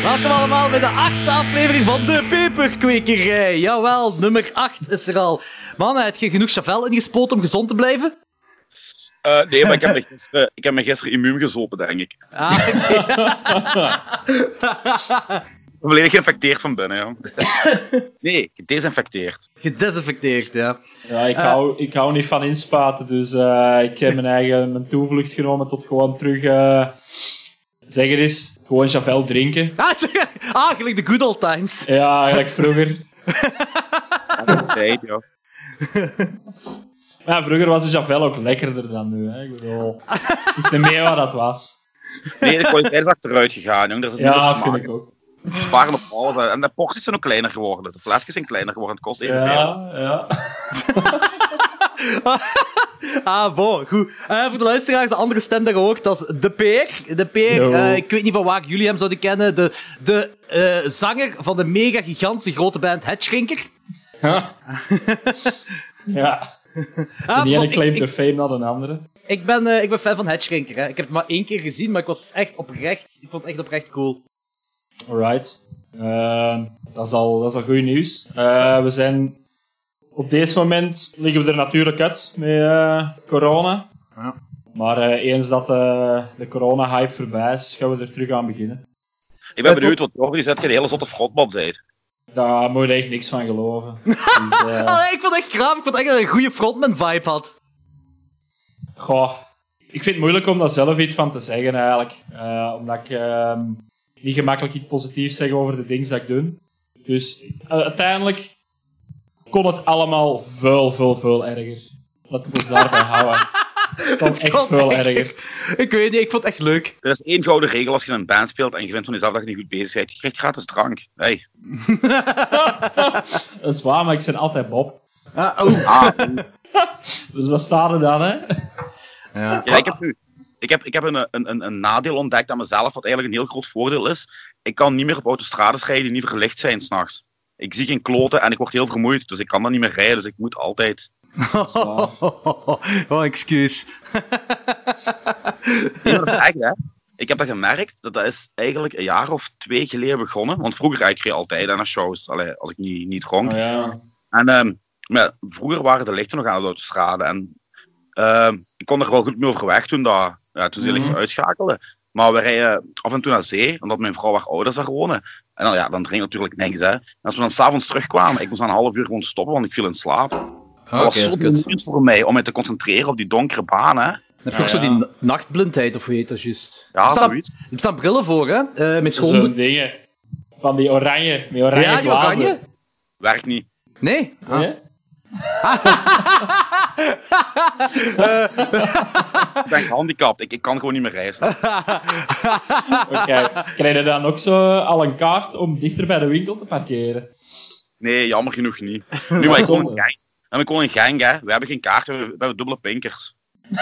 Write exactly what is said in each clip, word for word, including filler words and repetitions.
Welkom allemaal bij de achtste aflevering van de Peperkwekerij. Jawel, nummer acht is er al. Man, heb je genoeg Chavel ingespoten om gezond te blijven? Uh, nee, maar ik heb, me gisteren, ik heb me gisteren immuun gezopen, denk ik. Ah, oké. Volledig geïnfecteerd van binnen, ja. Nee, gedesinfecteerd. Gedesinfecteerd, ja. Ja, ik hou, ik hou niet van inspaten, dus uh, ik heb mijn eigen mijn toevlucht genomen tot gewoon terug... Uh, zeg het eens, gewoon Javel drinken. Ah, ah, gelijk de good old times. Ja, eigenlijk vroeger. Dat is een tijd, ja. Maar ja, vroeger was de Javel ook lekkerder dan nu. Hè. Ik bedoel, het is niet meer wat dat was. Nee, de kwaliteit is achteruit gegaan, jong. Er zit ja, dat vind ik ook. We waren op alles. En de porties zijn ook kleiner geworden. De flesjes zijn kleiner geworden. Het kost evenveel. Ja, ja. Ah, bon, goed. Uh, voor de luisteraars, de andere stem dat je hoort, dat is De Peer. De Peer, uh, ik weet niet van waar jullie hem zouden kennen. De, de uh, zanger van de mega gigantische grote band Hedgeschrinker. Ja. Ja. Ah, de ene ik, claimt ik, de fame naar de andere. Ik ben, uh, ik ben fan van Hedgeschrinker. Hè. Ik heb het maar één keer gezien, maar ik was echt oprecht... Ik vond het echt oprecht cool. Alright. Uh, dat is al, dat is al goed nieuws. Uh, we zijn... Op dit moment liggen we er natuurlijk uit met uh, corona. Ja. Maar uh, eens dat uh, de corona-hype voorbij is, gaan we er terug aan beginnen. Ik ben benieuwd wat Jordi zegt, je de hele zotte frotbad bent. Daar moet je echt niks van geloven. Dus, uh... Allee, ik vond het echt graaf. Ik vond echt dat hij een goede frontman-vibe had. Goh, ik vind het moeilijk om daar zelf iets van te zeggen eigenlijk. Uh, omdat ik uh, niet gemakkelijk iets positiefs zeg over de dingen dat ik doe. Dus uh, uiteindelijk kon het allemaal veel, veel, veel erger. Laten we ons daarbij houden. Het kon echt kon veel echt. erger. Ik weet niet, ik vond het echt leuk. Er is één gouden regel als je in een band speelt en je vindt van jezelf dat je niet goed bezig bent. Je krijgt gratis drank. Hey. Dat is waar, maar ik ben altijd Bob. Ah, oh. ah. Dus dat staat er dan, hè. Ja. Ja, ik heb nu... Ik heb, ik heb een, een, een nadeel ontdekt aan mezelf, wat eigenlijk een heel groot voordeel is. Ik kan niet meer op autostrades rijden die niet verlicht zijn s'nachts. Ik zie geen kloten en ik word heel vermoeid, dus ik kan dan niet meer rijden, dus ik moet altijd. Dat is oh, excuus. Nee, dat is echt, hè. Ik heb dat gemerkt, dat dat is eigenlijk een jaar of twee geleden begonnen. Want vroeger reed ik altijd naar shows, allee, als ik niet, niet dronk. Oh, ja. En um, maar vroeger waren de lichten nog aan de autostrade. En uh, ik kon er wel goed mee overweg toen, dat, ja, toen ze mm-hmm. lichten uitschakelen. Maar we rijden af en toe naar zee, omdat mijn vrouw haar ouders daar wonen. En dan, ja, dan drink natuurlijk niks, hè. En als we dan s'avonds terugkwamen, ik moest aan een half uur gewoon stoppen, want ik viel in slaap. Oh, dat was okay, zo moeilijk voor mij, om me te concentreren op die donkere baan, hè. Dan heb je ja, ook zo ja. die nachtblindheid, of hoe heet dat juist? Ja, er staan, zoiets. Er staan brillen voor, hè? Uh, met schoon... Zo'n dingen. Van die oranje, met oranje ja, die glazen. oranje? Werkt niet. Nee? Ah. Nee? Ik ben gehandicapt, ik, ik kan gewoon niet meer reizen. Oké, okay. Krijg je dan ook zo al een kaart om dichter bij de winkel te parkeren? Nee, jammer genoeg niet. Nu, maar ik woon in Genk. We hebben gewoon een Genk, hè. We hebben geen kaart, we hebben, we hebben dubbele pinkers.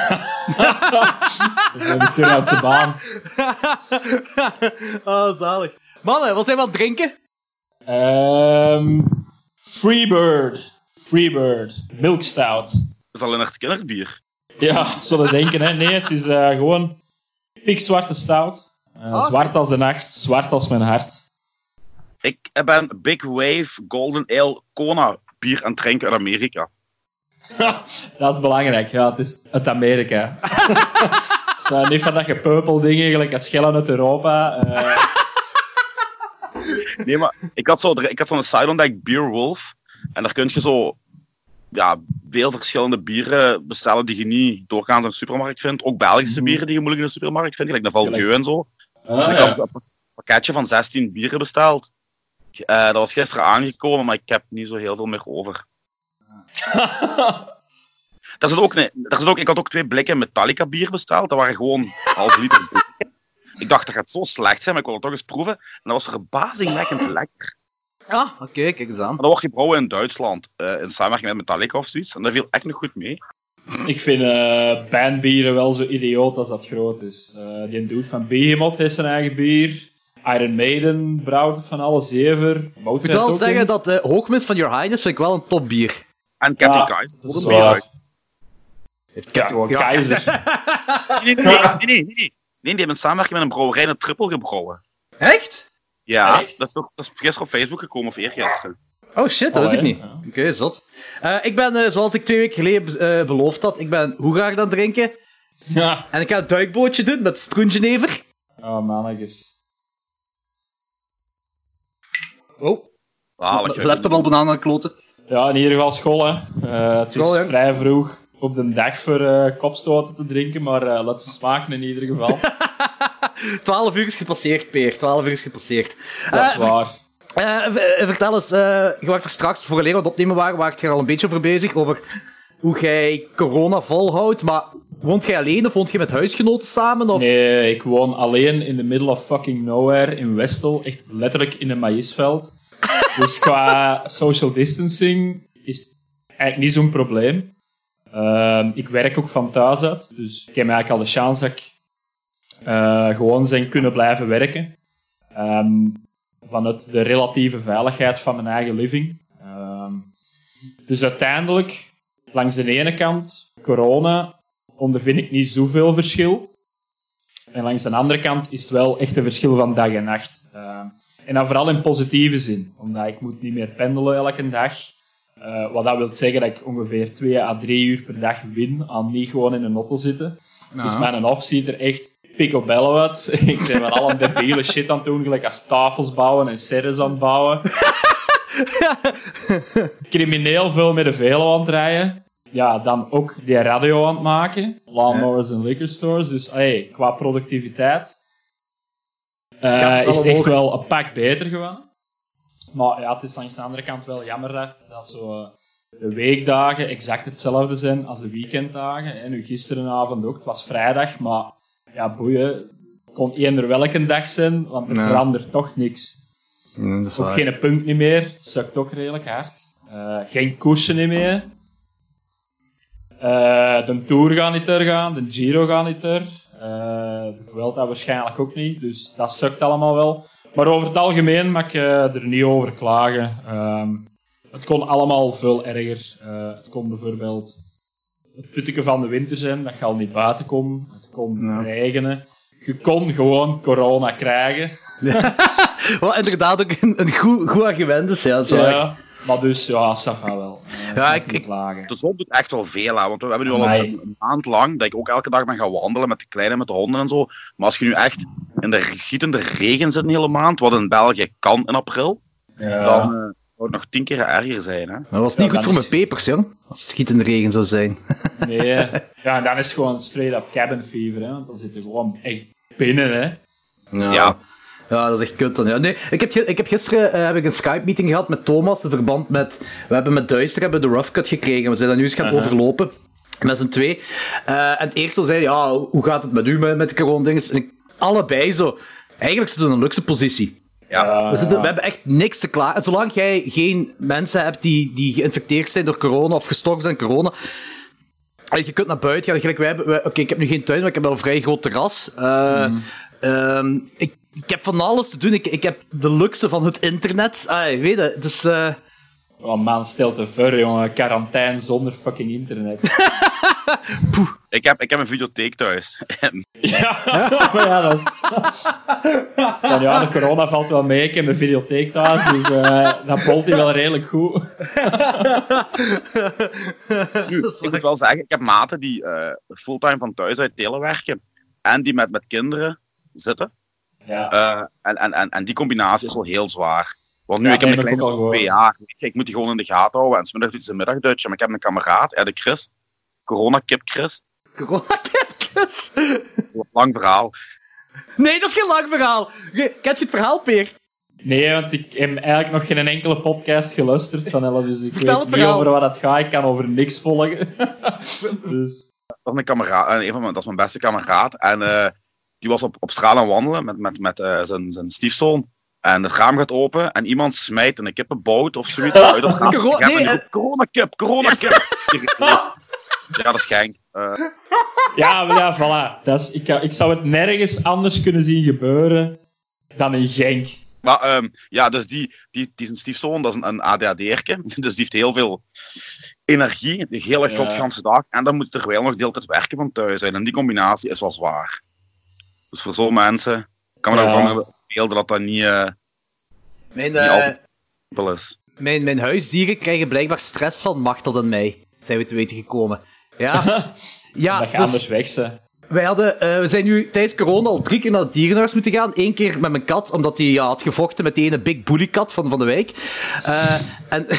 Dat is een Turnhoutse baan. Oh, zalig. Mannen, wat zijn we aan het drinken? Um, Freebird. Freebird. Milk Stout. Dat is alleen echt kinderbier. Ja, zullen denken, hè. Nee, het is uh, gewoon pikzwarte stout. Uh, oh. Zwart als de nacht, zwart als mijn hart. Ik ben Big Wave Golden Ale Kona bier aan het drinken uit Amerika. Dat is belangrijk, ja. Het is uit Amerika. Het zijn niet van dat gepeupel-dingen, gelijk als schellen uit Europa. Uh... Nee, maar ik had, zo, ik had zo'n site ontdekt, Beer Wolf. En daar kun je zo ja, veel verschillende bieren bestellen die je niet doorgaans in de supermarkt vindt. Ook Belgische bieren die je moeilijk in de supermarkt vindt, gelijk de Valdieu en zo. Ah, en ik ja. had een pakketje van zestien bieren besteld. Uh, dat was gisteren aangekomen, maar ik heb niet zo heel veel meer over. daar zit ook, nee, daar zit ook, ik had ook twee blikken Metallica bier besteld. Dat waren gewoon half liter blikken. Ik dacht, dat gaat zo slecht zijn, maar ik wil het toch eens proeven. En dat was verbazingwekkend lekker. Ah, oké, okay, kijk eens aan. Maar dat wordt gebrouwen in Duitsland, uh, in samenwerking met Metallica of zoiets. En dat viel echt nog goed mee. Ik vind uh, bandbieren wel zo idioot als dat groot is. Uh, die dude van Behemoth heeft zijn eigen bier. Iron Maiden brouwt van alle zever. Ik moet wel zeggen in. dat de uh, Hoogmis van Your Highness vind ik wel een topbier. En Captain ja, Kaiser. Dat is waar. Heeft Captain ja, Kaiser. Nee, nee, nee, nee, nee, nee. Nee, die hebben in samenwerking met een brouwerij een triple gebrouwen. Echt? Ja, Echt? dat is, toch, dat is gisteren op Facebook gekomen, of eergisteren. Oh shit, dat Oh, wist ik hè? niet. Ja. Oké, okay, zot. Uh, ik ben, uh, zoals ik twee weken geleden uh, beloofd had, ik ben Hoegaard aan het drinken. Ja. En ik ga een duikbootje doen met stroengenever. Oh, mannetjes. Oh. Zalig. Je hebt hem al bananen aan het kloten. Ja, in ieder geval school, hè. Uh, het School, is hè? vrij vroeg op de dag voor uh, kopstoten te drinken, maar uh, laat ze smaken in ieder geval. Twaalf uur is gepasseerd, Peer. Twaalf uur is gepasseerd. Dat is Uh, waar. Uh, v- vertel eens, uh, je was er straks, voor alleen wat opnemen waren, waar je er al een beetje over bezig, over hoe jij corona volhoudt, maar woont jij alleen of woont je met huisgenoten samen? Of? Nee, ik woon alleen in the middle of fucking nowhere in Westel, echt letterlijk in een maïsveld. Dus qua social distancing is het eigenlijk niet zo'n probleem. Uh, ik werk ook van thuis uit, dus ik heb eigenlijk al de chance dat ik uh, gewoon zijn kunnen blijven werken. Um, vanuit de relatieve veiligheid van mijn eigen living. Um, dus uiteindelijk, langs de ene kant, corona, ondervind ik niet zoveel verschil. En langs de andere kant is het wel echt een verschil van dag en nacht. Um, en dan vooral in positieve zin, omdat ik moet niet meer pendelen elke dag. Uh, wat dat wil zeggen dat ik ongeveer twee à drie uur per dag win aan niet gewoon in een auto zitten. Nou. Dus mijn hof ziet er echt picobello uit. Ik ben met alle debiele shit aan het doen, gelijk als tafels bouwen en serres aan het bouwen. Crimineel veel met de velo aan het rijden. Ja, dan ook die radio aan het maken. Lawnmowers en liquor stores. Dus hey, qua productiviteit uh, Ja, is het echt mogen. wel een pak beter geworden. Maar ja, het is langs de andere kant wel jammer dat, dat zo uh, de weekdagen exact hetzelfde zijn als de weekenddagen. En nu gisterenavond ook. Het was vrijdag, maar ja, boeien. Het kon eender welke dag zijn, want er Ja. verandert toch niks. Nee, dat is Ook waar. geen punt niet meer. Het sukt ook redelijk hard. Uh, geen koersen niet meer. Uh, de Tour gaat niet doorgaan. De Giro gaat niet door. Uh, de Vuelta waarschijnlijk ook niet. Dus dat sukt allemaal wel. Maar over het algemeen mag ik uh, er niet over klagen. Um, het kon allemaal veel erger. Uh, het kon bijvoorbeeld het putteke van de winter zijn, dat je al niet buiten kon. Het kon Ja. regenen. Je kon gewoon corona krijgen. Wat inderdaad ook een, een goed, goed argument is, ja. Zo. Ja, maar dus, ja, ça va wel. Uh, Ja, ik ik- niet ik- klagen. De zon doet echt wel veel aan, want we hebben nu al Amai. een, een maand lang dat ik ook elke dag ben gaan wandelen met de kleine, met de honden en zo. Maar als je nu echt in de gietende regen zit een hele maand, wat in België kan in april, Ja. dan uh, zou het nog tien keer erger zijn. Hè? Dat was niet Ja, goed dan voor is- mijn pepers, jong. Als het giet in de regen zou zijn. Nee, ja, en dan is het gewoon straight up cabin fever, hè, want dan zit je gewoon echt binnen, hè. Ja. Ja, dat is echt kut dan. Ja. Nee, ik heb, gi- ik heb gisteren uh, heb ik een Skype-meeting gehad met Thomas in verband met... We hebben met Duister hebben we de rough cut gekregen. We zijn dat nu eens gaan Uh-huh. overlopen. Met z'n twee. Uh, en het eerste zei, ja, hoe gaat het met u met, met de corona-dinges? En ik- allebei zo. Eigenlijk zitten we in een luxe positie. Ja. We, zitten, we hebben echt niks te klaar. En zolang jij geen mensen hebt die, die geïnfecteerd zijn door corona of gestorven zijn door corona... en je kunt naar buiten gaan. Gelijk wij hebben... wij- Oké, ik heb nu geen tuin, maar ik heb wel een vrij groot terras. Uh, Mm. ehm, ik, ik heb van alles te doen. Ik, ik heb de luxe van het internet. Ah, je weet het. Dus, uh, Oh man, stel te ver, jongen. Quarantaine zonder fucking internet. Ik, heb, ik heb een videotheek thuis. En Ja, maar ja, dat... Van, ja, de corona valt wel mee. Ik heb een videotheek thuis, dus uh, dat bolt hij wel redelijk goed. nu, ik moet wel zeggen, ik heb maten die uh, fulltime van thuis uit telewerken en die met, met kinderen zitten. Ja. Uh, en, en, en, en die combinatie is wel heel zwaar. Want nu, Ja, ik heb nee, een heb ik kleine ook al van twee jaar. Ik moet die gewoon in de gaten houden. En smiddag doet hij zijn middagdutje. Maar ik heb een kameraad, ja, de Chris. Corona-kip Chris. corona-kipjes. Lang verhaal. Nee, dat is geen lang verhaal. Je- Kent je het verhaal, Peer? Nee, want ik heb eigenlijk nog geen enkele podcast geluisterd van Elle, dus ik Vertel weet het niet verhaal. over wat het gaat. Ik kan over niks volgen. Dus... Dat is, een kameraad, eh, een van mijn, dat is mijn beste kameraad. En uh, die was op, op straat aan wandelen met, met, met uh, zijn, zijn stiefzoon. En het raam gaat open en iemand smijt een kippenboot of zoiets uit het raam. Coro- Ik heb nee, een- eh. Corona-kip, corona-kip. Ja, dat is Genk. Uh, Ja, maar ja, voilà. Dat is, ik, ik zou het nergens anders kunnen zien gebeuren dan in Genk. maar um, ja, dus die, die, die zijn stiefzoon, dat is een, een A D H D'erke. Dus die heeft heel veel energie, de hele Ja. godganse dag. En dan moet terwijl nog de hele tijd werken van thuis zijn. En die combinatie is wel zwaar. Dus voor zo'n mensen kan me Ja. daarvan beelden dat dat niet, uh, Mijn, die uh, altijd simpel is. Mijn, mijn huisdieren krijgen blijkbaar stress van Machtel en mij. Zijn we te weten gekomen. Ja. ja dat gaat dus, anders weg, ze. Wij hadden, uh, we zijn nu tijdens corona al drie keer naar het dierenhuis moeten gaan. Eén keer met mijn kat, omdat hij ja, had gevochten met die ene big bully kat van, van de wijk. Uh, en...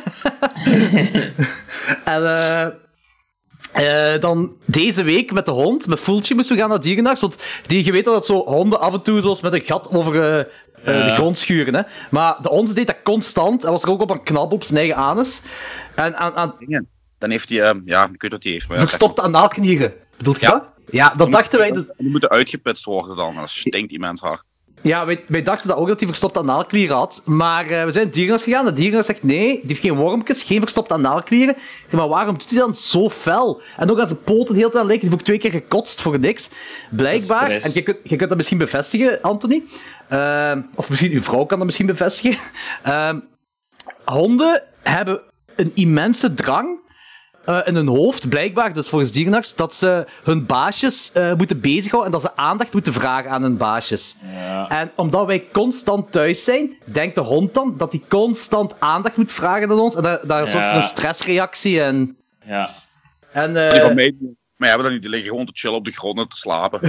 en... Uh, Uh, dan deze week met de hond, met Fultje, moesten we gaan naar het dierenarts. Want die, je weet dat zo honden af en toe zoals met een gat over uh, uh, ja. de grond schuren. Hè? Maar de hond deed dat constant. Hij was er ook op een knap op zijn eigen anus. En, aan, aan... Dan heeft hij, uh, ja, ik weet wat hij heeft. Maar verstopte anaalknieren. Bedoelt je ja. dat? Ja, dat dachten wij. Dus... Die moeten uitgeputst worden dan. Dat stinkt immens hard. Ja, wij, wij dachten dat ook dat hij verstopte anaalklieren had. Maar uh, we zijn het dierenarts gegaan. De dierenarts zegt nee, die heeft geen wormpjes, geen verstopte anaalklieren. Ik zeg, maar waarom doet hij dan zo fel? En ook als de poten de hele tijd lijken, die heeft ook twee keer gekotst voor niks. Blijkbaar, en je kunt, je kunt dat misschien bevestigen, Anthony. Uh, of misschien uw vrouw kan dat misschien bevestigen. Uh, honden hebben een immense drang Uh, in hun hoofd, blijkbaar, dus volgens dierenarts, dat ze hun baasjes uh, moeten bezighouden en dat ze aandacht moeten vragen aan hun baasjes. Ja. En omdat wij constant thuis zijn, denkt de hond dan dat hij constant aandacht moet vragen aan ons. En daar, daar is een ja. soort van een stressreactie en... Ja. En, uh... die van mij, maar hebben dat niet, die liggen gewoon te chillen op de grond en te slapen.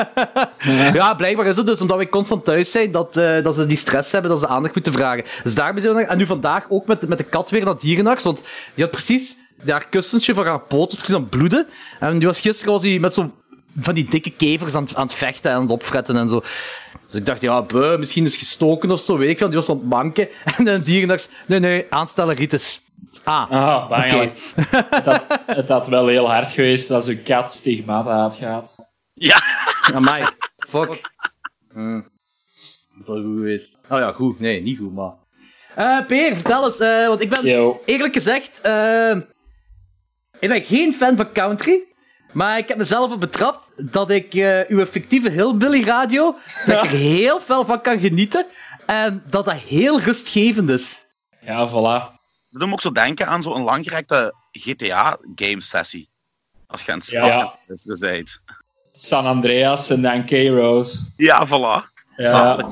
ja, blijkbaar is het dus omdat wij constant thuis zijn, dat, uh, dat ze die stress hebben, dat ze aandacht moeten vragen. Dus daarmee zijn we nog... En nu vandaag ook met, met de kat weer naar het dierenarts, want die had precies... haar kussentje van haar poot was precies aan het bloeden. En die was gisteren was hij met zo van die dikke kevers aan, aan het vechten en aan het opfretten en zo. Dus ik dacht, ja, buh, misschien is gestoken of zo, weet ik wel. Die was aan het manken. En de dierenarts, nee, nee, aanstelleritis. Ah, ah oké. Het, had, het had wel heel hard geweest als een kat stigmata had gehad. Ja. Amai, fuck. Hmm. Dat was goed geweest. Oh ja, goed. Nee, niet goed, maar... Uh, Peer, vertel eens, uh, want ik ben Yo. eerlijk gezegd... Uh, ik ben geen fan van country, maar ik heb mezelf op betrapt dat ik uh, uw fictieve Hillbilly radio, dat ik er heel veel van kan genieten en dat dat heel rustgevend is. Ja, voilà. Dat doet me ook zo denken aan zo'n langgerekte G T A-game-sessie. Als je aan het ja. bent. San Andreas en dan K-Rose. Ja, voilà. Ja,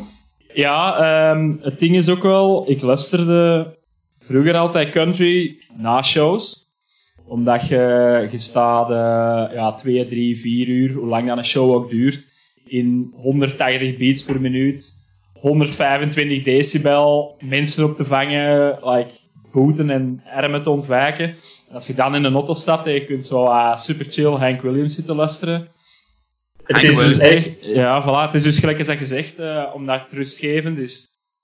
ja um, het ding is ook wel, ik luisterde vroeger altijd country na shows. Omdat je, je staat uh, ja, twee, drie, vier uur, hoe lang dan een show ook duurt, in honderdtachtig beats per minuut, honderdvijfentwintig decibel, mensen op te vangen, like, voeten en armen te ontwijken. En als je dan in een auto stapt en je kunt zo uh, super chill Hank Williams zitten luisteren. Het is dus echt, ja, voilà, het is dus gelijk als dat je zegt, uh, omdat het rustgevend is.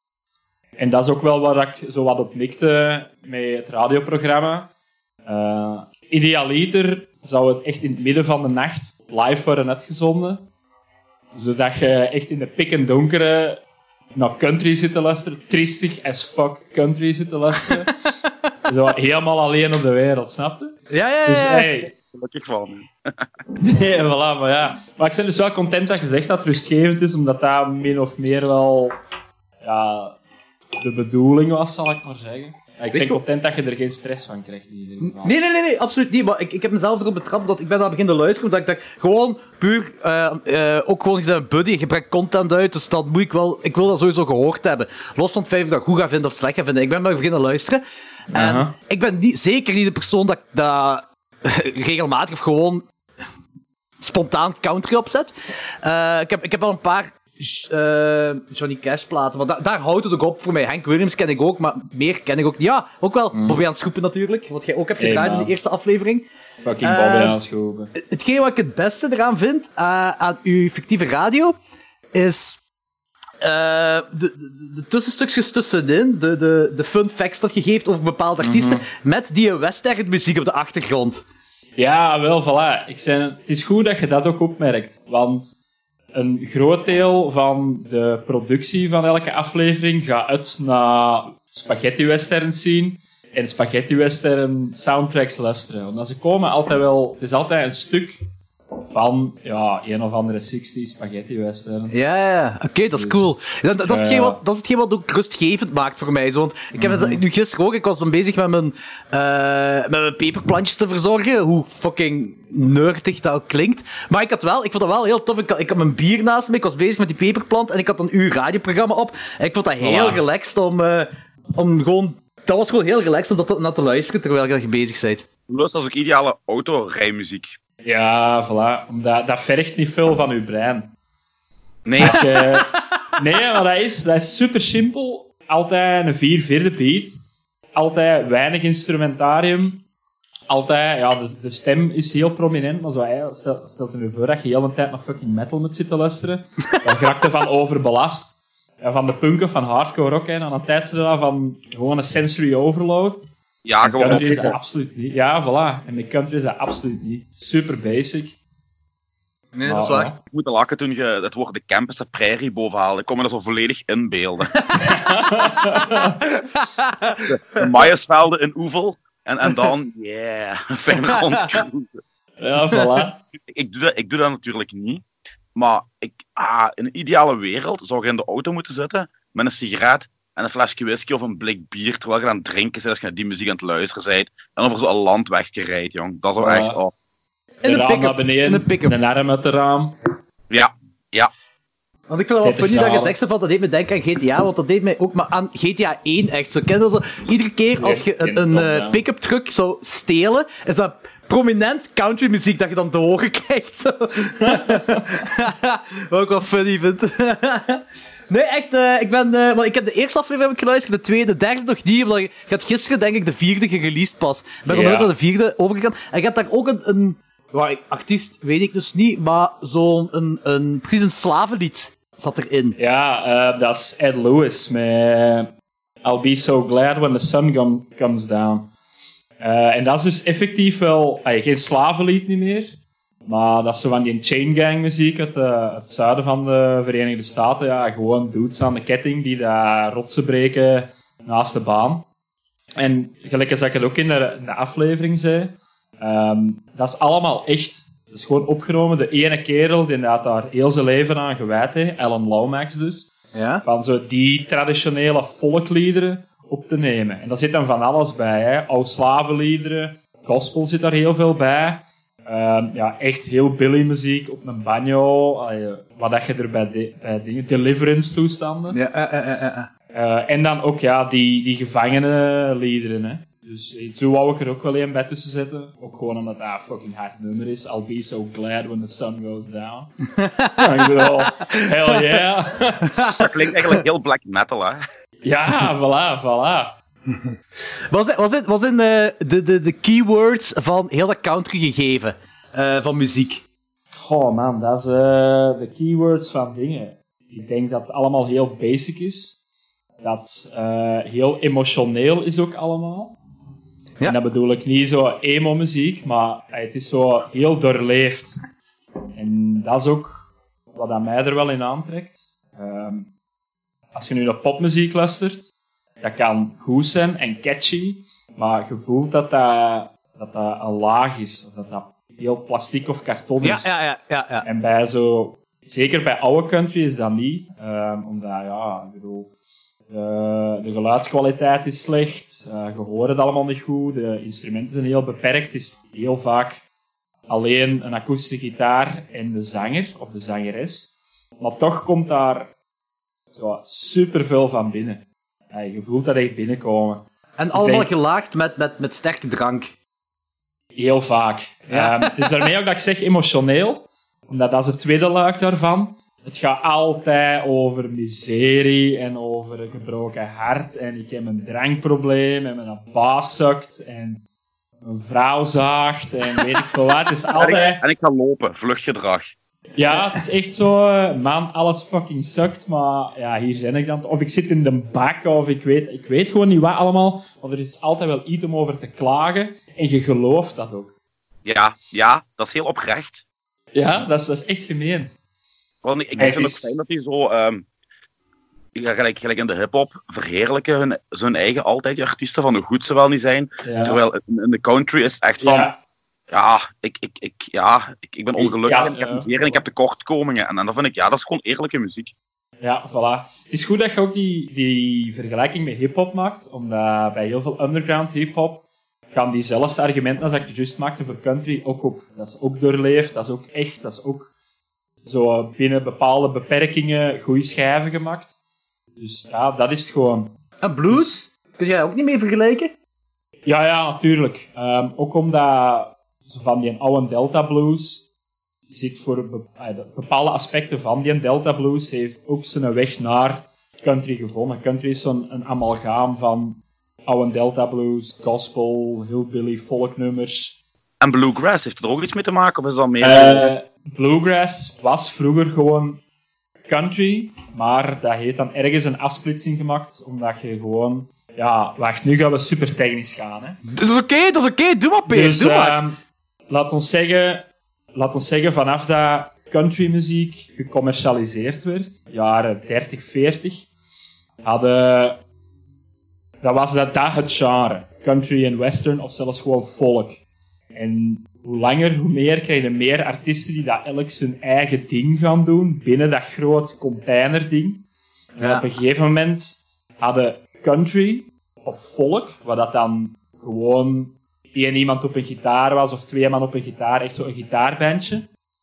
En dat is ook wel waar ik zo wat op mikte met het radioprogramma. Uh, idealiter zou het echt in het midden van de nacht live worden uitgezonden. Zodat je echt in de pik en donkere naar country zit te luisteren. Triestig as fuck country zit te luisteren. Zo helemaal alleen op de wereld, snap je? Ja, ja, ja. Dus, hey, gelukkig van. nee, voilà, maar ja. Maar ik ben dus wel content dat je zegt dat het rustgevend is, omdat dat min of meer wel ja, de bedoeling was, zal ik maar zeggen. Ja, ik ben content dat je er geen stress van krijgt in ieder geval. Nee, nee, nee, nee, absoluut niet. Maar ik, ik heb mezelf erop betrapt dat ik ben daar beginnen luisteren, omdat ik dacht, gewoon puur, uh, uh, ook gewoon gezegd, een buddy, je brengt content uit, dus dat moet ik wel, ik wil dat sowieso gehoord hebben. Los van het feit dat ik goed ga vinden of slecht ga vinden. Ik ben maar beginnen luisteren. En uh-huh. ik ben niet, zeker niet de persoon dat, dat regelmatig of gewoon spontaan country opzet. Uh, ik, heb, ik heb al een paar Uh, Johnny Cash platen, maar da- daar houdt het ook op voor mij. Hank Williams ken ik ook, maar meer ken ik ook niet. Ja, ook wel mm. Bobby aan het Schoepen natuurlijk, wat jij ook hebt gedraaid hey, in de eerste aflevering. Fucking uh, Bobby aan het Schoepen. Hetgeen wat ik het beste eraan vind, uh, aan uw fictieve radio, is uh, de, de, de tussenstukjes tussenin, de, de, de fun facts dat je geeft over bepaalde artiesten, mm-hmm. met die western muziek op de achtergrond. Ja, wel, voilà. Ik zei, het is goed dat je dat ook opmerkt, want een groot deel van de productie van elke aflevering gaat uit naar spaghetti-westerns zien en spaghetti-western soundtracks luisteren. Want ze komen altijd wel... Het is altijd een stuk van ja, een of andere zestig spaghetti western. Ja, ja. Oké, okay, dat is dus, cool. Dat, dat, is hetgeen wat, dat is hetgeen wat ook rustgevend maakt voor mij. Zo. Want ik heb mm-hmm. nu gisteren ook, ik was dan bezig met mijn, uh, met mijn peperplantjes te verzorgen. Hoe fucking nerdig dat ook klinkt. Maar ik had wel, ik vond dat wel heel tof. Ik had, ik had mijn bier naast me, ik was bezig met die peperplant en ik had een uur radioprogramma op. En ik vond dat heel voilà. relaxed om, uh, om gewoon... Dat was gewoon heel relaxed om dat naar te luisteren terwijl je bezig bent. Lust als ook ideale autorijmuziek. Ja, voilà. Omdat, dat vergt niet veel van je brein. Nee. Je, nee, maar dat is, dat is super simpel. Altijd een vier vierde beat. Altijd weinig instrumentarium. Altijd, ja, de, de stem is heel prominent, maar zo, hey, stel, stel je nu voor dat je heel de tijd naar fucking metal moet zitten luisteren. Dan raak je van overbelast. Ja, van de punk of van hardcore rock, en aan een tijd zit je van gewoon een sensory overload. Ja, met gewoon country is dat absoluut niet. Ja, voilà. En met country is dat absoluut niet. Super basic. Nee, dat is waar. Ik moet lachen toen je het woord de campus de prairie boven haalde. Ik kon me dat zo volledig inbeelden. de, de maïsvelden in Oevel. En, en dan, yeah, fijn rondcruisen. Ja, voilà. Ik, ik, doe dat, ik doe dat natuurlijk niet. Maar ik, ah, in een ideale wereld zou je in de auto moeten zitten met een sigaret en een flesje whisky of een blik bier, terwijl je aan het drinken bent als je naar die muziek aan het luisteren bent. En over zo'n landwegje rijdt, jong. Dat zou echt... Oh. De raam naar beneden, de arm uit de raam. Ja, ja. Want ik vind het wel funny dat je zegt van, dat deed me denken aan G T A, want dat deed mij ook maar aan G T A één echt. Zo, ken je dat zo? Iedere keer als je een, een uh, pick-up truck zou stelen, is dat prominent country muziek dat je dan te horen krijgt. Zo. Wat ik wel funny vind. Nee, echt, uh, ik ben... Uh, want ik heb de eerste aflevering heb ik geluisterd, de tweede, de derde nog niet, omdat je had gisteren, denk ik, de vierde gereleased pas. Ik ben yeah. naar de vierde overgegaan. En je had daar ook een... een waar, artiest weet ik dus niet, maar zo'n... Een, een, precies een slavenlied zat erin. Ja, uh, dat is Ed Lewis met... I'll be so glad when the sun com- comes down. Uh, en dat is dus effectief wel... Uh, geen slavenlied niet meer. Maar dat is zo van die chain gang muziek uit uh, het zuiden van de Verenigde Staten. Ja, gewoon dudes aan de ketting die daar rotsen breken naast de baan. En gelijk als ik het ook in de, in de aflevering zei, um, dat is allemaal echt. Dat is gewoon opgenomen. De ene kerel die had daar heel zijn leven aan gewijd heeft, Alan Lomax dus, ja? van zo die traditionele volkliederen op te nemen. En daar zit dan van alles bij, hè. Oud slavenliederen, gospel zit daar heel veel bij. Um, ja, echt heel Billy muziek op een banjo, allee, wat dat je er bij, de, bij dingen, deliverance toestanden. Ja, uh, uh, uh, uh. Uh, en dan ook ja, die, die gevangene liederen. Hè. Dus zo wou ik er ook wel een bij tussen zetten. Ook gewoon omdat dat een fucking hard nummer is. I'll be so glad when the sun goes down. Ja, ik bedoel, hell yeah. Dat klinkt eigenlijk heel black metal, hè? Ja, voilà, voilà. Was het, was het, was het uh, de, de, de keywords van heel dat country gegeven uh, van muziek? Goh man, dat is uh, de keywords van dingen. Ik denk dat het allemaal heel basic is. Dat uh, heel emotioneel is ook allemaal. Ja. En dat bedoel ik niet zo emo-muziek, maar uh, het is zo heel doorleefd. En dat is ook wat aan mij er wel in aantrekt. Um, als je nu naar popmuziek luistert, dat kan goed zijn en catchy, maar je voelt dat dat, dat, dat een laag is, of dat dat heel plastiek of karton is. Ja, ja, ja, ja. En bij zo, zeker bij oude country is dat niet, um, omdat, ja, ik bedoel, de, de geluidskwaliteit is slecht, uh, je hoort het allemaal niet goed, de instrumenten zijn heel beperkt, het is heel vaak alleen een akoestische gitaar en de zanger, of de zangeres, maar toch komt daar zo superveel van binnen. Ja, je voelt dat echt binnenkomen. En dus allemaal denk, gelaagd met, met, met sterke drank. Heel vaak. Ja. Um, het is daarmee ook dat ik zeg emotioneel. Omdat dat is het tweede luik daarvan. Het gaat altijd over miserie en over een gebroken hart. En ik heb een drankprobleem en mijn baas sukt. En mijn vrouw zaagt en weet ik veel wat. Het is altijd... En ik, en ik ga lopen, vluchtgedrag. Ja, het is echt zo, man, alles fucking sukt, maar ja, hier ben ik dan. Of ik zit in de bak, of ik weet, ik weet gewoon niet wat allemaal, maar er is altijd wel iets om over te klagen, en je gelooft dat ook. Ja, ja, dat is heel oprecht. Ja, dat is, dat is echt gemeend. Want ik, ik vind het is... ook fijn dat die zo, um, ja, gelijk, gelijk in de hip-hop, verheerlijken hun, zijn eigen altijd, die artiesten, van hoe goed ze wel niet zijn, ja. Terwijl in de country is het echt van... Ja. Ja, ik, ik, ik, ja, ik, ik ben ongelukkig Ja, en ik heb ja. een zeer en ik heb tekortkomingen. En, en dat vind ik, ja, dat is gewoon eerlijke muziek. Ja, voilà. Het is goed dat je ook die, die vergelijking met hip-hop maakt, omdat bij heel veel underground hip-hop gaan diezelfde argumenten als ik juist maakte voor country ook op. Dat is ook doorleefd, dat is ook echt, dat is ook zo binnen bepaalde beperkingen goede schijven gemaakt. Dus ja, dat is het gewoon. En blues? Kun jij ook niet mee vergelijken? Ja, ja, natuurlijk. Um, ook omdat zo van die oude Delta Blues zit voor be- uh, bepaalde aspecten van die Delta Blues heeft ook zijn weg naar country gevonden. Country is zo'n een amalgaam van oude Delta Blues, gospel, hillbilly, folknummers. En bluegrass, heeft er ook iets mee te maken? Of is dat meer... Uh, bluegrass was vroeger gewoon country, maar dat heeft dan ergens een afsplitsing gemaakt, omdat je gewoon... Ja, wacht, nu gaan we super technisch gaan. Hè. Dat is oké, dat is oké. Doe maar, Peer. Dus Doe maar. uh, laat, ons zeggen, laat ons zeggen, vanaf dat countrymuziek gecommercialiseerd werd, jaren dertig, veertig, hadden... Dat was dat, dat het genre. Country en western, of zelfs gewoon folk. En hoe langer, hoe meer krijg je meer artiesten die dat elk zijn eigen ding gaan doen, binnen dat groot containerding. En Ja. op een gegeven moment hadden country of folk, waar dat dan gewoon één iemand op een gitaar was, of twee man op een gitaar, echt zo'n gitaarbandje.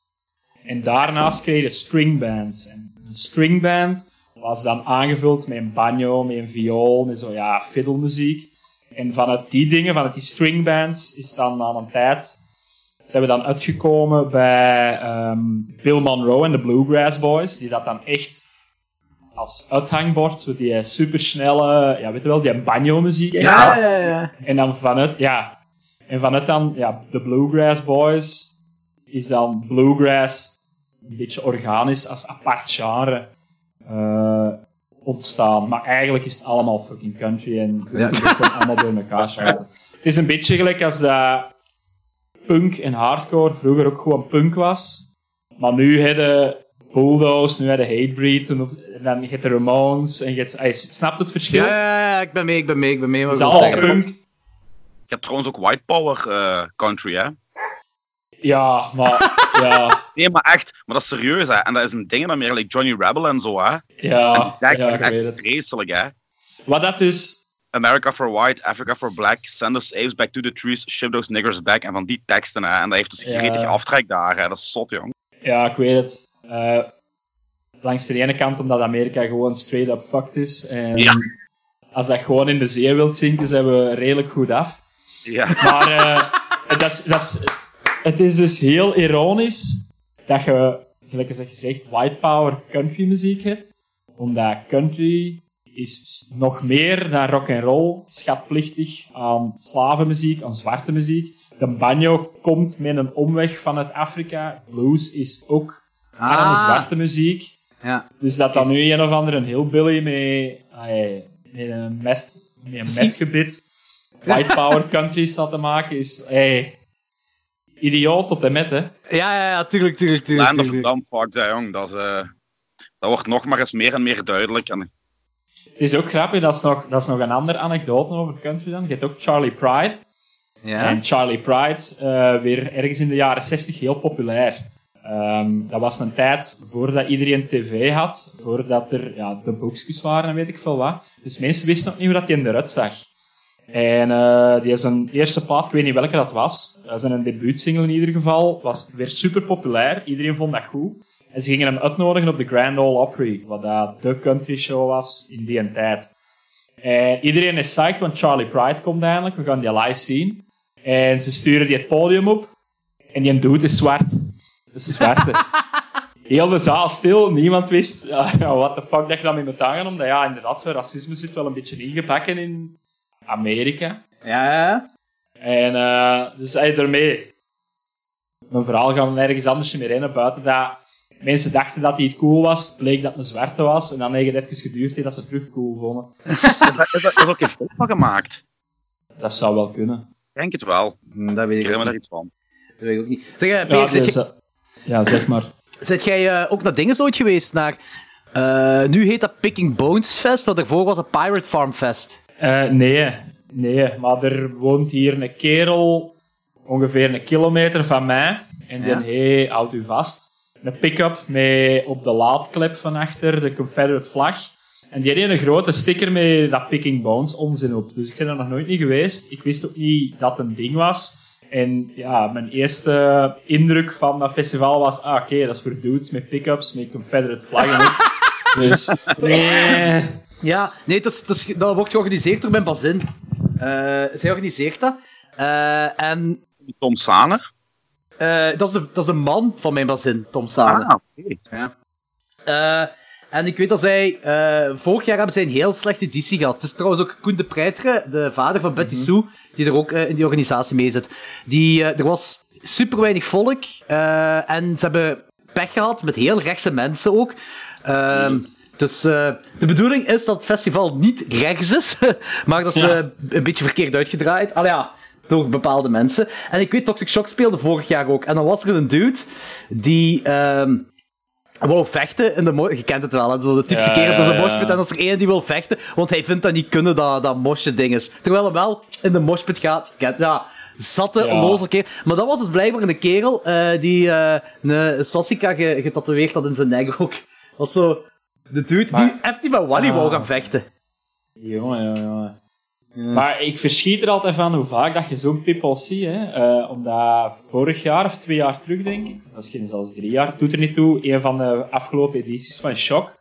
En daarnaast kreeg je stringbands. En een stringband was dan aangevuld met een banjo, met een viool, met zo ja, fiddlemuziek. En vanuit die dingen, vanuit die stringbands, is dan aan een tijd... zijn we dan uitgekomen bij um, Bill Monroe en de Bluegrass Boys, die dat dan echt als uithangbord, zo die supersnelle, ja, weet je wel, die banjo-muziek echt Ja, had. ja, ja. En dan vanuit, ja, en vanuit dan, ja, de Bluegrass Boys is dan Bluegrass een beetje organisch als apart genre uh, ontstaan. Maar eigenlijk is het allemaal fucking country en Ja. het komt allemaal door elkaar schuiven. Het is een beetje gelijk als dat punk en hardcore vroeger ook gewoon punk was. Maar nu hebben Bulldoze, nu hebben Hatebreed, en dan heb je de Ramones. En je hebt, ay, snap je het verschil? Ja, ja, ja, ik ben mee, ik ben mee, ik ben mee. Het Wat is ik wil allemaal zeggen. punk. Je hebt trouwens ook white power uh, country, hè? Ja, maar... ja, Nee, maar echt, maar dat is serieus, hè? En dat is een ding dan meer, like Johnny Rebel en zo, hè? En die ja, tekst ja, is ik weet echt het. vreselijk, hè? Wat dat dus... America for white, Africa for black, send those apes back to the trees, ship those niggers back. En van die teksten, hè? En dat heeft dus Ja. gretig aftrek daar, hè? Dat is zot, jong. Ja, ik weet het. Uh, langs de ene kant omdat Amerika gewoon straight up fucked is. En Ja. als dat gewoon in de zee wilt zinken, zijn we redelijk goed af. Ja. Maar uh, dat is, dat is, het is dus heel ironisch dat je, gelijk als je zegt, white power country muziek hebt. Omdat country is nog meer dan rock and roll schatplichtig aan slavenmuziek, aan zwarte muziek. De banjo komt met een omweg vanuit Afrika. Blues is ook arme Ah. zwarte muziek. Ja. Dus dat dan nu een of andere een hillbilly met, ay, met een meth, met een methgebit white power country staat te maken, is ay, idioot tot en met, hè. Ja, ja, ja, tuurlijk, tuurlijk, tuurlijk. Land of the tuurlijk. dumb fucks, hè, jong. Dat, is, uh, dat wordt nog maar eens meer en meer duidelijk. En... Het is ook grappig, dat is nog, dat is nog een andere anekdote over country dan. Je hebt ook Charlie Pride. Ja. En Charlie Pride, uh, weer ergens in de jaren zestig heel populair. Um, dat was een tijd voordat iedereen tv had, voordat er ja, de boekjes waren en weet ik veel wat. Dus mensen wisten ook niet hoe dat die eruit zag. En uh, die zijn eerste plaat, ik weet niet welke dat was, dat is een debuutsingle in ieder geval, was weer super populair. Iedereen vond dat goed. En ze gingen hem uitnodigen op de Grand Ole Opry, wat dat de country show was in die tijd. En iedereen is psyched, want Charlie Pride komt eindelijk. We gaan die live zien. En ze sturen die het podium op. En die dude is zwart. Dat is de zwarte. Heel de zaal stil. Niemand wist uh, wat de fuck dat je daarmee moet aangaan. Omdat ja, inderdaad, zo, racisme zit wel een beetje ingebakken in Amerika. Ja, ja. En uh, dus hij daarmee... Mijn verhaal gaat nergens anders meer in. Buiten dat mensen dachten dat hij het cool was. Bleek dat het een zwarte was. En dan heeft het even geduurd dat ze het terug cool vonden. Is, dat, is, dat, is ook geen film van gemaakt? Dat zou wel kunnen. Ik denk het wel. Hm, Dat weet Ik ik herinner ook me daar niet. iets van. Dat weet ik ook niet. Zeg, eh, Peer, Ja, zit, dus, jij, uh, ja zeg maar. zit jij eh, ook naar dingen ooit geweest? Naar, eh, nu heet dat Picking Bones Fest, maar daarvoor was het Pirate Farm Fest. Uh, nee, nee, maar er woont hier een kerel ongeveer een kilometer van mij. En die, Ja. hey, houd u vast. Een pick-up met op de laadklep van achter de Confederate vlag. En die had een grote sticker met dat Picking Bones onzin op. Dus ik ben er nog nooit niet geweest. Ik wist ook niet dat het een ding was. En ja, mijn eerste indruk van dat festival was... Ah, oké, okay, dat is voor dudes met pick-ups, met Confederate vlaggen op. Dus, nee... Ja, nee, dat, is, dat, is, dat wordt georganiseerd door mijn bazin. Uh, zij organiseert dat. Uh, en... Tom Sane? Uh, dat, is de, dat is de man van mijn bazin, Tom Sane. Ah, oké. Okay. Ja. Uh, en ik weet dat zij... Uh, vorig jaar hebben zij een heel slechte editie gehad. Het is trouwens ook Koen de Preitere, de vader van Betty mm-hmm. Sue, die er ook uh, in die organisatie mee zit. Die, uh, er was super weinig volk. Uh, en ze hebben pech gehad met heel rechtse mensen ook. Uh, dus uh, de bedoeling is dat het festival niet rechts is, maar dat is ja. uh, een beetje verkeerd uitgedraaid. Allee, ja, door bepaalde mensen. En ik weet, Toxic Shock speelde vorig jaar ook. En dan was er een dude die... Uh, wou vechten in de mo- je kent het wel, hè? Zo de typische ja, keer dat is een moshpit en als er één die wil vechten, want hij vindt dat niet kunnen, dat, dat mosje ding is. Terwijl hij wel in de moshpit gaat, je kent, ja, zatte, ja. onnozel keer. Maar dat was dus blijkbaar een kerel uh, die uh, een swastika ge- getatoeëerd had in zijn nek ook. Dat was zo de dude maar, die effectief met Wally ah, wou gaan vechten. Jongen, jongen, jongen. Ja. Maar ik verschiet er altijd van hoe vaak dat je zo'n people ziet. Hè. Uh, omdat vorig jaar of twee jaar terug, denk ik, misschien zelfs drie jaar, doet er niet toe, een van de afgelopen edities van Shock.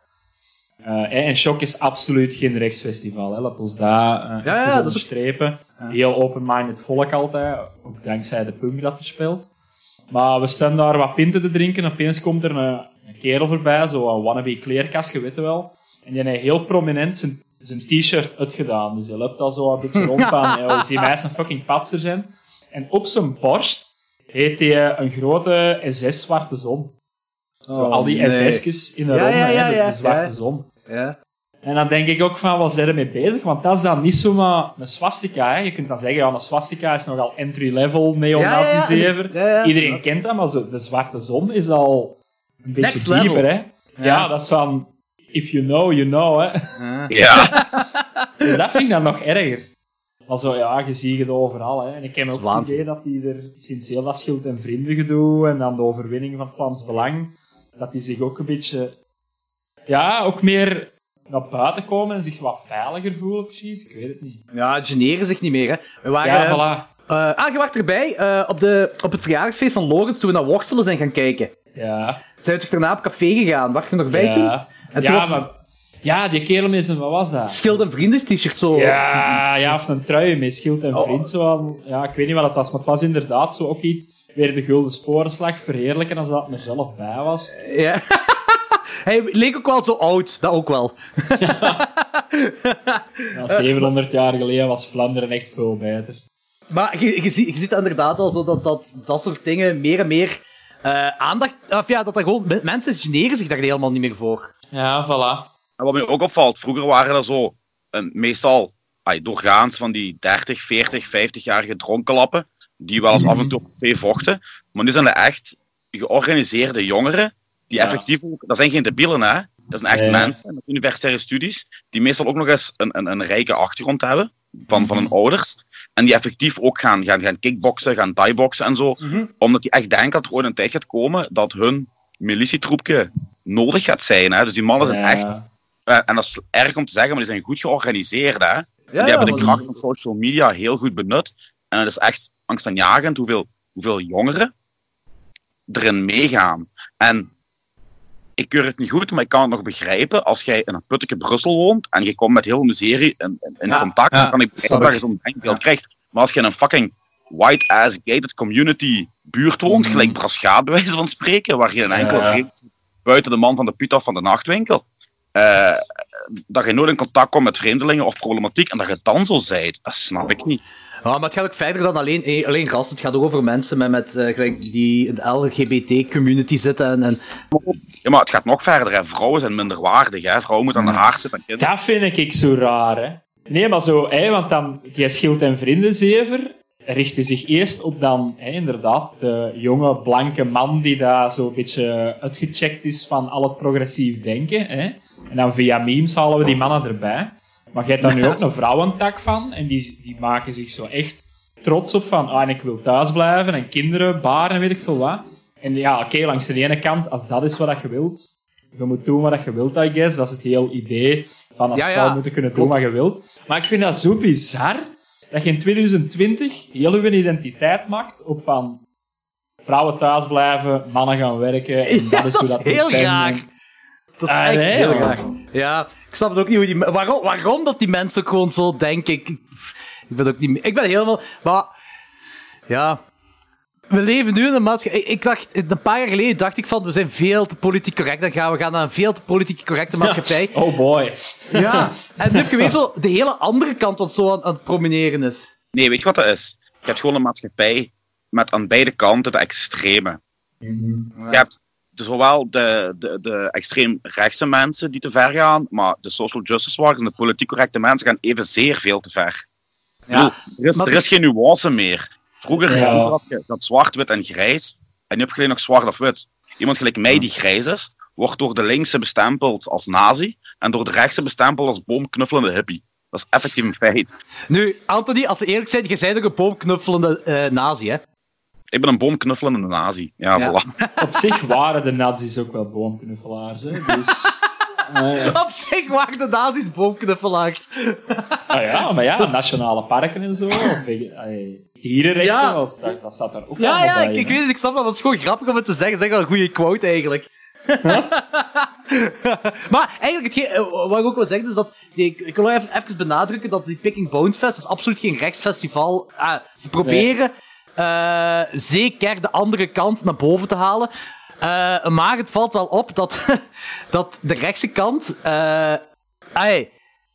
Uh, en Shock is absoluut geen rechtsfestival. Hè. Laat ons daar uh, ja, even ja, onderstrepen. Ja. Heel open-minded volk altijd, ook dankzij de punk dat er speelt. Maar we staan daar wat pinten te drinken en opeens komt er een, een kerel voorbij, zo'n wannabe kleerkast, je weet het wel. En die heeft heel prominent zijn zijn t-shirt uitgedaan. Dus je loopt al zo een beetje rond van, ja, zie mij een fucking patser zijn. En op zijn borst heeft hij een grote S S-zwarte zon. Oh, zo, al die nee. S S'jes in een ja, ronde, ja, ja, ja, de, de zwarte ja. zon. Ja. En dan denk ik ook van, wat zijn er mee bezig? Want dat is dan niet zomaar een swastika. Hè. Je kunt dan zeggen, ja, een swastika is nogal entry-level neonazi-zever. Ja, ja, ja. Iedereen kent dat, maar zo, de zwarte zon is al een beetje Next dieper. Hè. Ja. ja, dat is van... If you know, you know, hè. Ja. Dus dat vind ik dan nog erger. Maar zo, ja, je ziet het overal, hè. En ik heb ook het idee dat die er sinds heel dat Schild en Vrienden gedoe en dan de overwinning van Vlaams Belang, dat die zich ook een beetje... Ja, ook meer naar buiten komen en zich wat veiliger voelen, precies. Ik weet het niet. Ja, generen zich niet meer, hè. We waren... Ja, voilà. Uh, ah, je was erbij uh, op, de, op het verjaardagsfeest van Lorenz toen we naar worstelen zijn gaan kijken. Ja. Zijn we toch daarna op café gegaan? Was je er nog bij ja. toen? En ja, was... maar... Ja, die kerel met zijn... Wat was dat? Schild en Vrienden t-shirt zo. Ja, ja, of een trui met Schild en oh. Vriend. Zo aan, ja, ik weet niet wat het was, maar het was inderdaad zo ook iets... Weer de Gulden Sporenslag verheerlijken als dat mezelf bij was. Ja. Hij leek ook wel zo oud, dat ook wel. Ja, zevenhonderd jaar geleden was Vlaanderen echt veel beter. Maar je, je, ziet, je ziet inderdaad al zo dat, dat dat soort dingen meer en meer uh, aandacht... Of ja, dat er gewoon... Mensen generen zich daar helemaal niet meer voor. Ja, voilà. En wat me ook opvalt, vroeger waren er zo... Uh, meestal ay, doorgaans van die dertig, veertig, vijftig-jarige dronkenlappen, die wel eens af en toe op tv vochten. Maar nu zijn er echt georganiseerde jongeren, die ja. effectief ook... Dat zijn geen debielen, hè. Dat zijn echt ja. mensen met universitaire studies, die meestal ook nog eens een, een, een rijke achtergrond hebben, van, mm-hmm. van hun ouders. En die effectief ook gaan, gaan, gaan kickboksen, gaan thaiboxen en zo. Mm-hmm. Omdat die echt denken dat er ooit een tijd gaat komen dat hun militietroepje nodig gaat zijn. Hè. Dus die mannen zijn ja. echt... Uh, en dat is erg om te zeggen, maar die zijn goed georganiseerd. Hè. Ja, die ja, hebben de kracht van social media heel goed benut. En het is echt angstaanjagend hoeveel, hoeveel jongeren erin meegaan. En ik keur het niet goed, maar ik kan het nog begrijpen. Als jij in een putteke Brussel woont en je komt met heel veel miserie in, in, in ja, contact, ja, dan kan ik begrijpen dat je zo'n denkbeeld ja. krijgt. Maar als je in een fucking white-ass gated community buurt woont, mm. gelijk Braschaat bij wijze van spreken, waar je een enkele ja. vreemd buiten de man van de put af van de nachtwinkel, uh, dat je nooit in contact komt met vreemdelingen of problematiek en dat je dan zo zijt, dat snap ik niet. Ja, maar het gaat ook verder dan alleen, alleen gasten. Het gaat ook over mensen met, met, uh, gelijk die in de L G B T-community zitten. En, en... Ja, maar het gaat nog verder. Hè. Vrouwen zijn minderwaardig. Hè. Vrouwen moeten aan de haard zitten. En dat vind ik zo raar. Hè. Nee, maar zo, hè, want dan, die Schild en Vriendenzever richtte zich eerst op dan, hè, inderdaad, de jonge, blanke man die daar zo'n beetje uitgecheckt is van al het progressief denken. Hè. En dan via memes halen we die mannen erbij. Maar je hebt daar nu ook een vrouwentak van. En die, die maken zich zo echt trots op van, ah, en ik wil thuis blijven en kinderen, baren en weet ik veel wat. En ja, oké, okay, langs de ene kant, als dat is wat je wilt, je moet doen wat je wilt, I guess. Dat is het hele idee van als ja, vrouw ja. moeten kunnen doen wat je wilt. Maar ik vind dat zo bizar dat je in twintig twintig heel je identiteit maakt op van vrouwen thuis blijven, mannen gaan werken. En ja, dat is hoe dat moet zijn. Graag. Dat is ah, echt nee, heel man. graag. Ja, ik snap het ook niet hoe die, waarom, waarom dat die mensen ook gewoon zo denken. Ik, ik ben ook niet. Ik ben helemaal. Maar ja. We leven nu in een maatschappij. Ik, ik dacht, een paar jaar geleden dacht ik van, we zijn veel te politiek correct. Dan gaan we gaan naar een veel te politiek correcte maatschappij. Ja. Oh boy. Ja. En nu heb je weer zo de hele andere kant wat zo aan, aan het promeneren is. Nee, weet je wat dat is? Je hebt gewoon een maatschappij met aan beide kanten de extreme. Mm-hmm. Je hebt zowel de, de, de extreem rechtse mensen die te ver gaan, maar de social justice warriors en de politiek correcte mensen gaan evenzeer veel te ver. Ja. Bedoel, er is, er is geen nuance meer. Vroeger ja. had je dat zwart, wit en grijs. En nu heb je alleen nog zwart of wit. Iemand gelijk mij die grijs is, wordt door de linkse bestempeld als nazi en door de rechtse bestempeld als boomknuffelende hippie. Dat is effectief een feit. Nu, Anthony, als we eerlijk zijn, je bent ook een boomknuffelende uh, nazi, hè? Ik ben een boomknuffelende nazi. Ja, ja. Voilà. Op zich waren de nazi's ook wel boomknuffelaars, hè? Dus... Uh, Op zich waren de nazi's boomknuffelaars. Ah ja, maar ja, nationale parken en zo. Of, uh, dierenrechten, ja. dat, dat staat daar ook ja, allemaal ja, bij. Ja, ik, ik weet het, ik snap dat. Dat is gewoon grappig om het te zeggen. Dat is echt wel een goede quote, eigenlijk. Huh? Maar eigenlijk, hetgeen, wat ik ook wil zeggen, is dat... Ik, ik wil even, even benadrukken dat die Picking Bones Fest is absoluut geen rechtsfestival. Ah, ze proberen nee. uh, zeker de andere kant naar boven te halen. Uh, maar het valt wel op dat, dat de rechtse kant... Uh, ay,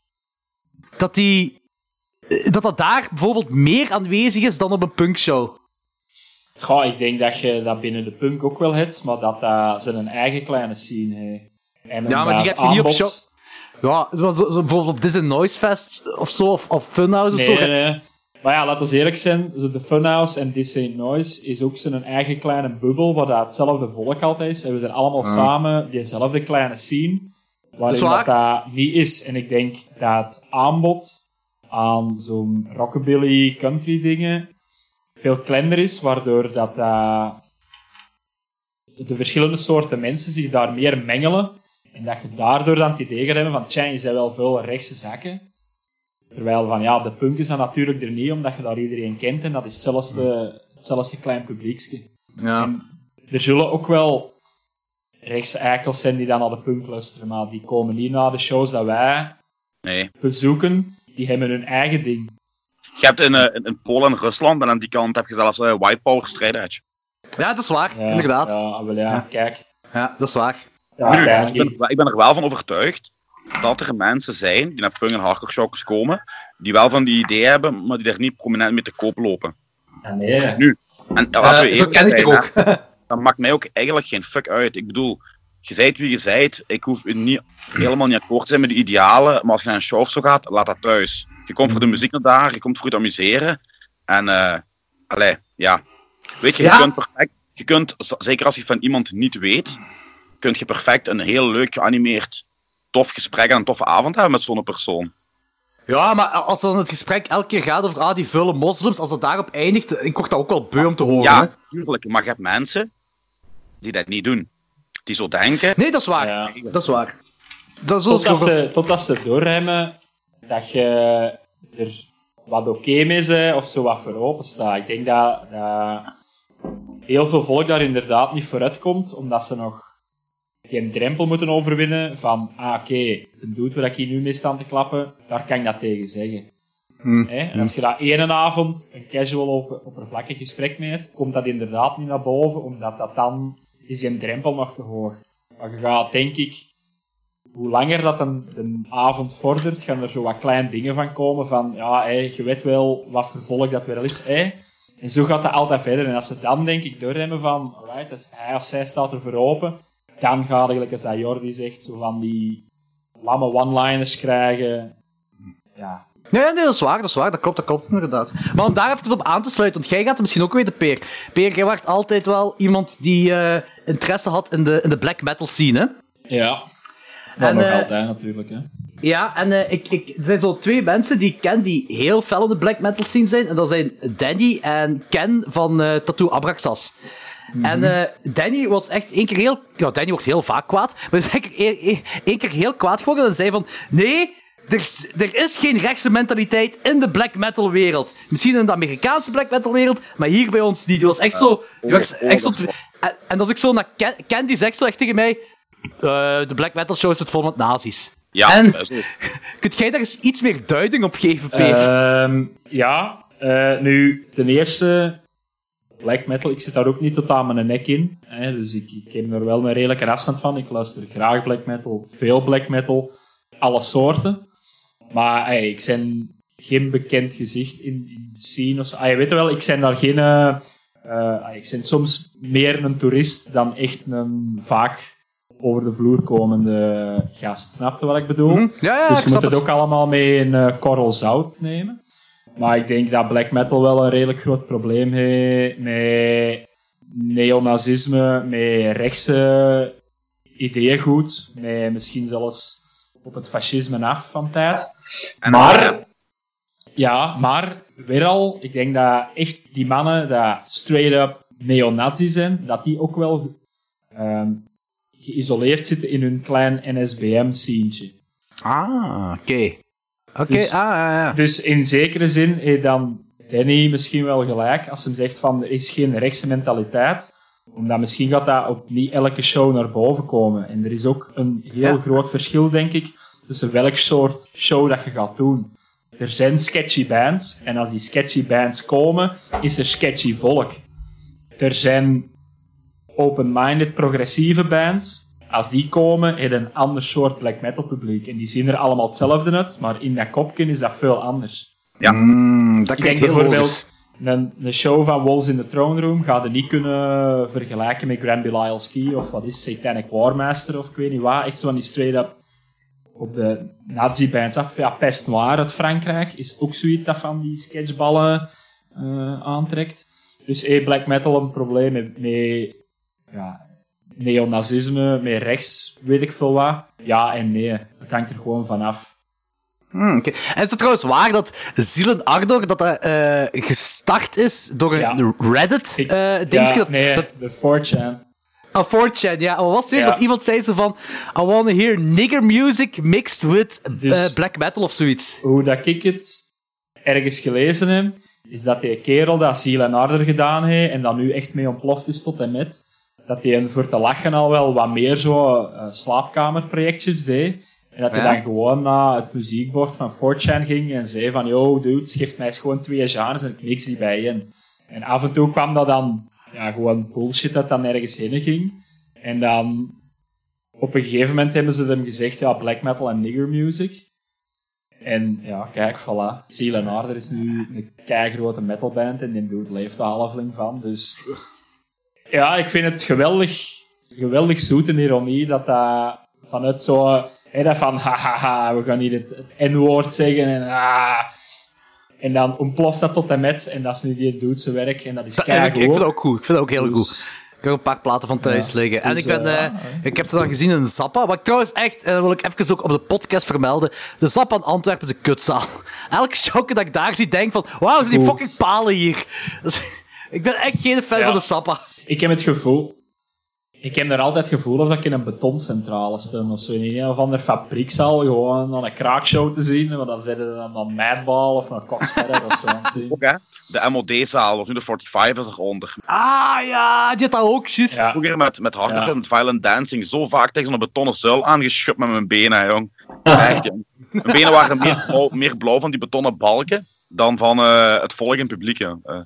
dat die... Dat dat daar bijvoorbeeld meer aanwezig is dan op een punkshow. Goh, ik denk dat je dat binnen de punk ook wel hebt, maar dat dat ze een eigen kleine scene heeft. En ja, maar die gaat je niet op show... Ja, zo, zo, bijvoorbeeld op Disney Noise Fest of zo, of, of Funhouse of nee, zo. Nee, nee. Maar ja, laten we eerlijk zijn, de Funhouse en Disney Noise is ook zo'n eigen kleine bubbel, waar dat hetzelfde volk altijd is. En we zijn allemaal ja. samen diezelfde kleine scene, waarin dat, dat niet is. En ik denk dat het aanbod aan zo'n rockabilly country dingen veel kleiner is, waardoor dat, uh, de verschillende soorten mensen zich daar meer mengelen en dat je daardoor dan het idee gaat hebben van tja, je zijn wel veel rechtse zakken. Terwijl van ja, de punk is dan natuurlijk er niet, omdat je daar iedereen kent en dat is hetzelfde, hetzelfde klein publiekske. Ja. En er zullen ook wel rechtse eikels zijn die dan naar de punk luisteren, maar die komen niet naar de shows dat wij nee. bezoeken. Die hebben hun eigen ding. Je hebt in, uh, in Polen en Rusland, en aan die kant heb je zelfs uh, white power strijd. Ja, dat is waar, ja, inderdaad. Ja, wel, ja, ja, kijk. Ja, dat is waar. Ja, nu, ik, ben, ik ben er wel van overtuigd dat er mensen zijn die naar punk en hardcore shows komen, die wel van die idee hebben, maar die er niet prominent mee te koop lopen. Ja, nee. Nu, en laten we uh, zo ken ik er ook. Dat maakt mij ook eigenlijk geen fuck uit. Ik bedoel, je zijt wie je zijt. Ik hoef u niet, helemaal niet akkoord te zijn met de idealen, maar als je naar een show of zo gaat, laat dat thuis. Je komt voor de muziek naar daar, je komt voor het amuseren. En, uh, allee, ja. Weet je, je ja. kunt perfect, je kunt, zeker als je van iemand niet weet, kun je perfect een heel leuk geanimeerd, tof gesprek en een toffe avond hebben met zo'n persoon. Ja, maar als dan het gesprek elke keer gaat over ah, die vuile moslims, als dat daarop eindigt, ik word dat ook wel beu om te horen. Ja, hè? tuurlijk. Maar je hebt mensen die dat niet doen. Die zo denken. Nee, dat is waar. Ja. Dat is waar. Dat is totdat, ze, totdat ze doorhebben dat je er wat oké okay mee bent of zo wat voor open staat. Ik denk dat, dat heel veel volk daar inderdaad niet vooruit komt, omdat ze nog die drempel moeten overwinnen van ah, oké, okay, de dude waar ik hier nu mee sta te klappen, daar kan ik dat tegen zeggen. Hmm. Hey? En als je dat ene avond een casual op, oppervlakkig gesprek mee hebt, komt dat inderdaad niet naar boven, omdat dat dan is die drempel nog te hoog. Maar je gaat, denk ik, hoe langer dat een, een avond vordert, gaan er zo wat kleine dingen van komen van, ja, hey, je weet wel wat voor volk dat wel is. Hey? En zo gaat dat altijd verder. En als ze dan, denk ik, doorremmen van, alright, als hij of zij staat er voor open, dan gaat eigenlijk, als dat Jordi zegt, zo van die lamme one-liners krijgen. Ja. Nee, nee, dat is waar, dat is waar. Dat klopt, dat klopt inderdaad. Maar om daar even op aan te sluiten, want jij gaat het misschien ook weten, Peer. Peer, jij werd altijd wel iemand die uh, interesse had in de, in de black metal scene, hè? Ja. Dat en, nog uh, altijd, natuurlijk, hè. Ja, en uh, ik, ik, er zijn zo twee mensen die ik ken die heel fel in de black metal scene zijn. En dat zijn Danny en Ken van uh, Tattoo Abraxas. Mm-hmm. En uh, Danny was echt één keer heel... Ja, Danny wordt heel vaak kwaad. Maar is één keer, één keer heel kwaad geworden en zei van... Nee, er is, er is geen rechtse mentaliteit in de black metal wereld. Misschien in de Amerikaanse black metal wereld, maar hier bij ons niet. Die was echt zo... Die was echt zo en, en als ik zo naar Ken, Ken die zegt zo echt tegen mij... Uh, de black metal show is het vol met nazi's. Ja, en, kunt jij daar eens iets meer duiding op geven, Peer? Uh, ja, uh, nu, ten eerste, black metal, ik zit daar ook niet tot aan mijn nek in. Hè, dus ik, ik heb er wel een redelijke afstand van. Ik luister graag black metal, veel black metal, alle soorten. Maar hey, ik ben geen bekend gezicht in, in de scene. Of zo. Ah, je weet wel, ik ben daar geen... Uh, uh, ik ben soms meer een toerist dan echt een vaak... over de vloer komende gast. Snap je wat ik bedoel? Mm-hmm. Ja, ja, dus je moet het, het ook allemaal mee in uh, korrel zout nemen. Maar ik denk dat black metal wel een redelijk groot probleem heeft met neonazisme, met rechtse ideeëngoed, met misschien zelfs op het fascisme af van tijd. Maar, ja, maar weer al, ik denk dat echt die mannen die straight-up neonazi zijn, dat die ook wel... Um, geïsoleerd zitten in hun klein N S B M-sceentje. Ah, oké. Okay. Oké, okay, dus, ah, ja, ja. Dus in zekere zin heeft dan Danny misschien wel gelijk als hij zegt van er is geen rechtse mentaliteit, omdat misschien gaat dat op niet elke show naar boven komen. En er is ook een heel ja. groot verschil, denk ik, tussen welk soort show dat je gaat doen. Er zijn sketchy bands, en als die sketchy bands komen, is er sketchy volk. Er zijn open-minded, progressieve bands, als die komen, heeft een ander soort black metal publiek. En die zien er allemaal hetzelfde uit, maar in dat kopje is dat veel anders. Ja, mm, dat ik denk bijvoorbeeld, een, een show van Wolves in the Throne Room gaat je niet kunnen vergelijken met Grand Belial's Key of wat is Satanic Warmaster of ik weet niet wat. Echt zo van die straight-up op de nazi-bands af. Ja, Pest Noir uit Frankrijk is ook zoiets dat van die sketchballen uh, aantrekt. Dus hey, black metal een probleem met... met ja, neonazisme, met rechts, weet ik veel wat. Ja en nee, het hangt er gewoon vanaf. Hmm, okay. En is het trouwens waar dat Zielen Ardor dat dat uh, gestart is door een ja. Reddit-dingetje? Uh, ja, nee, dat... de four chan. Ah, four chan, ja. Wat was het weer? Ja. Dat iemand zei zo van I wanna hear nigger music mixed with dus, uh, black metal of zoiets. Hoe dat ik het ergens gelezen heb, is dat die kerel dat Zielen Ardor gedaan heeft en dat nu echt mee ontploft is tot en met... dat hij voor te lachen al wel wat meer zo uh, slaapkamerprojectjes deed. En dat hij ja. dan gewoon naar het muziekbord van four chan ging en zei van yo, dude, geef mij eens gewoon twee genres en ik mix die bijeen. En af en toe kwam dat dan ja, gewoon bullshit dat dan ergens heen ging. En dan op een gegeven moment hebben ze hem gezegd, ja, black metal en nigger music. En ja, kijk, voilà. Zielen Ardor is nu een keigrote metalband en die dude leeft de halveling van, dus... Ja, ik vind het geweldig, geweldig zoete ironie dat dat vanuit zo... Hey, dat van, hahaha, we gaan hier het, het N-woord zeggen en ah, en dan ontploft dat tot en met en dat is nu die doet werk en dat is keigoed. Ik vind het ook goed, ik vind het ook heel dus, goed. Ik heb een paar platen van thuis ja, liggen. Dus, en ik ben, uh, uh, ik heb ze dan gezien in Zappa, wat ik trouwens echt, en dat wil ik even ook op de podcast vermelden, de Zappa in Antwerpen is een kutzaal. Elke show dat ik daar zie, denk van, wauw, zijn die fucking palen hier. Dus, ik ben echt geen fan ja. van de Zappa. Ik heb het gevoel... Ik heb er altijd het gevoel of dat ik in een betoncentrale sta of zo. In een of andere fabriekzaal gewoon aan een kraakshow te zien. Maar dan zeiden ze dan een Madball of een Coxsparrow of zo. Ook hè? De M O D-zaal, of nu de vijfenveertig is eronder. Ah ja, die had dat ook, juist. Ja. Vroeger met, met hardcore ja. en violent dancing zo vaak tegen een betonnen zuil aangeschupt met mijn benen, jong. Echt, jong. Mijn benen waren meer blauw, meer blauw van die betonnen balken dan van uh, het volk in het publiek, ja. Uh.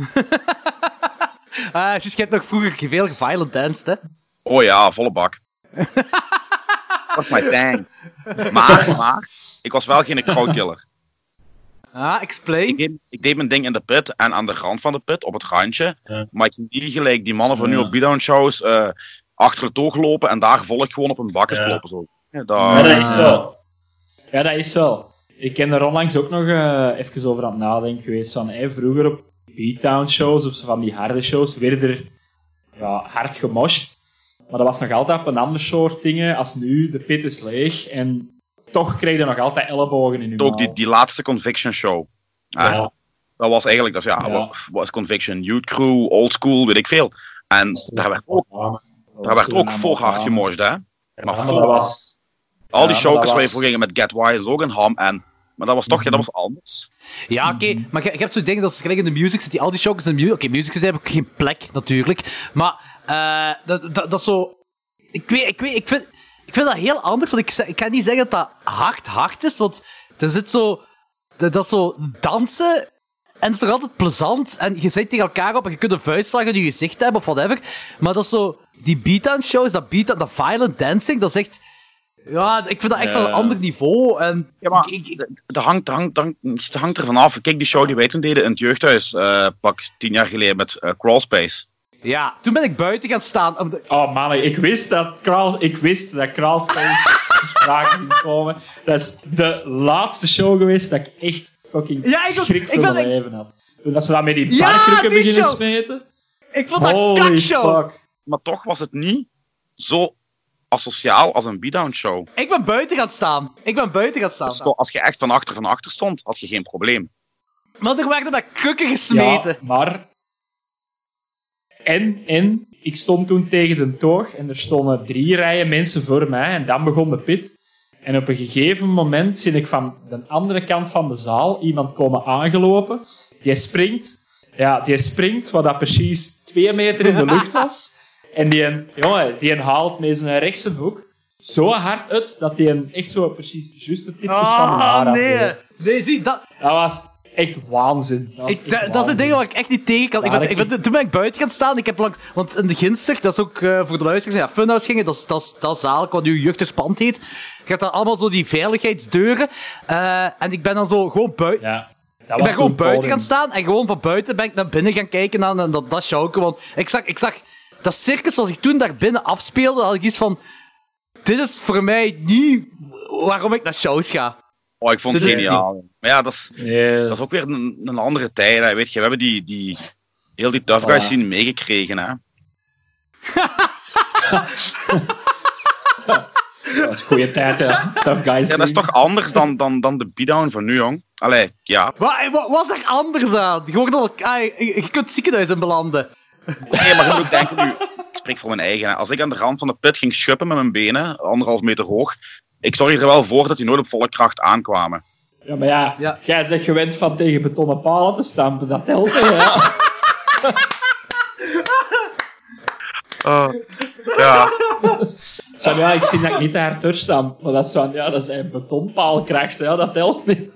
Ah, dus je hebt nog vroeger veel violent danced, hè? Oh ja, volle bak. Dat is mijn ding. Maar, maar, ik was wel geen crowdkiller. Ah, explain. Ik deed, ik deed mijn ding in de pit en aan de rand van de pit, op het randje. Ja. Maar ik ging niet gelijk die mannen van ja. nu op beatdown shows uh, achter het oog lopen en daar volk gewoon op hun bakken ja. kloppen. Zo. Ja, dat... ja, dat is wel. Ja, dat is wel. Ik heb er onlangs ook nog uh, even over aan het nadenken geweest van, hey, vroeger op beatdown shows of zo van die harde shows werden er ja, hard gemoshed. Maar dat was nog altijd op een ander soort dingen als nu. De pit is leeg en toch kreeg je nog altijd ellebogen in je Ook die, die laatste Conviction show. Ja. Eh, dat was eigenlijk, dat is, ja, Ja. wat was Conviction, Youth Crew, Old School, weet ik veel. En daar werd ook, daar werd ook voor hard gemorst, hè. Ja, Maar maar vol dat hard. was... Al ja, die maar showkes dat waar je was- voor ging met Get Wise, ook een ham en... Maar dat was toch, ja, dat was anders. Ja, oké, maar je, je hebt zo'n ding dat is gelijk in de music city. Al die shows in de music... Oké, music city hebben ook geen plek, natuurlijk. Maar, eh dat, dat, dat is zo... Ik weet, ik weet, ik vind... Ik vind dat heel anders, want ik, zeg- ik kan niet zeggen dat dat hard, hard is, want er zit zo... Dat, dat is zo dansen... En het is toch altijd plezant. En je zit tegen elkaar op en je kunt een vuistslag in je gezicht hebben of whatever. Maar dat is zo... Die beatdown shows, dat beatdown, dat violent dancing, dat is echt... Ja, ik vind dat echt Ja. van een ander niveau. En Ja, maar ik, ik- het het hangt, het hangt, het hangt, het hangt ervan af. Kijk, die show die wij toen deden in het jeugdhuis, eh, pak tien jaar geleden met eh, Crawlspace. ja, toen ben ik buiten gaan staan. om de- Oh man, ik wist dat Kraal, ik wist dat Crawlspace te sprake ging komen. Dat is de laatste show geweest dat ik echt fucking Ja, ik ook- schrik ik voor ben- mijn leven had. Toen dat ze dat met die Ja, barkrukken die beginnen show. smeten. Ik vond dat een Holy kakshow. fuck. Maar toch was het niet zo asociaal als een beatdown show. Ik ben buiten gaan staan. Ik ben buiten gaan staan. Dus zo, als je echt van achter van achter stond, had je geen probleem. Maar er werden met krukken gesmeten. Ja, maar... En, en, ik stond toen tegen de toog en er stonden drie rijen mensen voor mij en dan begon de pit. En op een gegeven moment zie ik van de andere kant van de zaal iemand komen aangelopen. Die springt, ja, die springt wat dat precies twee meter in de lucht was. En die, jongen, die haalt met zijn rechtse hoek zo hard uit dat die echt zo precies juist de tipjes van de haar Ah, nee. afdeed. Nee, zie, dat, Dat was echt waanzin. Dat, was ik, echt dat, dat is waanzin. het ding waar ik echt niet tegen kan. Ik Maar ben, ik ik- ben, toen ben ik buiten gaan staan. Ik heb langs, want in de Ginster, dat is ook eh, voor de luisteraars, ja, Funhouse gingen, dat is, dat is, dat is zalig, wat nu jeugdhuispand heet. Je hebt daar allemaal zo die veiligheidsdeuren. eh, en ik ben dan zo gewoon buiten... Ja, dat Ik was ben gewoon toen buiten podium. gaan staan en gewoon van buiten ben ik naar binnen gaan kijken aan en dat, dat showke. Want ik zag, ik zag dat circus zoals ik toen daar binnen afspeelde, had ik iets van... Dit is voor mij niet waarom ik naar shows ga. Oh, ik vond het Dit is geniaal. Maar ja, dat is, Nee, dat is ook weer een, een andere tijd. Hè. Weet je, we hebben die, die, heel die tough guys Voilà. zien meegekregen. Hè. dat was een goede tijd, ja. Tough guys. Ja, dat is toch anders dan, dan, dan de beatdown van nu, jong. Allee, ja. Wat, wat was er anders aan? Je, wordt al, ah, je, je kunt het ziekenhuis in belanden. Nee, maar je moet ook denken nu... Ik spreek voor mijn eigen. Hè. Als ik aan de rand van de put ging schuppen met mijn benen, anderhalf meter hoog, ik zorg er wel voor dat die nooit op volle kracht aankwamen. Ja, maar ja, Ja. jij bent gewend van tegen betonnen palen te stampen. Dat telt niet, ja. Uh, ja. Zo, ja, ik zie dat ik niet te hard doorstamp. Maar dat is van, ja, dat is een betonpaalkracht, ja. Dat telt niet.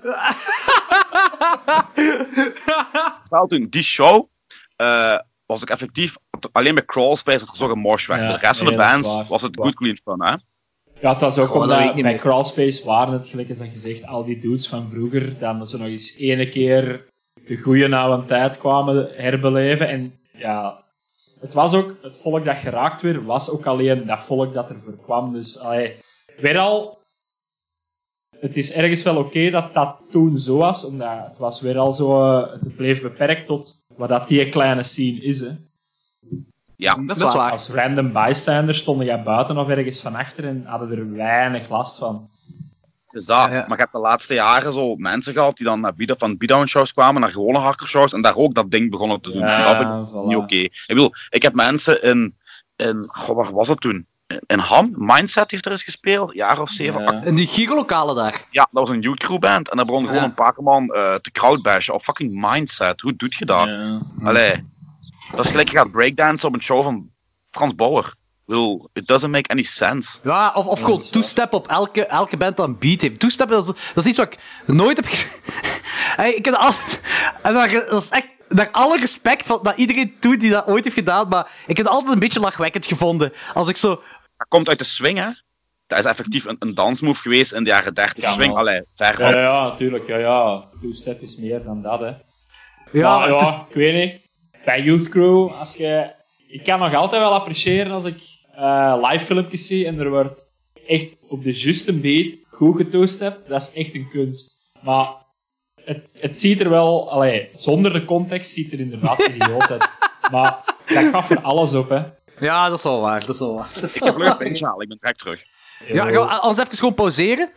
Wel toen, die show uh, was ik effectief... Alleen bij Crawlspace dat er zo gemorst werd. Ja, de rest van de nee, dat is bands waar. was het Waar. good clean fun, hè. Ja, het was ook Oh, dat weet omdat ik niet bij meer. Crawlspace waren het, gelijk als dat gezegd, al die dudes van vroeger, dan ze nog eens ene keer de goede oude tijd kwamen herbeleven. En ja, het was ook, het volk dat geraakt werd, was ook alleen dat volk dat er voor kwam. Dus, allee, weer al, het is ergens wel oké dat dat toen zo was, omdat het was weer al zo, eh, het bleef beperkt tot wat dat die kleine scene is, hè. Ja. Dat is Dus waar. als random bystander stonden jij buiten of ergens van achter en hadden er weinig last van. Dus dat. Ja, ja. Maar je hebt de laatste jaren zo mensen gehad die dan naar beat- van beatdown shows kwamen, naar gewone hardcore shows, en daar ook dat ding begonnen te doen. Ja, En dat vind ik voilà. niet oké. Ik bedoel, ik heb mensen in... in goh, waar was het toen? In Ham, Mindset heeft er eens gespeeld, een jaar of zeven, acht. Ja. In die gigolokalen daar. Ja, dat was een youth crew band. En daar begon gewoon Ja. een paar man uh, te crowdbashen op fucking Mindset. Hoe doet je dat? Ja. Allee. Dat is gelijk, je gaat breakdansen op een show van Frans Bauer. Ik bedoel, it doesn't make any sense. Ja, of, of Ja, gewoon dat is waar. two-step op elke, elke band dat een beat heeft. Two-step, dat is, dat is iets wat ik nooit heb gezien. Hey, ik heb altijd... En dat, dat is echt... Naar alle respect van, naar iedereen toe die dat ooit heeft gedaan, maar ik heb het altijd een beetje lachwekkend gevonden. Als ik zo... Dat komt uit de swing, hè. Dat is effectief een, een dansmove geweest in de jaren dertig. Kan Swing, wel. allee, ver Ja, van. ja, natuurlijk. Ja, ja. Two-step is meer dan dat, hè. Ja, maar het ja, is- ik weet niet. Bij Youth Crew, als je... Ik kan nog altijd wel appreciëren als ik eh, live filmpjes zie en er wordt echt op de juiste beat goed getoestept. Dat is echt een kunst. Maar het, het ziet er wel... Allee, zonder de context ziet er inderdaad idioot uit. Maar dat gaat voor alles op, hè. Ja, dat is wel waar. Dat is wel waar. Dat is Ik wel ga vlug een waar. pintje halen, ik ben direct terug. Ja, gaan we anders even gewoon pauzeren?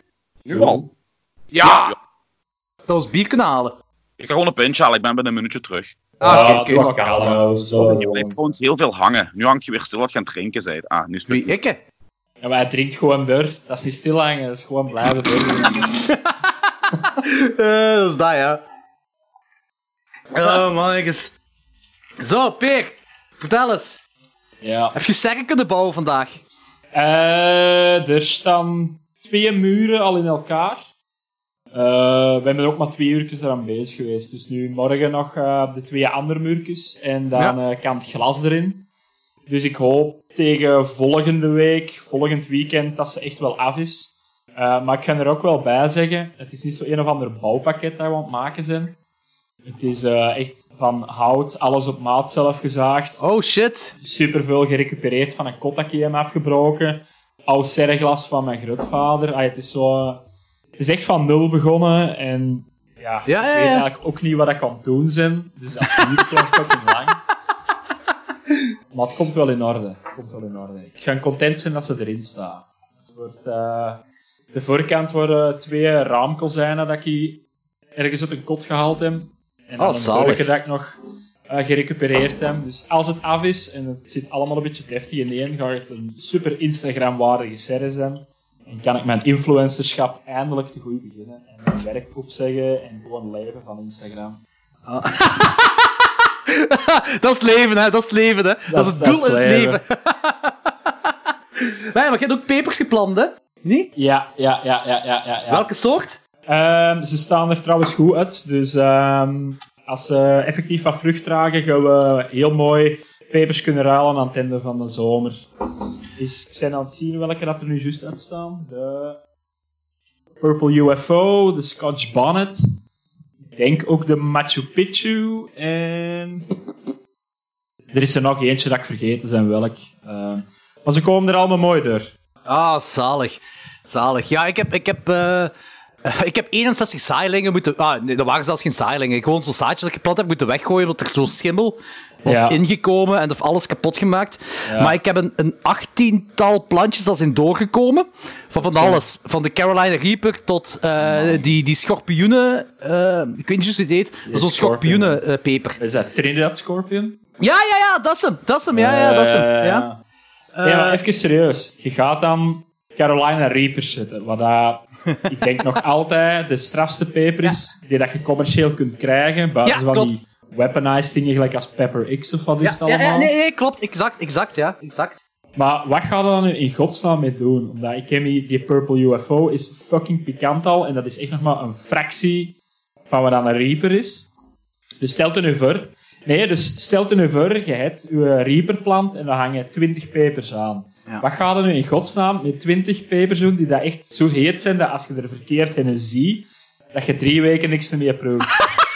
Nu al? Ja! ja. Dat was bier kunnen halen. Ik ga gewoon een pintje halen, ik ben binnen een minuutje terug. Ah, oké, okay, okay, okay. kalm, zo. Je blijft gewoon heel veel hangen. Nu hangt je weer stil wat gaan drinken, zei het. Ah, nu is het... Wie, ik? Ja, maar hij drinkt gewoon door. Dat is niet stil hangen, dat is gewoon blijven door. uh, dat is dat, ja. Oh, mannetjes. Zo, Peer. Vertel eens. Ja. Heb je sterren kunnen bouwen vandaag? Uh, er staan twee muren al in elkaar. Uh, we hebben ook maar twee uurtjes eraan bezig geweest. Dus nu morgen nog uh, de twee andere muurtjes. En dan ja. uh, kan het glas erin. Dus ik hoop tegen volgende week, volgend weekend, dat ze echt wel af is. Uh, maar ik ga er ook wel bij zeggen, het is niet zo een of ander bouwpakket dat we aan het maken zijn. Het is uh, echt van hout, alles op maat zelf gezaagd. Oh shit. Superveel gerecupereerd van een kot dat ik hem afgebroken. Oud serreglas van mijn grootvader. Ah, het is zo... Het is echt van nul begonnen en ja, ja, ja, ja. ik weet eigenlijk ook niet wat ik kan doen zijn. Dus dat duurt gewoon fucking lang. Maar het komt wel in orde. Het komt wel in orde. Ik ga content zijn dat ze erin staan. Het wordt, uh, de voorkant worden twee raamkozijnen dat ik ergens uit een kot gehaald heb. En dan oh, een deurbje dat ik nog uh, gerecupereerd heb. Dus als het af is en het zit allemaal een beetje deftig ineen, ga het een super Instagram-waardige serie zijn. En kan ik mijn influencerschap eindelijk te goed beginnen. En mijn werk opzeggen en gewoon leven van Instagram. Oh. Dat is leven, hè. Dat is leven, hè. Dat, dat is het doel in het leven. Nee, maar je hebt ook pepers geplant, hè? Niet? Ja, ja, ja, ja, ja, ja. ja. Welke soort? Um, ze staan er trouwens goed uit. Dus um, als ze effectief wat vrucht dragen, gaan we heel mooi pepers kunnen ruilen aan het einde van de zomer. Is, ik ben aan het zien welke dat er nu juist uitstaan. De Purple U F O, de Scotch Bonnet. Ik denk ook de Machu Picchu. En er is er nog eentje dat ik vergeten ben welk. Uh, maar ze komen er allemaal mooi door. Ah, zalig. Zalig. Ja, ik heb... Ik heb uh... Ik heb eenenzestig zaailingen moeten... Ah, nee, dat waren zelfs geen zaailingen. Gewoon zo'n zaadjes dat ik geplant heb moeten weggooien, omdat er zo'n schimmel was ja. ingekomen en heeft alles kapot gemaakt. Ja. Maar ik heb een, een achttiental plantjes als in doorgekomen. Van van alles. Van de Carolina Reaper tot uh, die, die schorpioenen... Uh, ik weet niet juist hoe het heet. Maar zo'n schorpioenenpeper. Uh, is dat Trinidad Scorpion? Ja, ja, ja. Dat is hem. Dat is hem. Ja, ja, dat is hem. Ja. Uh, nee, maar even serieus. Je gaat dan Carolina Reapers zetten. Wat dat... Ik denk nog altijd de strafste peper is ja. die dat je commercieel kunt krijgen. Buiten ja, van klopt. Die weaponized dingen gelijk als Pepper X of wat is ja, het allemaal. Ja, nee, nee, klopt. Exact, exact, ja. Exact. Maar wat ga je dan nu in godsnaam mee doen? Omdat ik ken die, die Purple U F O is fucking pikant al. En dat is echt nog maar een fractie van wat dan een Reaper is. Dus stelt er nu voor... Nee, dus stelt er nu voor, je hebt je Reaperplant en dan hangen twintig pepers aan. Ja. Wat gaat er nu in godsnaam met twintig pepers doen die dat echt zo heet zijn dat als je er verkeerd in ziet, dat je drie weken niks meer proeft?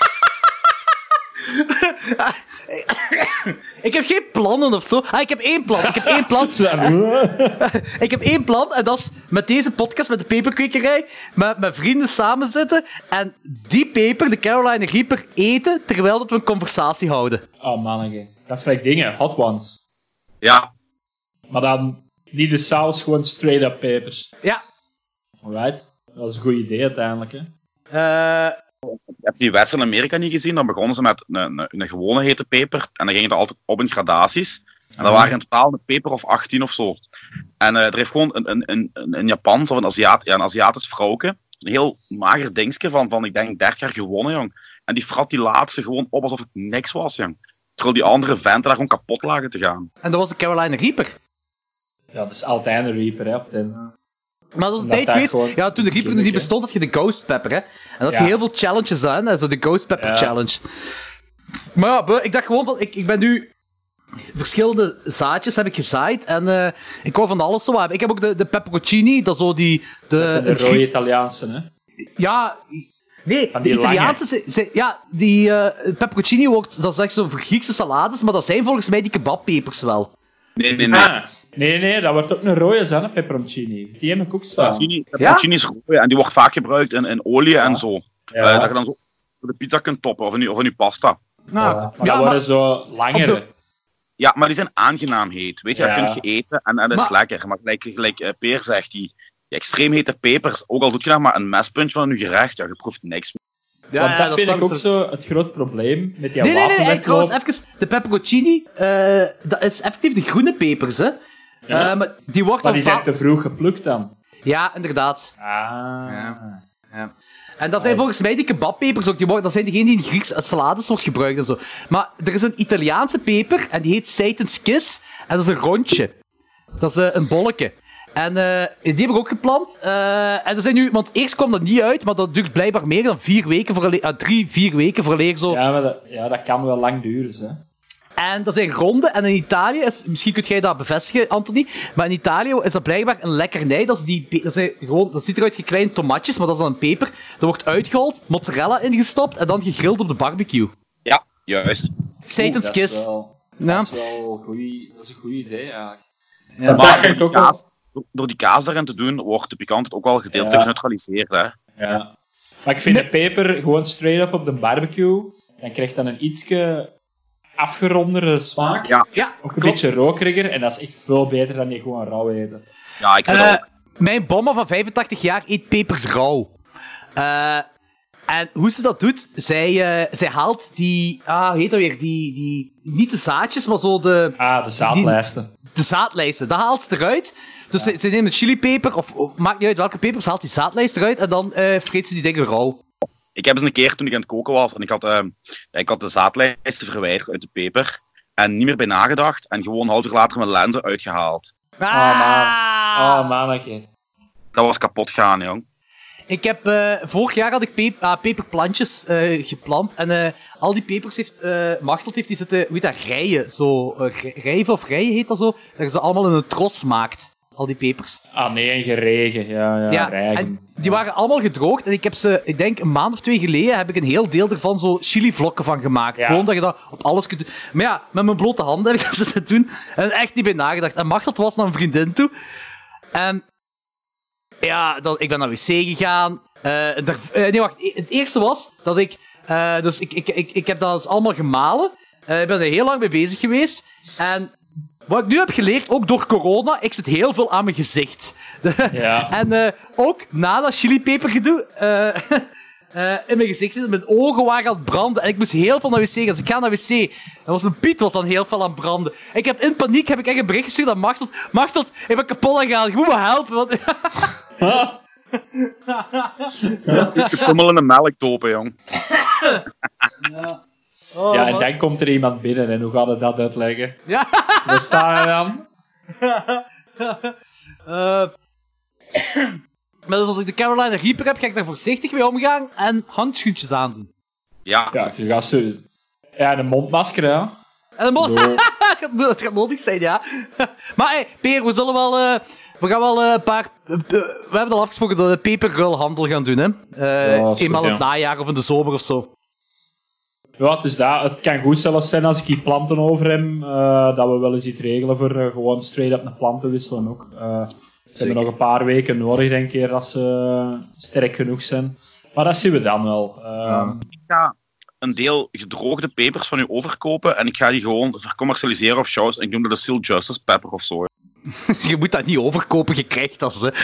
Ik heb geen plannen of zo. Ah, ik heb één plan. Ik heb één plan. Ik heb één plan en dat is met deze podcast, met de peperkwekerij, met mijn vrienden samen zitten en die peper, de Carolina Reaper, eten terwijl dat we een conversatie houden. Oh manneke. Dat is gelijk dingen. Hot ones. Ja. Maar dan niet de saus, gewoon straight up pepers. Ja. Alright. Dat is een goed idee uiteindelijk, hè. Uh... Ik heb die Western Amerika niet gezien. Dan begonnen ze met een, een, een gewone hete peper. En dan gingen er altijd op in gradaties. En dat waren in totaal een peper of achttien of zo. En uh, er heeft gewoon een, een, een, een Japans of een, Aziat, ja, een Aziatisch vrouwke. Een heel mager dingetje van, van, ik denk, dertig jaar gewonnen, jong. En die frat die laatste gewoon op alsof het niks was, jong. Terwijl die andere venten daar gewoon kapot lagen te gaan. En dat was de Carolina Reaper. Ja, dat is altijd een Reaper, hè, op ten... Maar dat was een tijd geweest, gewoon... ja, toen de Reaper nog niet bestond, had je de Ghost Pepper, hè. En dat ja. je heel veel challenges aan, hè, zo de Ghost Pepper ja. Challenge. Maar ja, bro, ik dacht gewoon van, ik, ik ben nu... Verschillende zaadjes heb ik gezaaid en uh, ik wou van alles zo hebben. Ik heb ook de, de pepperoncini, dat zo die... De, dat zijn de rode Italiaanse, hè? Ja... Nee, de Italiaanse... Ze, ze, ja, die uh, pepperoncini wordt... Dat is echt zo voor Griekse salades, maar dat zijn volgens mij die kebabpepers wel. Nee, nee, nee. Ah, nee, nee, dat wordt ook een rode zijn, een pepperoncini. Die heb ik ook staan. Pepperoncini is rooi en die wordt vaak gebruikt in, in olie ja. en zo. Ja. Uh, dat je dan zo op de pizza kunt toppen of in je, of in je pasta. Nou, ja, maar ja, dat maar, worden zo langere. De... Ja, maar die zijn aangenaam heet. Weet je, ja. dat kun je eten en, en dat is maar... lekker. Maar gelijk, gelijk uh, Peer zegt, die, die extreem hete pepers, ook al doet je nog maar een mespuntje van je gerecht, ja, je proeft niks meer. Ja, Want dat, dat vind ik ook zo het groot probleem met die nee, nee, wapenwetloop. Nee, nee, trouwens, even, de pepperoncini, uh, dat is effectief de groene pepers, hè. Ja. Uh, maar die, wordt maar die zijn te vroeg geplukt dan. Ja, inderdaad. Ah. Ja. Ja. En dat zijn volgens mij die kebabpepers ook. Die worden, dat zijn degenen die in Griekse salades wordt gebruikt en zo. Maar er is een Italiaanse peper en die heet Satan's Kiss. En dat is een rondje. Dat is uh, een bolletje. En uh, die heb ik ook geplant. Uh, en er zijn nu, want eerst kwam dat niet uit, maar dat duurt blijkbaar meer dan vier weken voor uh, drie, vier weken voor zo. Ja, maar dat, ja, dat kan wel lang duren, hè. En dat zijn ronde. En in Italië is, misschien kun jij dat bevestigen, Anthony, maar in Italië is dat blijkbaar een lekkernij. Dat, is die, dat, zijn gewoon, dat ziet eruit als kleine tomatjes, maar dat is dan een peper. Dat wordt uitgehaald, mozzarella ingestopt en dan gegrild op de barbecue. Ja, juist. Satan's Kiss. Dat is wel, ja. dat is wel goeie, dat is een goed idee, eigenlijk. Ja, maar door die, kaas, door die kaas daarin te doen, wordt de pikantheid ook wel gedeeltelijk ja. geneutraliseerd, hè. Ja. Maar ik vind nee. de peper gewoon straight up op de barbecue, dan krijgt dan een ietsje afgerondere smaak. Ja. Ja, ook een klopt. beetje rokeriger. En dat is echt veel beter dan die gewoon rauw eten. Ja, ik vind uh, ook. Mijn bomma van vijfentachtig jaar eet pepers rauw. Uh, en hoe ze dat doet, zij, uh, zij haalt die... Ah, hoe heet dat weer? Die, die... Niet de zaadjes, maar zo de... Ah, de zaadlijsten. Die, de zaadlijsten. Dat haalt ze eruit. Dus ja. ze, ze neemt een chilipeper, of, of maakt niet uit welke peper, ze haalt die zaadlijst eruit en dan uh, vreet ze die dingen rauw. Ik heb eens een keer, toen ik aan het koken was, en ik had, uh, ik had de zaadlijsten verwijderd uit de peper, en niet meer bij nagedacht, en gewoon een half uur later mijn lenzen uitgehaald. Ah! Oh man. Oh man, oké. Dat was kapot gaan, jong. Ik heb, uh, vorig jaar had ik pep- uh, peperplantjes uh, geplant, en uh, al die pepers heeft, uh, Machteld heeft die zitten, hoe heet dat, rijen, zo, uh, rijven of rijen heet dat zo, dat je ze allemaal in een tros maakt. Al die pepers. Ah nee, en geregen. Ja, ja, ja regen. En die waren allemaal gedroogd. En ik heb ze, ik denk een maand of twee geleden, heb ik een heel deel ervan zo chilivlokken van gemaakt. Ja. Gewoon dat je dat op alles kunt doen. Maar ja, met mijn blote handen heb ik dat zitten doen. En echt niet bij nagedacht. En Machteld was naar een vriendin toe. En ja, dan, ik ben naar wc gegaan. Uh, daar, uh, nee, wacht. Het eerste was dat ik... Uh, dus ik, ik, ik, ik heb dat dus allemaal gemalen. Uh, ik ben er heel lang mee bezig geweest. En... Wat ik nu heb geleerd, ook door corona, ik zit heel veel aan mijn gezicht. Ja. En uh, ook na dat chilipepergedoe, uh, uh, in mijn gezicht zitten, mijn ogen waren aan het branden. En ik moest heel veel naar wc gaan. Dus ik ga naar wc. En was mijn piet was dan heel veel aan het branden. Ik heb in paniek heb ik echt een bericht gestuurd aan Machteld. Machteld, ik ben kapot aan gegaan. Je moet me helpen. Want... Je kummel in de melk dopen, jong. Ja. Oh, ja, en man. Dan komt er iemand binnen en hoe gaat het dat uitleggen? Ja. Waar staan we dan? uh, maar dus als ik de Carolina Reaper heb, ga ik daar voorzichtig mee omgaan en handschoentjes aandoen. Ja. Ja, je gaat zo... Ja, een mondmasker, ja. En een mond... het, gaat, het gaat nodig zijn, ja. Maar hey, Peer, we zullen wel... Uh, we gaan wel een uh, paar... Uh, we hebben al afgesproken dat we een peperrulhandel gaan doen, hè. Uh, ja, eenmaal in het najaar of in de zomer of zo. Ja, dus dat, het kan goed zelfs zijn als ik hier planten over heb, uh, dat we wel eens iets regelen voor uh, gewoon straight up naar planten wisselen ook. Uh, ze hebben nog een paar weken nodig, denk ik, als ze uh, sterk genoeg zijn. Maar dat zien we dan wel. Uh, ja. Ik ga een deel gedroogde pepers van u overkopen en ik ga die gewoon vercommercialiseren op shows en ik noem dat de Seal Justice Pepper of zo. Je moet dat niet overkopen, je krijgt dat, ze.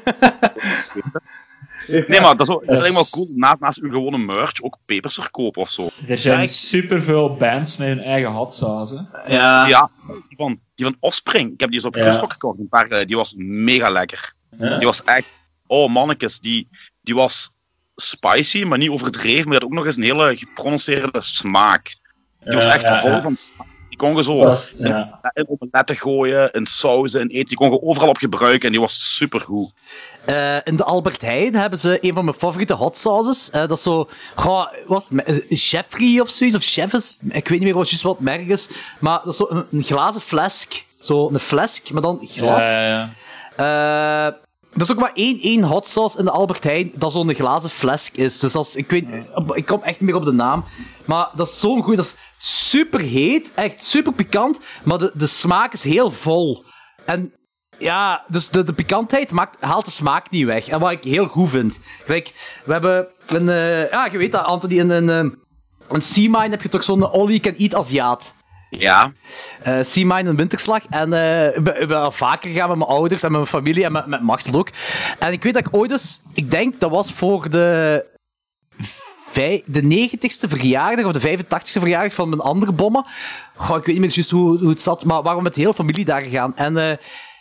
Nee, maar dat is, ook, dat is helemaal cool. Naast, naast uw gewone merch ook pepers verkopen of zo. Er zijn superveel bands met hun eigen hot sauce. Hè? Ja. Ja, die van, die van Offspring. Ik heb die eens op ja. Kruistok gekocht. Een paar, die was mega lekker. Ja. Die was echt... Oh, mannetjes. Die, die was spicy, maar niet overdreven. Maar die had ook nog eens een hele geprononceerde smaak. Die was echt ja, vol ja. van smaak. Die kon je zo was, ja. in, in omeletten gooien, in sauzen, in eten. Die kon je overal op gebruiken en die was supergoed. Uh, in de Albert Heijn hebben ze een van mijn favoriete hot sauces. Uh, dat is zo... Goh, was het Jeffrey of zoiets? Of Chef's? Ik weet niet meer wat juist wat merk is. Maar dat is zo een, een glazen flesk. Zo een flesk, maar dan glas. Ja, ja. Uh, er is ook maar één, één hot sauce in de Albert Heijn dat zo'n glazen flesk is. Dus als, ik weet... Ik kom echt niet meer op de naam. Maar dat is zo'n goeie... Dat is super heet. Echt super pikant. Maar de, de smaak is heel vol. En... Ja, dus de, de pikantheid maakt, haalt de smaak niet weg. En wat ik heel goed vind. Kijk, we hebben een... Uh, ja, je weet dat, Anthony, in een, uh, een Sea Mine heb je toch zo'n all-you-can-eat Aziat. Ja. Uh, Sea Mine en Winterslag. En uh, ik ben, ik ben al vaker gegaan met mijn ouders en met mijn familie en met, met Machtel ook. En ik weet dat ik ooit eens... Ik denk dat was voor de... Vij, de negentigste verjaardag of de vijfentachtigste verjaardag van mijn andere bommen. Goh, ik weet niet meer juist hoe, hoe het zat, maar we waren met de hele familie daar gegaan. En uh,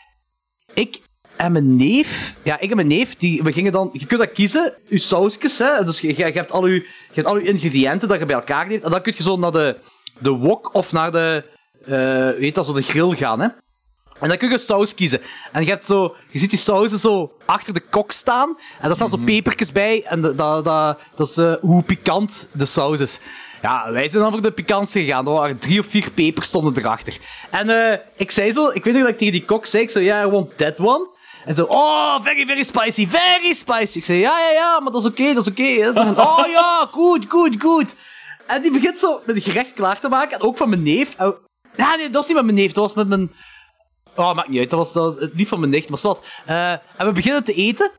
ik en mijn neef... Ja, ik en mijn neef, die, we gingen dan... Je kunt dat kiezen, je sausjes, hè. Dus je, je, je, hebt al je, je hebt al je ingrediënten dat je bij elkaar neemt. En dan kun je zo naar de, de wok of naar de... Uh, weet dat, zo de grill gaan, hè. En dan kun je saus kiezen. En je hebt zo... Je ziet die sauzen zo achter de kok staan. En daar staan mm-hmm. zo pepertjes bij. En dat, dat, dat, dat is uh, hoe pikant de saus is. Ja, wij zijn dan voor de pikantste gegaan. Er waren drie of vier pepers stonden erachter. En uh, ik zei zo... Ik weet nog dat ik tegen die kok zei... Ik zei, ja, I want that one. En zo... Oh, very, very spicy. Very spicy. Ik zei, ja, ja, ja. Maar dat is oké, okay, dat is oké. Okay. Zo, oh, ja, goed, goed, goed. En die begint zo met een gerecht klaar te maken. En ook van mijn neef. En, ja, nee, dat was niet met mijn neef. Dat was met mijn... Oh, maakt niet uit. Dat was, dat was niet van mijn nicht, maar zwart. Uh, en we beginnen te eten.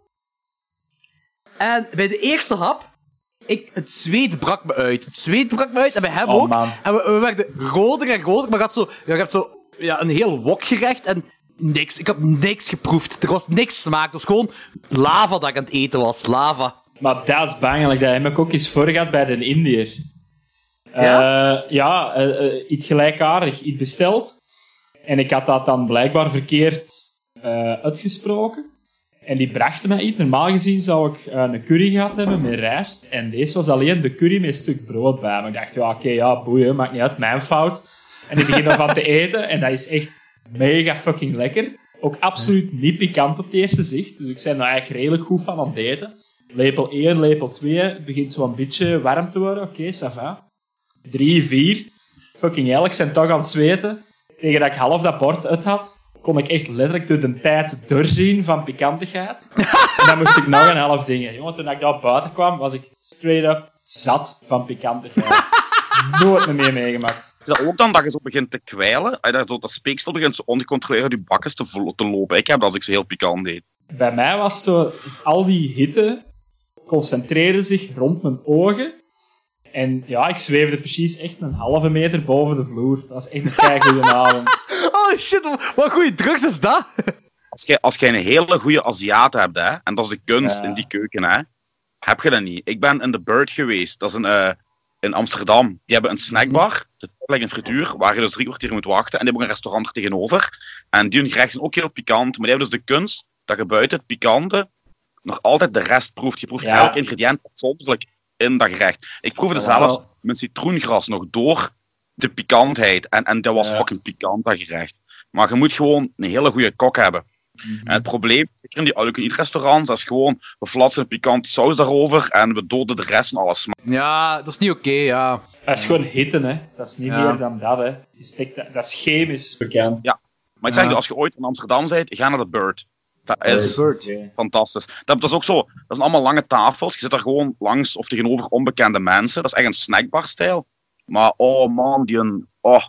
En bij de eerste hap... Ik, het zweet brak me uit. Het zweet brak me uit. En bij hem oh, ook. Man. En we, we werden roder en roder. Maar je had zo, je had zo ja, een heel wok gerecht. En niks. Ik had niks geproefd. Er was niks smaak. Het was gewoon lava dat ik aan het eten was. Lava. Maar dat is bangelijk. Dat heb ik ook eens voor gehad bij de Indiër. Ja? Uh, ja, uh, uh, iets gelijkaardig. Iets besteld. En ik had dat dan blijkbaar verkeerd uh, uitgesproken. En die brachten mij iets. Normaal gezien zou ik uh, een curry gehad hebben met rijst. En deze was alleen de curry met een stuk brood bij me. Ik dacht, ja, oké, okay, ja, boeien, maakt niet uit, mijn fout. En ik begin ervan te eten. En dat is echt mega fucking lekker. Ook absoluut niet pikant op het eerste zicht. Dus ik ben er eigenlijk redelijk goed van aan het eten. Lepel één, lepel twee. Begint zo een beetje warm te worden. Oké, okay, ça va. drie, vier. Fucking hell, ik ben toch aan het zweten. Tegen dat ik half dat bord uit had, kon ik echt letterlijk door de tijd doorzien van pikantigheid. En dan moest ik nog een half dingen. Jongen, toen ik daar buiten kwam, was ik straight up zat van pikantigheid. Nooit meer mee meegemaakt. Is dat ook dan dat je zo begint te kwijlen? Dat, zo, dat speeksel begint zo ongecontroleerd die bakkes te, te lopen. Ik heb dat als ik zo heel pikant deed. Bij mij was zo... Al die hitte concentreerde zich rond mijn ogen. En ja, ik zweefde precies echt een halve meter boven de vloer. Dat was echt een kei goede avond. Oh shit, wat goede drugs is dat? Als jij, als jij een hele goede Aziat hebt, hè, en dat is de kunst ja. in die keuken, hè, heb je dat niet. Ik ben in The Bird geweest, dat is een, uh, in Amsterdam. Die hebben een snackbar, dat lijkt een frituur, waar je dus drie kwartier moet wachten. En die hebben een restaurant er tegenover. En die hun gerechten zijn ook heel pikant, maar die hebben dus de kunst dat je buiten het pikante nog altijd de rest proeft. Je proeft ja. elk ingrediënt afzonderlijk in dat gerecht. Ik proefde zelfs wel... mijn citroengras nog door de pikantheid. En, en dat was ja. fucking pikant, dat gerecht. Maar je moet gewoon een hele goede kok hebben. Mm-hmm. En het probleem, zeker in die all-you-can-eat-restaurants, dat is gewoon, we flatsen een pikante saus daarover en we doden de rest en alles. Ja, dat is niet oké, okay, ja. Dat is gewoon hitten, hè. Dat is niet ja. meer dan dat, hè. Je steekt dat, dat is chemisch bekend. Ja, maar ik zeg je, ja. als je ooit in Amsterdam bent, ga naar de Bird. Dat is Bird, yeah. fantastisch. Dat, dat is ook zo, dat zijn allemaal lange tafels. Je zit daar gewoon langs of tegenover onbekende mensen. Dat is echt een snackbar-stijl. Maar oh man, die een... Oh,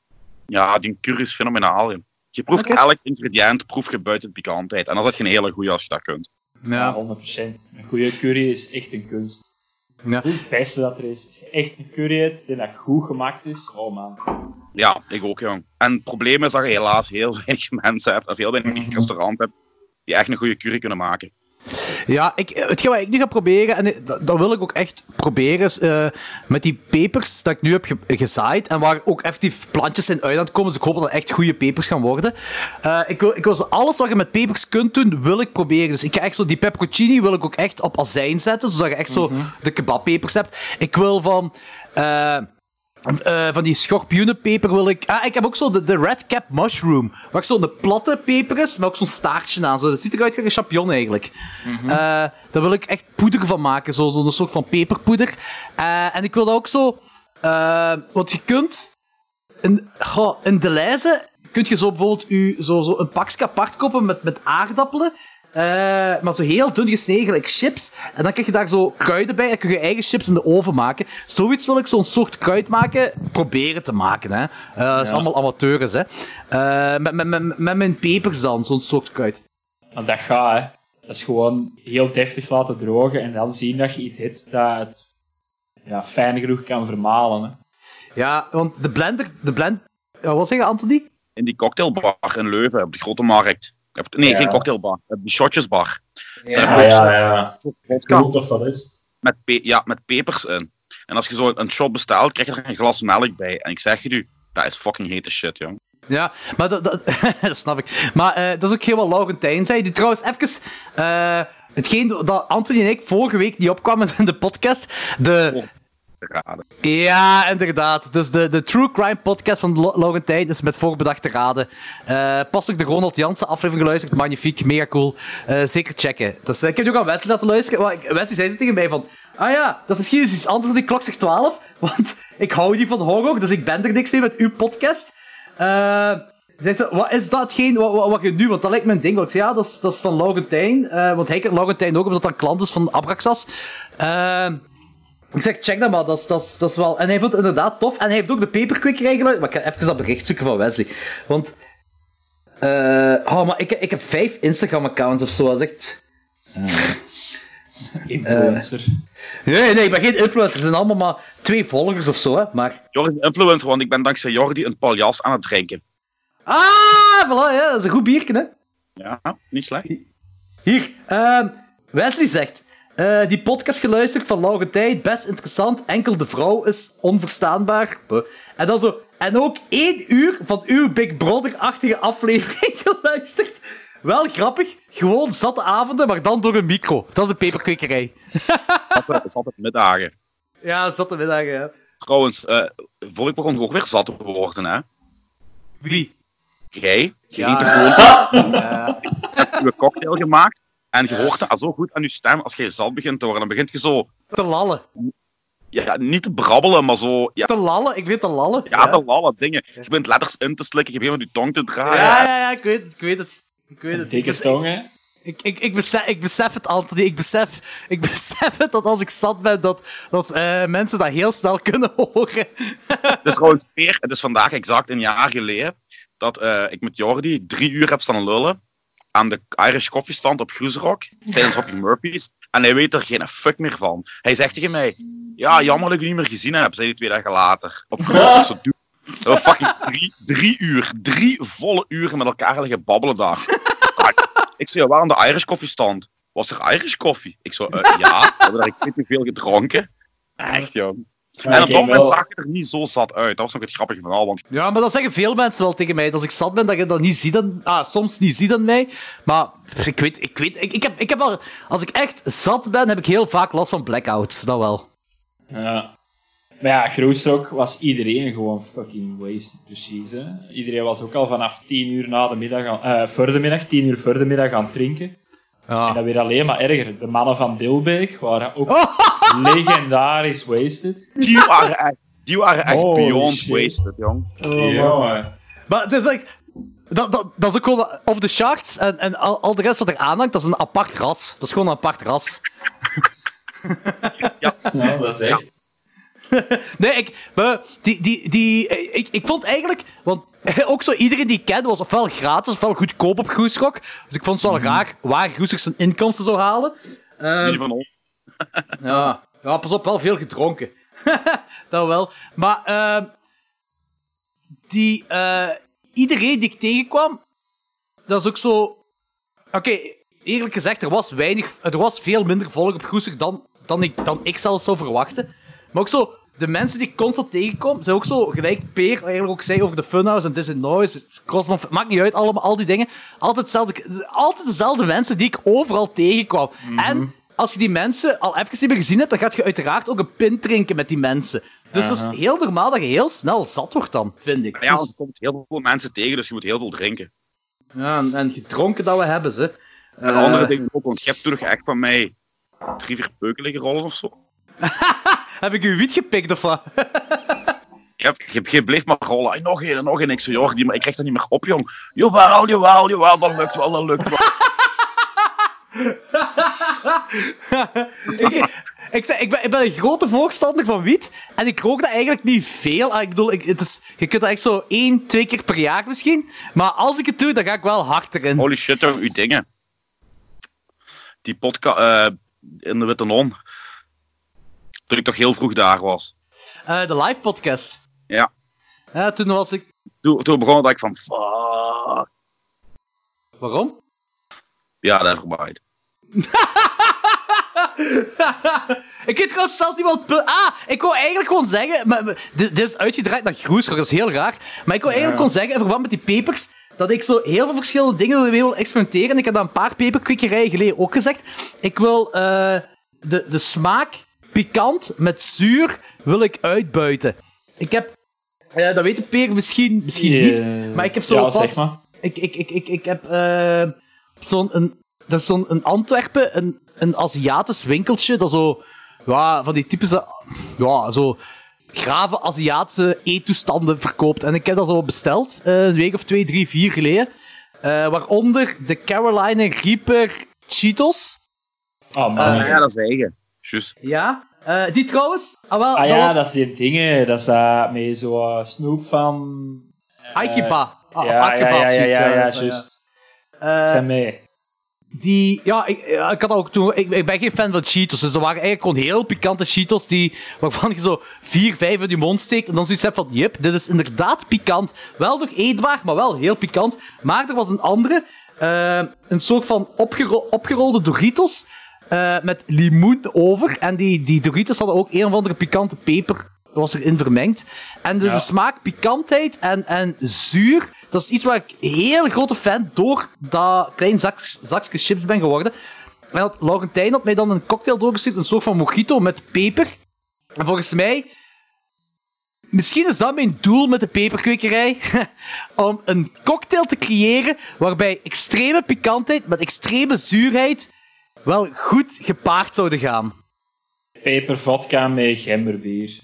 ja, die curry is fenomenaal. Je, je proeft okay. elk ingrediënt, proef je buiten de pikantheid. En dan is dat geen hele goeie als je dat kunt. Ja, honderd procent. Een goede curry is echt een kunst. Ja. Dat is het beste dat er is. Als je echt een curry eet, die dat goed gemaakt is, oh man. Ja, ik ook, jong. En het probleem is dat je helaas heel weinig mensen hebt, of heel weinig mm-hmm. restaurant hebt, die echt een goede curry kunnen maken. Ja, ik, hetgeen wat ik nu ga proberen, en dat, dat wil ik ook echt proberen, is uh, met die pepers dat ik nu heb ge- gezaaid, en waar ook effectief plantjes zijn uit aan het komen, dus ik hoop dat het echt goede pepers gaan worden. Uh, ik wil, ik wil zo alles wat je met pepers kunt doen, wil ik proberen. Dus ik ga echt zo, die pepperoncini wil ik ook echt op azijn zetten, zodat je echt zo mm-hmm. de kebabpepers hebt. Ik wil van... Uh, Uh, van die schorpioenenpeper wil ik... Ah, ik heb ook zo de, de red cap mushroom. Waar zo'n platte peper is, maar ook zo'n staartje aan. Zo, dat ziet eruit als een champignon eigenlijk. Mm-hmm. Uh, daar wil ik echt poeder van maken. Zo'n zo soort van peperpoeder. Uh, en ik wil dat ook zo... Uh, want je kunt... In, goh, in de lijzen kun je zo bijvoorbeeld u, zo, zo een pakje apart kopen met, met aardappelen. Uh, maar zo heel dun gesneden, gelijk chips. En dan krijg je daar zo kruiden bij. En kun je je eigen chips in de oven maken. Zoiets wil ik zo'n soort kruid maken. Proberen te maken, hè. Uh, dat is ja. allemaal amateurs, hè. Uh, met, met, met, met mijn pepers dan, zo'n soort kruid. Maar dat gaat, hè. Dat is gewoon heel deftig laten drogen. En dan zien dat je iets hebt dat het ja, fijn genoeg kan vermalen, hè. Ja, want de blender... De blend... Ja, wat zeg je, Anthony? In die cocktailbar in Leuven, op de Grote Markt. Nee, Ja. geen cocktailbar. Die shotjesbar. Ja, Daar heb je ja, ja. vodka Goed of wat is het? met, pe- ja, met pepers in. En als je zo een shot bestelt, krijg je er een glas melk bij. En ik zeg je nu, dat is fucking hete shit, jong. Ja, maar dat, dat, dat snap ik. Maar eh, dat is ook helemaal Laurentijn zei. Die trouwens even... eh, hetgeen dat Anthony en ik vorige week niet opkwamen in de podcast. De... Oh. Raden. Ja, inderdaad. Dus de, de True Crime podcast van Lo- Laurentijn is met voorbedachte raden. Eh pas ook de Ronald Jansen aflevering geluisterd. Magnifiek, mega cool. Eh, zeker checken. Dus eh, ik heb die ook aan Wesley laten luisteren. Maar ik- Wesley zei ze tegen mij van... Ah ja, dat is misschien eens iets anders dan die klok zegt twaalf. Want ik hou niet van horror, dus ik ben er niks mee met uw podcast. Eh... Zei ze, wat is datgene wat, wat, wat je nu... Want dat lijkt me een ding. Want ik zei, ja, dat is, dat is van Laurentijn. Eh want hij kent Laurentijn ook, omdat dat een klant is van Abraxas. Eh... Ik zeg, check dat maar, dat is, dat, is, dat is wel... En hij vond het inderdaad tof. En hij heeft ook de paperkwekerij geluisterd. Maar ik ga even dat bericht zoeken van Wesley. Want... eh oh, maar ik, ik heb vijf Instagram-accounts of zo. Dat is echt... Influencer. Nee, nee, ik ben geen influencer. Er zijn allemaal maar twee volgers of zo, hè. Maar... Jordi is een influencer, want ik ben dankzij Jordi een paljas aan het drinken. Ah, voilà, ja. Dat is een goed biertje, hè. Ja, niet slecht. Hier, ehm Wesley zegt... eh, die podcast geluisterd van Laurentijn, best interessant. Enkel de vrouw is onverstaanbaar. Buh. En dan zo... En ook één uur van uw Big Brother-achtige aflevering geluisterd. Wel grappig. Gewoon zatte avonden, maar dan door een micro. Dat is een peperkwekerij. Het is altijd middagen. Ja, zatte middagen, ja. Trouwens, eh voor ik begon ook weer zat te worden, hè. Wie? Jij, je Ja, eet er ja. gewoon... Je hebt je cocktail gemaakt en je hoort dat zo goed aan je stem. Als je zat begint te worden, dan begint je zo... Te lallen. Ja, niet te brabbelen, maar zo... Ja, Te lallen, ik weet te lallen. ja te lallen dingen. Je bent letters in te slikken, je begint met je tong te draaien. Ja, ja, ja, ik weet het, ik weet het. Ik weet het. Dikke Ik- stong, hè? Ik, ik, ik, besef, ik besef het, Anthony. Ik besef, ik besef het dat als ik zat ben, dat, dat eh, mensen dat heel snel kunnen horen. Het is trouwens weer, het is vandaag exact een jaar geleden, dat eh, ik met Jordi drie uur heb staan lullen aan de Irish koffiestand op Groesrock, tijdens Rocky Murphy's. En hij weet er geen fuck meer van. Hij zegt tegen mij, ja, jammer dat ik u niet meer gezien heb, zei hij twee dagen later. Op Groesrock, zo duur. Dat we fucking drie, drie uur, drie volle uren met elkaar liggen babbelen daar. Ik zei, waar aan de Irish koffiestand? Was er Irish koffie? Ik zo, uh, ja, we hebben daar ik weet niet veel gedronken. Echt, jong. Maar En op ik dat denk moment wel- zag je er niet zo zat uit. Dat was nog het grappige verhaal, want Ja, maar dat zeggen veel mensen wel tegen mij. Dat als ik zat ben, dat je dat niet ziet aan... Ah, soms niet ziet aan mij. Maar pff, ik weet... Ik, weet ik, ik, heb, ik heb al... Als ik echt zat ben, heb ik heel vaak last van blackouts. Dat wel. Ja. Maar ja, Groesrock was iedereen gewoon fucking wasted, precies. Hè? Iedereen was ook al vanaf tien uur na de middag aan, eh, voor de middag, tien uur voor de middag aan het drinken. Ja. En dat weer alleen maar erger. De mannen van Dilbeek waren ook legendarisch wasted. die waren echt, die waren echt Holy beyond shit. wasted, jong. Oh, jongen. Maar het is echt... Dat, dat, dat is ook gewoon off the charts. En, en al, al de rest wat er aanhangt, dat is een apart ras. Dat is gewoon een apart ras. Ja, dat is echt. Nee, ik, maar die, die, die, ik, ik vond eigenlijk, want ook zo iedereen die ik kende was ofwel gratis ofwel goedkoop op Groesrock. Dus ik vond het wel raar waar Groesrock zijn inkomsten zou halen. Ehm, Die van ons. ja. ja, pas op, wel veel gedronken. Dat wel. Maar ehm die, eh, iedereen die ik tegenkwam, dat is ook zo... Oké, eerlijk gezegd, er was weinig, er was veel minder volk op Groesrock dan, dan, ik, dan ik zelfs zou verwachten. Maar ook zo, de mensen die ik constant tegenkom, zijn ook zo, gelijk Peer eigenlijk ook zei over de Funhouse en Disney Noise, Crossman, maakt niet uit, allemaal, al die dingen. Altijd, hetzelfde, altijd dezelfde mensen die ik overal tegenkwam. Mhm. En als je die mensen al even niet meer gezien hebt, dan gaat je uiteraard ook een pint drinken met die mensen. Dus dat Aha. is heel normaal dat je heel snel zat wordt dan, vind ik. Ja, Dus- want er komt heel veel mensen tegen, dus je moet heel veel drinken. ja, en, en gedronken dat we hebben, ze. En Eh, andere dingen ook, want je hebt toch echt van mij drie, vier peuken liggen rollen of zo. Heb ik uw wiet gepikt of wat? Je, hebt, je, je bleef maar rollen. En nog één, en nog één. Ik zo, Jordi, maar ik krijg dat niet meer op, jong. Jawel, jawel, jawel, dat lukt wel, dat lukt wel. ik, ik, zeg, ik, ben, ik ben een grote voorstander van wiet. En ik rook dat eigenlijk niet veel. Ah, Ik bedoel, ik, het is, je kunt dat echt zo één, twee keer per jaar misschien. Maar als ik het doe, dan ga ik wel hard erin. Holy shit, jong, uw dingen. Die podcast eh, in de Witte Non. Toen ik toch heel vroeg daar was. Eh, de live podcast. Ja. Ja, toen was ik... Toen, toen begon het ik van, fuck. Waarom? Ja, dat is gebeurd. Ik weet trouwens zelfs niet wat... pu- Ah, ik wou eigenlijk gewoon zeggen... Maar, maar, dit, dit is uitgedraaid naar Groesrock, dat is heel raar. Maar ik wou eigenlijk gewoon zeggen, in verband met die pepers, dat ik zo heel veel verschillende dingen ermee wil experimenteren. En ik heb dat een paar peperkwekkerijen geleden ook gezegd. Ik wil uh, de, de smaak pikant met zuur wil ik uitbuiten. Ik heb... Uh, dat weet de Peer misschien, misschien Yeah. niet. Maar ik heb zo Ja, pas... zeg maar. Ik, ik, ik, ik, ik heb uh, zo'n... Een, er is zo'n een Antwerpen, een, een Aziatisch winkeltje, dat zo... Ja, van die typische... Ja, zo... grave Aziatische eettoestanden verkoopt. En ik heb dat zo besteld, uh, een week of twee, drie, vier geleden. Uh, waaronder de Carolina Reaper Cheetos. Oh man. Uh, ja, dat is eigen. Juist. Ja. Uh, die trouwens... Ah, wel, Ah ja, was... dat is die dingen. Dat is uh, met zo'n snoep van... Uh, Aikipa. Ah, ja, of Akipa ja, ja, of ja, zoiets, ja, ja, dat is, juist. uh, Zijn mee. Die, ja, ik, ja, ik had ook toen, ik, ik ben geen fan van Cheetos, dus er waren eigenlijk gewoon heel pikante Cheetos die, waarvan je zo vier, vijf in je mond steekt en dan zoiets hebt van, yep, dit is inderdaad pikant. Wel nog eetbaar, maar wel heel pikant. Maar er was een andere, uh, een soort van opgero- opgerolde Doritos, uh, met limoen over. En die, die Doritos hadden ook een of andere pikante peper, was erin vermengd. En dus Ja. de smaak, pikantheid en, en zuur, dat is iets waar ik een hele grote fan door dat klein zak, zakje chips ben geworden. En had, Laurentijn had mij dan een cocktail doorgestuurd, een soort van mojito met peper. En volgens mij... Misschien is dat mijn doel met de peperkwekerij. Om een cocktail te creëren waarbij extreme pikantheid met extreme zuurheid wel goed gepaard zouden gaan. Peper vodka met gemberbier.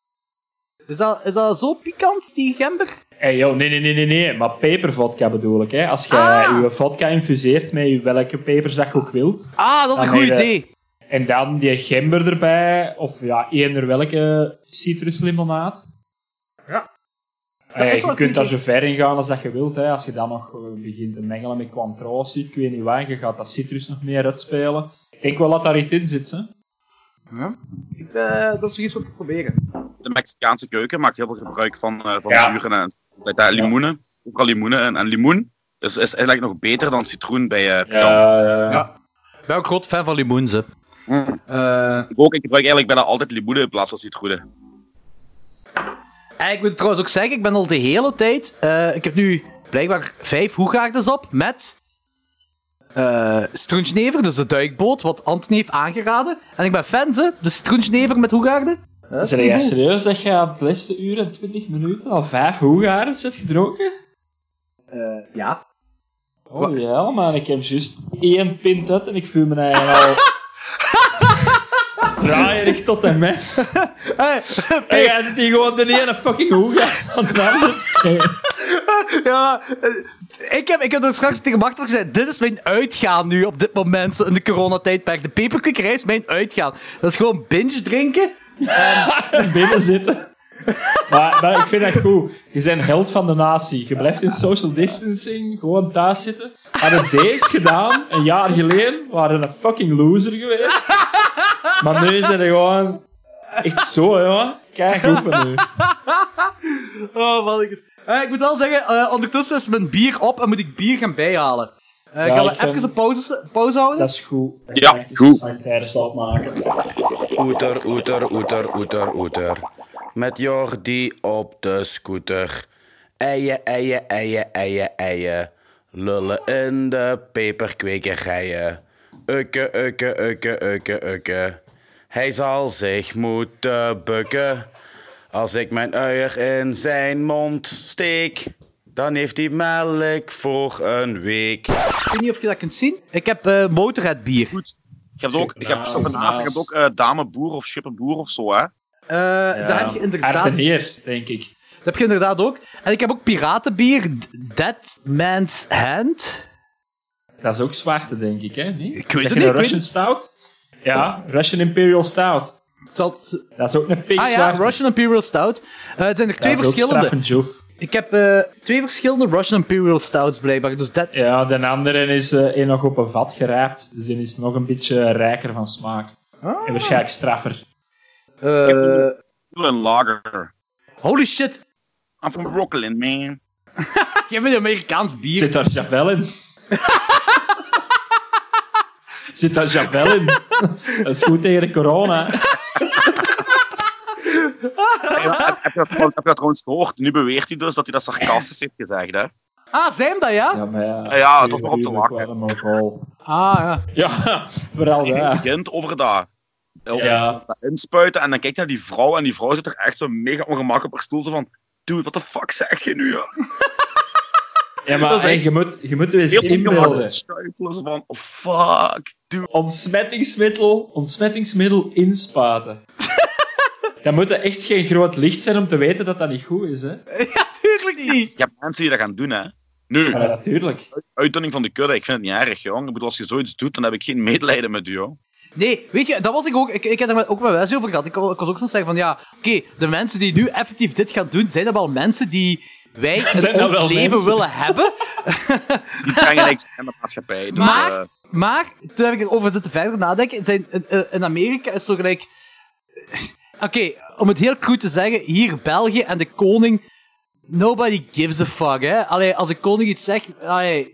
Is dat, is dat zo pikant, die gember? Hey, joh, nee, nee, nee, nee, nee. Maar pepervodka bedoel ik, hè. Als je Ah. je vodka infuseert met welke pepers dat je ook wilt. Ah, dat is een Dan goed heb je- idee. En dan die gember erbij. Of ja, eender welke citruslimonade. Ja. Eh, is wel je een kunt daar goed zo ver in gaan als dat je wilt. Hè. Als je dan nog eh, begint te mengelen met Cointreau, ik weet niet waar, je gaat dat citrus nog meer uitspelen. Ik denk wel dat daar iets in zit, hè. Ja. Ik, uh, dat is iets wat ik proberen. De Mexicaanse keuken maakt heel veel gebruik van, uh, van Ja. zuren en uh, limoenen. Ook al limoenen. En, en limoen is, is eigenlijk nog beter dan citroen bij uh, pikant. Ja, ja, ja. Ja. Ik ben ook groot fan van limoen, ze. Mm. Uh, Ik, ook, ik gebruik eigenlijk bijna altijd limoenen in plaats van citroenen. en ik moet trouwens ook zeggen, ik ben al de hele tijd... Uh, ik heb nu blijkbaar vijf hoegaardes op met... Uh, Stroentjenever, dus de duikboot, wat Anthony heeft aangeraden. En ik ben fan, ze. De Stroentjenever met hoegaarden. Uh, Zijn jij serieus dat je aan het laatste uur en twintig minuten al vijf hoegaarden hebt gedronken? Uh, ja. Oh ja, man, ik heb juist één pint uit en ik voel me eigenlijk al draaierig tot en met. Hey, En jij zit hier gewoon de ene fucking hoegaard van de andere. ja, uh, ik heb, ik heb er straks tegen Martel gezegd, dit is mijn uitgaan nu op dit moment in de coronatijdperk. De peperkwekerij is mijn uitgaan. Dat is gewoon binge drinken. En binnen zitten. Maar, maar ik vind dat goed. Je bent held van de natie. Je blijft in social distancing gewoon thuis zitten. Hadden deze gedaan, een jaar geleden, waren een fucking loser geweest. Maar nu is het gewoon echt zo, jongen. Kijk hoe van nu. Oh, wat ik... Uh, ik moet wel zeggen, uh, ondertussen is mijn bier op en moet ik bier gaan bijhalen. Uh, Ja, gaan we ik even vind- een pauze, pauze houden? Dat is goed. Dan Ja, ga ik eens goed. een sanitaire stap maken. Oeter, oeter, oeter, oeter, oeter. Met Jordi op de scooter. Eien, eien, eien, eien, eien. Lullen in de peperkwekerijen. Ukke, ukke, ukke, ukke, ukke. Hij zal zich moeten bukken. Als ik mijn uier in zijn mond steek, dan heeft hij melk voor een week. Ik weet niet of je dat kunt zien. Ik heb uh, Motorhead bier. Goed. Je hebt ook, je hebt, Naast, op een naast, je hebt naast. ook uh, Dame Boer of Schippenboer of zo, hè? Uh, Daar heb je inderdaad... Hart en heer, denk ik. Dat heb je inderdaad ook. En ik heb ook piratenbier, D- Dead Man's Hand. Dat is ook zwarte, denk ik, hè? Niet? Ik weet Zeg het je niet, een ik Russian Stout? Ja, Russian Imperial Stout. Zal het- Dat is ook een pik Ah ja, zwarte. Russian Imperial Stout. Uh, het zijn er twee Dat is ook verschillende. straf en joef. Ik heb uh, twee verschillende Russian Imperial Stouts blijkbaar. Dus dat... Ja, de andere is uh, één nog op een vat gerijpt. Dus die is nog een beetje rijker van smaak. Ah. En waarschijnlijk straffer. Uh, Een lager. Holy shit. I'm from Brooklyn, man. Jij bent Amerikaans bier. Zit daar Javel in? Zit daar Javel in? Dat is goed tegen de corona. Hey, heb, heb, je dat, heb je dat trouwens gehoord? Nu beweert hij dus dat hij dat sarcastisch heeft gezegd, hè? Ah, zijn hem dat, ja? Ja, maar ja, Ja, het was nog op te wachten. Ah, ja. Ja, vooral Hij dat. begint over dat, over Ja. dat inspuiten en dan kijkt hij naar die vrouw en die vrouw zit er echt zo mega ongemakkelijk op haar stoel. Zo van, dude, what the fuck zeg je nu, ja? Ja, maar Dat is hey, echt- je moet, je moet je eens Heel ongemakkelijk inbeelden. stuitelen, zo van, oh fuck, dude. Ontsmettingsmiddel, ontsmettingsmiddel inspuiten. Dat moet echt geen groot licht zijn om te weten dat dat niet goed is, hè? Ja, tuurlijk niet. Je hebt mensen die dat gaan doen, hè. Nu, Ja, natuurlijk. uitdunning van de kudde, ik vind het niet erg, jong. Ik bedoel, als je zoiets doet, dan heb ik geen medelijden met u, joh. Nee, weet je, dat was ik ook... Ik, ik heb er ook met Wesley over gehad. Ik, ik was ook zo zeggen van, ja, oké, okay, de mensen die nu effectief dit gaan doen, zijn dat wel mensen die wij Zijn in dat ons wel leven mensen? willen hebben? Die brengen niks in de maatschappij. Dus, Maar, eh, maar, toen heb ik erover zitten verder nadenken. Zijn, in, in Amerika is zo gelijk... Oké, okay, om het heel cru te zeggen, hier België en de koning... Nobody gives a fuck, hè. Allee, als de koning iets zegt... Allee,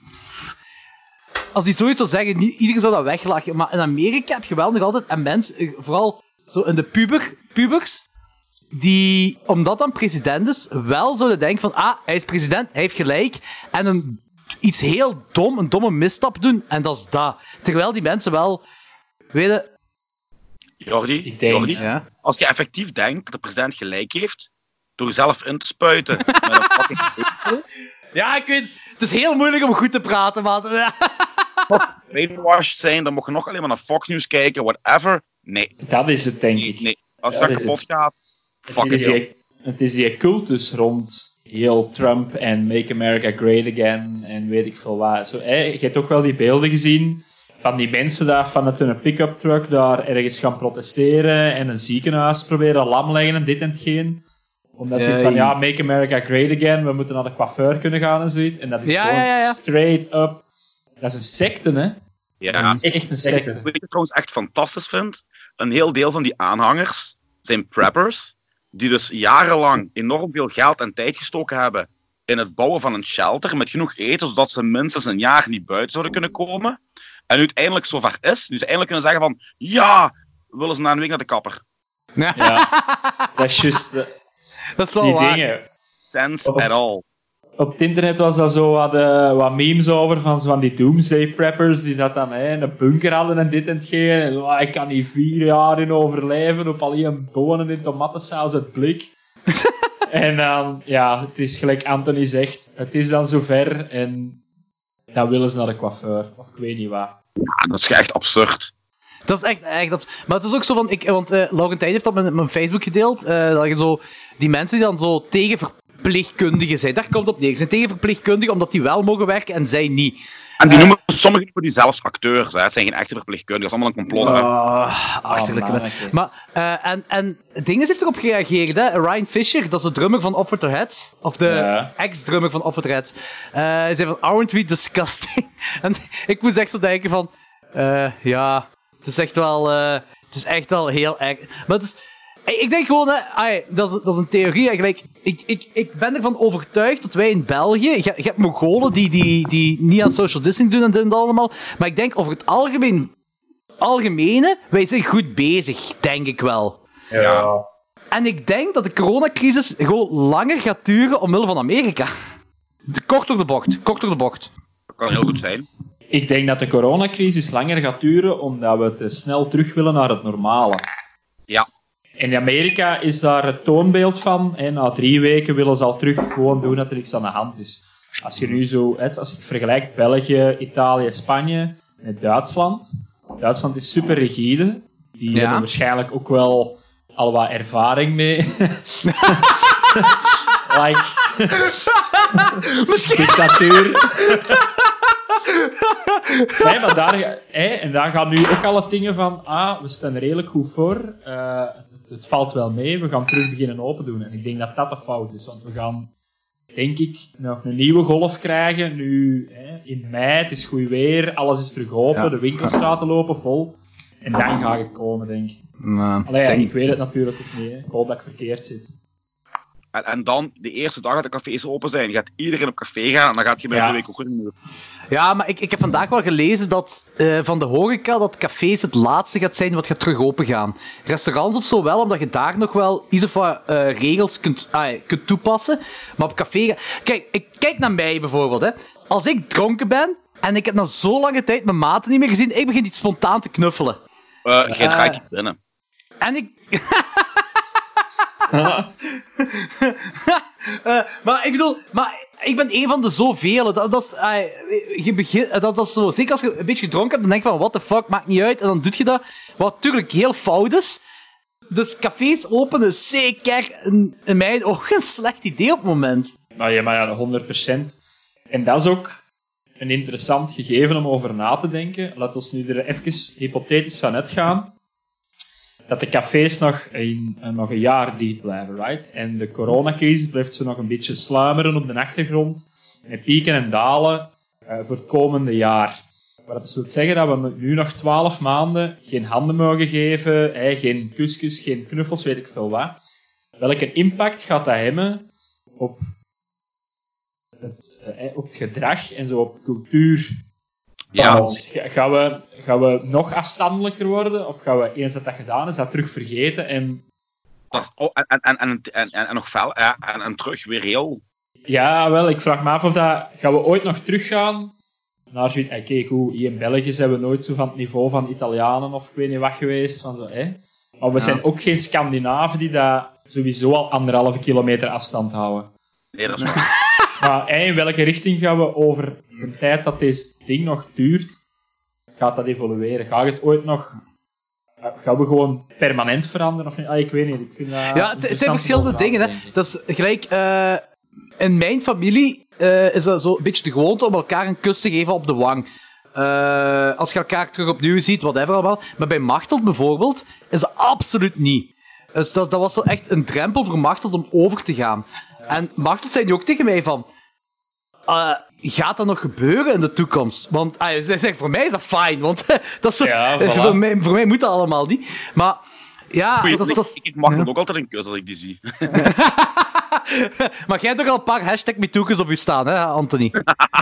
als hij zoiets zou zeggen, niet, iedereen zou dat weglachen. Maar in Amerika heb je wel nog altijd... En mensen, vooral zo in de puber, pubers... Die, omdat dan president is, wel zouden denken van... Ah, hij is president, hij heeft gelijk. En een, iets heel dom, een domme misstap doen. En dat is dat. Terwijl die mensen wel... Weet je... Jordi, Ik denk- Jordi, Ja. als je effectief denkt dat de president gelijk heeft, door jezelf in te spuiten met een fucking Ja, ik weet... Het is heel moeilijk om goed te praten, man. brainwashed zijn, dan mocht je nog alleen maar naar Fox News kijken, whatever. Nee, Dat is het, denk nee, ik. nee. Als Ja, dat dat is kapot gaat, fuck Het is, it, joh. die, het is die cultus rond heel Trump en Make America Great Again en weet ik veel wat. Zo, hè, je hebt ook wel die beelden gezien van die mensen daar vanuit hun pick-up truck daar ergens gaan protesteren en een ziekenhuis proberen lam leggen en dit en hetgeen. Omdat ze Ja, iets van, ja. ja, Make America Great Again, we moeten naar de coiffeur kunnen gaan en zoiets. En dat is Ja, gewoon ja, ja, ja. straight up... Dat is een secte, hè? Ja, Dat is echt een secte. wat ik trouwens echt fantastisch vind, een heel deel van die aanhangers zijn preppers, die dus jarenlang enorm veel geld en tijd gestoken hebben in het bouwen van een shelter met genoeg eten, zodat ze minstens een jaar niet buiten zouden kunnen komen. En nu het eindelijk zover is, nu ze eindelijk kunnen zeggen van, ja, willen ze na een week naar de kapper. Ja, dat is juist... de- Dat is wel Die waar. dingen... Sense Oh. at all. Op het internet was dat zo wat, uh, wat memes over van, zo van die doomsday preppers die dat dan hè, een bunker hadden en dit en hetgeen. En, oh, ik kan hier vier jaar in overleven op alleen bonen in tomatensaus uit blik. En dan, ja, het is gelijk Anthony zegt, het is dan zover en dan willen ze naar de coiffeur. Of ik weet niet wat. Ja, dat is echt absurd. Dat is echt, echt abs- Maar het is ook zo van... Ik, want uh, Laurentijn heeft dat met mijn Facebook gedeeld. Uh, dat je zo... Die mensen die dan zo tegen verpleegkundigen zijn. Daar komt het op neer. Ze zijn tegen verpleegkundigen omdat die wel mogen werken en zij niet. En die Uh, noemen sommigen voor die zelfs acteurs. Hè. Het zijn geen echte verpleegkundigen. Dat is allemaal een complot. hè. Uh, achterlijke Oh, mensen. manneke. Maar, uh, en, en Dinges heeft erop gereageerd, hè. Ryan Fisher, dat is de drummer van Off With Their Heads. Of de Ja. ex-drummer van Off With Their Heads. Uh, hij zei van, aren't we disgusting? En ik moest echt zo denken van... Uh, ja, het is echt wel... Uh, het is echt wel heel erg... Maar het is... Ik denk gewoon, hè, ai, dat, is, dat is een theorie eigenlijk. Ik, ik, ik ben ervan overtuigd dat wij in België... Je, je hebt Mongolen die, die, die niet aan social distancing doen en dit en dat allemaal. Maar ik denk over het algemeen... Algemene, wij zijn goed bezig, denk ik wel. Ja. En ik denk dat de coronacrisis gewoon langer gaat duren omwille van Amerika. De- Kort door de bocht, kort door de bocht. Dat kan heel goed zijn. Ik denk dat de coronacrisis langer gaat duren omdat we te snel terug willen naar het normale. Ja. In Amerika is daar het toonbeeld van. Hè, na drie weken willen ze al terug gewoon doen dat er niks aan de hand is. Als je nu zo, hè, als je het vergelijkt, België, Italië, Spanje met Duitsland. Duitsland is super rigide. Die Ja. hebben waarschijnlijk ook wel al wat ervaring mee. like, Misschien... dictatuur. Nee, maar daar, hè, en daar gaan nu ook alle dingen van, ah, we staan er redelijk goed voor. Uh, het, het valt wel mee, we gaan terug beginnen open doen. En ik denk dat dat de fout is, want we gaan, denk ik, nog een nieuwe golf krijgen. Nu, hè, in mei, het is goed weer, alles is terug open, Ja. de winkelstraten lopen vol. En dan gaat het komen, denk ik. Nou, Allee, ja, denk- ik weet het natuurlijk ook niet, hè. Ik hoop dat ik verkeerd zit. En, en dan, de eerste dag dat de cafés open zijn, gaat iedereen op café gaan en dan gaat je bij Ja. de week ook niet meer. Ja, maar ik, ik heb vandaag wel gelezen dat uh, van de horeca dat cafés het laatste gaat zijn wat gaat terug open gaan. Restaurants of zo wel, omdat je daar nog wel iets of wat uh, regels kunt, uh, kunt toepassen. Maar op café... Kijk, ik, kijk naar mij bijvoorbeeld. Hè. Als ik dronken ben en ik heb na zo lange tijd mijn maten niet meer gezien, ik begin iets spontaan te knuffelen. Uh, Jij Uh, draait je binnen. En ik... uh, maar ik bedoel, maar ik ben een van de zoveel. Dat, dat, is, uh, je begint, dat, dat is zo. Zeker als je een beetje gedronken hebt, dan denk je van, what the fuck, maakt niet uit. En dan doe je dat, wat natuurlijk heel fout is. Dus cafés openen is zeker in, in mijn ogen een slecht idee op het moment. Maar ja, maar ja, honderd procent. En dat is ook een interessant gegeven om over na te denken. Laten we nu er even hypothetisch van uitgaan. Dat de cafés nog een, nog een jaar dicht blijven, right? En de coronacrisis blijft zo nog een beetje sluimeren op de achtergrond. Met pieken en dalen uh, voor het komende jaar. Maar dat wil zeggen dat we nu nog twaalf maanden geen handen mogen geven, eh, geen kusjes, geen knuffels, weet ik veel wat. Welke impact gaat dat hebben op het, eh, op het gedrag en zo op cultuur? Ja. Gaan we, gaan we nog afstandelijker worden? Of gaan we, eens dat dat gedaan is, dat terug vergeten? En, Dat is, oh, en, en, en, en, en, en nog fel, ja, en, en terug weer heel. ja, wel, ik vraag me af of dat... Gaan we ooit nog teruggaan naar zoiets... Oké, okay, goed, hier in België zijn we nooit zo van het niveau van Italianen of ik weet niet wat geweest. Van zo, hè? Maar we Ja. zijn ook geen Scandinaven die dat sowieso al anderhalve kilometer afstand houden. Nee, dat is waar. Maar hey, in welke richting gaan we over de tijd dat deze ding nog duurt, gaat dat evolueren? Gaat het ooit nog... Gaan we gewoon permanent veranderen? Of niet? Ah, ik weet niet. Ik vind dat Ja, het, het zijn verschillende dingen. Hè. Dat is gelijk... Uh, in mijn familie uh, is dat zo een beetje de gewoonte om elkaar een kus te geven op de wang. Uh, als je elkaar terug opnieuw ziet, whatever allemaal. Maar bij Machteld bijvoorbeeld is dat absoluut niet. Dus dat, dat was zo echt een drempel voor Machteld om over te gaan. En Machteld zei nu ook tegen mij van... Uh, gaat dat nog gebeuren in de toekomst? Want uh, zij zegt, voor mij is dat fijn, want dat is zo, Ja, voilà. voor, mij, voor mij moet dat allemaal niet. Maar ja... Goeie, dat, ik, dat, ik mag ja. ook altijd een kus als ik die zie. Maar jij hebt toch al een paar hashtag MeToo'kes op je staan, hè, Anthony?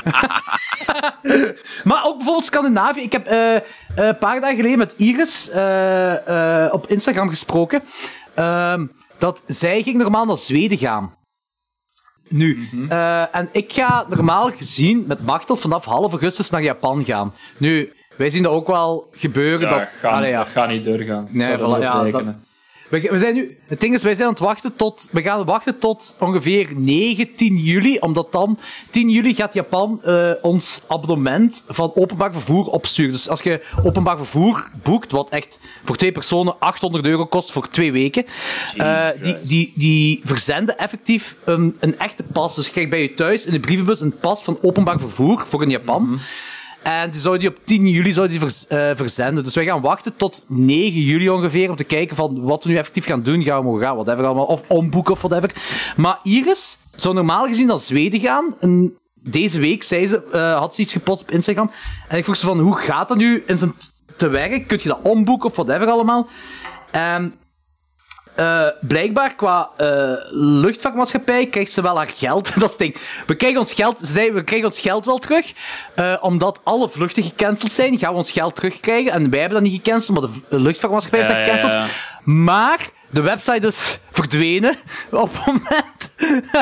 Maar ook bijvoorbeeld Scandinavië. Ik heb uh, een paar dagen geleden met Iris uh, uh, op Instagram gesproken. Uh, dat zij ging normaal naar Zweden gaan. Nu. Mm-hmm. Uh, en ik ga normaal gezien met Machteld vanaf half augustus naar Japan gaan. Nu, wij zien dat ook wel gebeuren. Ja, dat, gaan, allee, ja. dat gaat niet doorgaan. Ik Nee, zou dat voilà, niet ja, rekenen. We, we zijn nu, het ding is, wij zijn aan het wachten tot... We gaan wachten tot ongeveer negen, tien juli, omdat dan... tien juli gaat Japan uh, ons abonnement van openbaar vervoer opsturen. Dus als je openbaar vervoer boekt, wat echt voor twee personen achthonderd euro kost voor twee weken, uh, die, die, die verzenden effectief een, een echte pas. Dus je krijgt bij je thuis in de brievenbus een pas van openbaar vervoer voor in Japan. Mm-hmm. En die zou die op tien juli zou die vers, uh, verzenden. Dus wij gaan wachten tot negen juli ongeveer om te kijken van wat we nu effectief gaan doen. Gaan we mogen gaan, whatever allemaal. Of omboeken of whatever. Maar Iris zou normaal gezien naar Zweden gaan. En deze week zei ze, uh, had ze iets gepost op Instagram. En ik vroeg ze van, hoe gaat dat nu in zijn t- te werk? Kun je dat omboeken of whatever allemaal? En... Uh, blijkbaar, qua uh, luchtvaartmaatschappij krijgt ze wel haar geld. Dat is het ding. We krijgen ons geld, ze zei, we krijgen ons geld wel terug. Uh, omdat alle vluchten gecanceld zijn, gaan we ons geld terugkrijgen. En wij hebben dat niet gecanceld, maar de luchtvaartmaatschappij heeft Ja, dat gecanceld. ja, ja. Maar de website is verdwenen op het moment.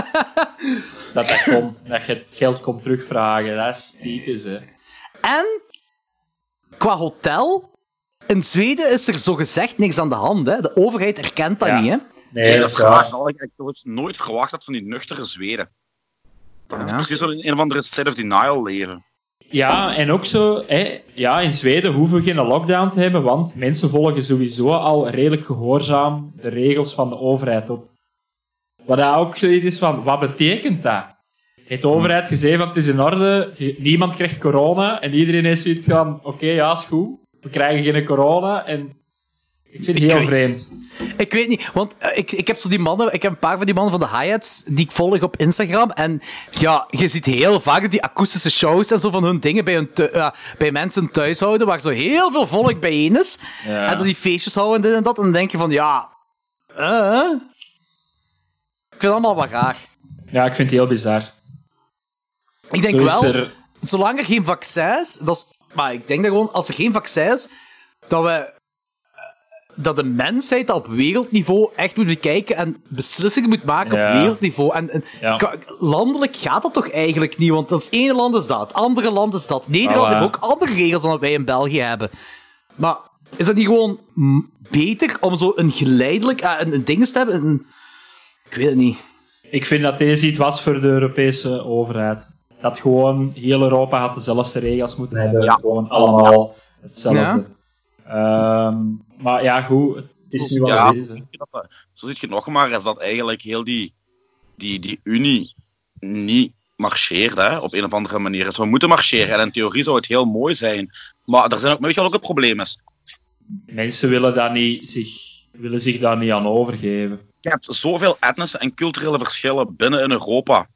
Dat dat komt, dat je het geld komt terugvragen, dat is typisch, hè. En qua hotel... In Zweden is er zogezegd niks aan de hand, hè. De overheid erkent dat Ja. niet, hè. Nee, Nee, dat dat is is raar. waar. Dat had ik echt nooit verwacht dat van die nuchtere Zweden. Dat is Ja. precies zo in een of andere state of denial leven. Ja, en ook zo, hè, ja, in Zweden hoeven we geen lockdown te hebben, want mensen volgen sowieso al redelijk gehoorzaam de regels van de overheid op. Wat dat ook zoiets is van, wat betekent dat? Heeft de overheid gezegd van, het is in orde, niemand krijgt corona, en iedereen is zoiets van, oké, okay, ja, is goed, we krijgen geen corona, en ik vind het heel Ik- vreemd. Ik weet niet, want uh, ik, ik heb zo die mannen, ik heb een paar van die mannen van de hi-hats die ik volg op Instagram. En ja, je ziet heel vaak die akoestische shows en zo van hun dingen bij, hun thu- uh, bij mensen thuis houden, waar zo heel veel volk bijeen is. Ja. En dan die feestjes houden en dit en dat. En dan denk je van, ja... Uh, Ik vind het allemaal wat raar. Ja, ik vind het heel bizar. Ik denk Zo is wel, er- zolang er geen vaccin is... Dat is maar ik denk dat gewoon, als er geen vaccin is, dat we... dat de mensheid dat op wereldniveau echt moet bekijken en beslissingen moet maken Ja. op wereldniveau. En, en Ja. ka- landelijk gaat dat toch eigenlijk niet, want het ene land is dat, het andere land is dat. Nederland Voilà. heeft ook andere regels dan wat wij in België hebben. Maar is dat niet gewoon m- beter om zo een geleidelijk... ah, een, een ding te hebben? Een- ik weet het niet. Ik vind dat deze iets was voor de Europese overheid. Dat gewoon heel Europa had dezelfde regels moeten hebben. Ja. Gewoon allemaal hetzelfde. Ja. Ehm, maar ja, goed. Het is nu wat Ja, het zo is. hè. zie je dat, zo zie je nog maar, is dat eigenlijk heel die, die, die Unie niet marcheert, hè, op een of andere manier. Het zou moeten marcheren en in theorie zou het heel mooi zijn. Maar er zijn ook, weet je wat ook het probleem is? Mensen willen, dat niet, zich, willen zich daar niet aan overgeven. Je hebt zoveel etnische en culturele verschillen binnen in Europa.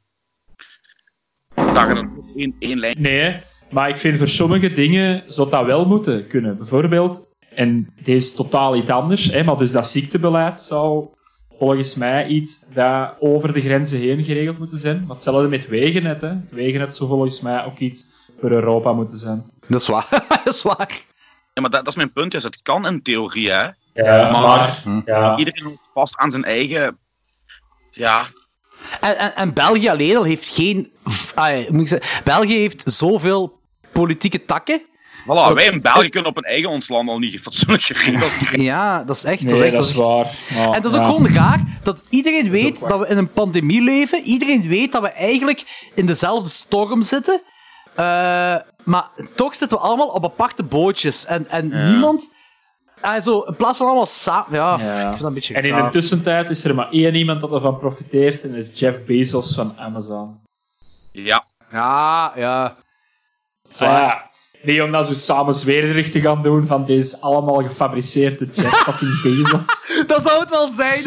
Dat je er één, één lijn... Nee, maar ik vind voor sommige dingen zou dat wel moeten kunnen. Bijvoorbeeld, en dit is totaal iets anders, hè, maar dus dat ziektebeleid zou volgens mij iets dat over de grenzen heen geregeld moeten zijn. Maar hetzelfde met wegennet. Hè. Het wegennet zou volgens mij ook iets voor Europa moeten zijn. Dat is waar. dat is waar. Ja, maar dat, dat is mijn punt. Dus het kan in theorie, hè. Ja, Maar- maar... Ja. Iedereen houdt vast aan zijn eigen... Ja, En, en, en België alleen al heeft geen... ah, hoe moet ik zeggen? België heeft zoveel politieke takken. voilà. Wij in België kunnen op een eigen ons land al niet fatsoenlijk geregeld krijgen. Ja, dat is echt... Nee, dat is, echt, waar. Maar, En dat is ook ja. gewoon raar dat iedereen is weet ook waar. dat we in een pandemie leven. Iedereen weet dat we eigenlijk in dezelfde storm zitten. Eh, maar toch zitten we allemaal op aparte bootjes. En, en niemand... Ah, zo, in plaats van allemaal samen... Ja, Ja. ik vind dat een beetje En in raar. de tussentijd is er maar één iemand dat ervan profiteert en dat is Jeff Bezos van Amazon. Ja. Ja, ja. Ah, ja. Nee, om dat zo samen zwererig te gaan doen van dit is allemaal gefabriceerde Jeff fucking Bezos. Dat zou het wel zijn.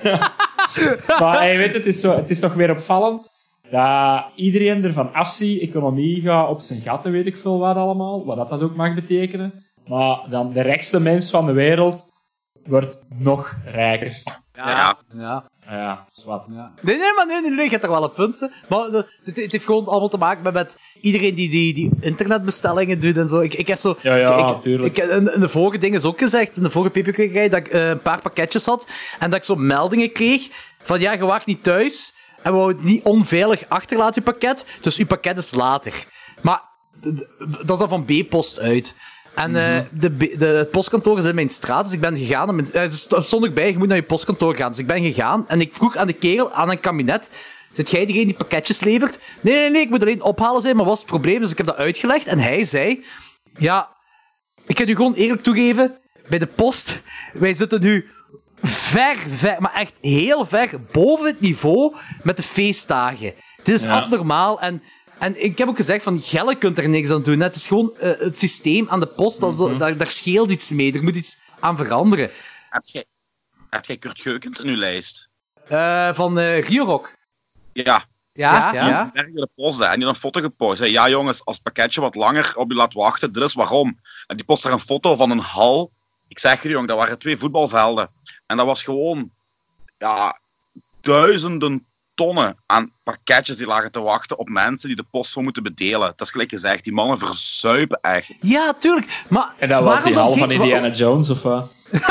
Maar hey, weet, het, is zo, het is toch weer opvallend dat iedereen ervan afziet. Economie gaat op zijn gaten, weet ik veel wat allemaal. Wat dat, dat ook mag betekenen. Maar dan de rijkste mens van de wereld wordt nog rijker. Ja. ja. Ja, zwart. Ja. Nee, nee, maar nee, nee, nee, je hebt toch wel een punt. Hè. Maar de- het, het heeft gewoon allemaal te maken met, met iedereen die, die, die internetbestellingen doet en zo. Ik, ik heb zo... Ja, ja, ik, tuurlijk. Ik, in, in de vorige dingen is ook gezegd, in de vorige peperkwekerij, dat ik eh, een paar pakketjes had en dat ik zo meldingen kreeg van ja, je wacht niet thuis en we wouden het niet onveilig achterlaten, je pakket, dus je pakket is later. Maar d- d- dat is dan van B-post uit. En eh, de, B- de, het postkantoor is in mijn straat, dus ik ben gegaan. En mijn, eh, er stond ook bij, je moet naar je postkantoor gaan. Dus ik ben gegaan en ik vroeg aan de kerel, aan een kabinet, zit jij degene die pakketjes levert? Nee, nee, nee, ik moet alleen ophalen zijn, maar wat is het probleem? Dus ik heb dat uitgelegd en hij zei, ja, ik kan u gewoon eerlijk toegeven, bij de post, wij zitten nu ver, ver, maar echt heel ver boven het niveau met de feestdagen. Dit is Ja. abnormaal en... En ik heb ook gezegd van, Gelle kunt er niks aan doen. Het is gewoon eh, het systeem aan de post, dat, zo- daar, daar scheelt iets mee. Er moet iets aan veranderen. Heb jij, heb jij Kurt Geukens in uw lijst? Eh, van eh Riorok. Ja. Ja, Die werkt bij de post hè, en die had een foto gepost. Zei, ja jongens, als het pakketje wat langer op je laat wachten, dit is waarom. En die post er een foto van een hal. Ik zeg je jong, dat waren twee voetbalvelden. En dat was gewoon, ja, duizenden tonnen aan pakketjes die lagen te wachten op mensen die de post zo moeten bedelen. Dat is gelijk gezegd, die mannen verzuipen echt. Ja, tuurlijk. Maar En dat was waarom die dan hal van geen- Indiana Jones, of wat?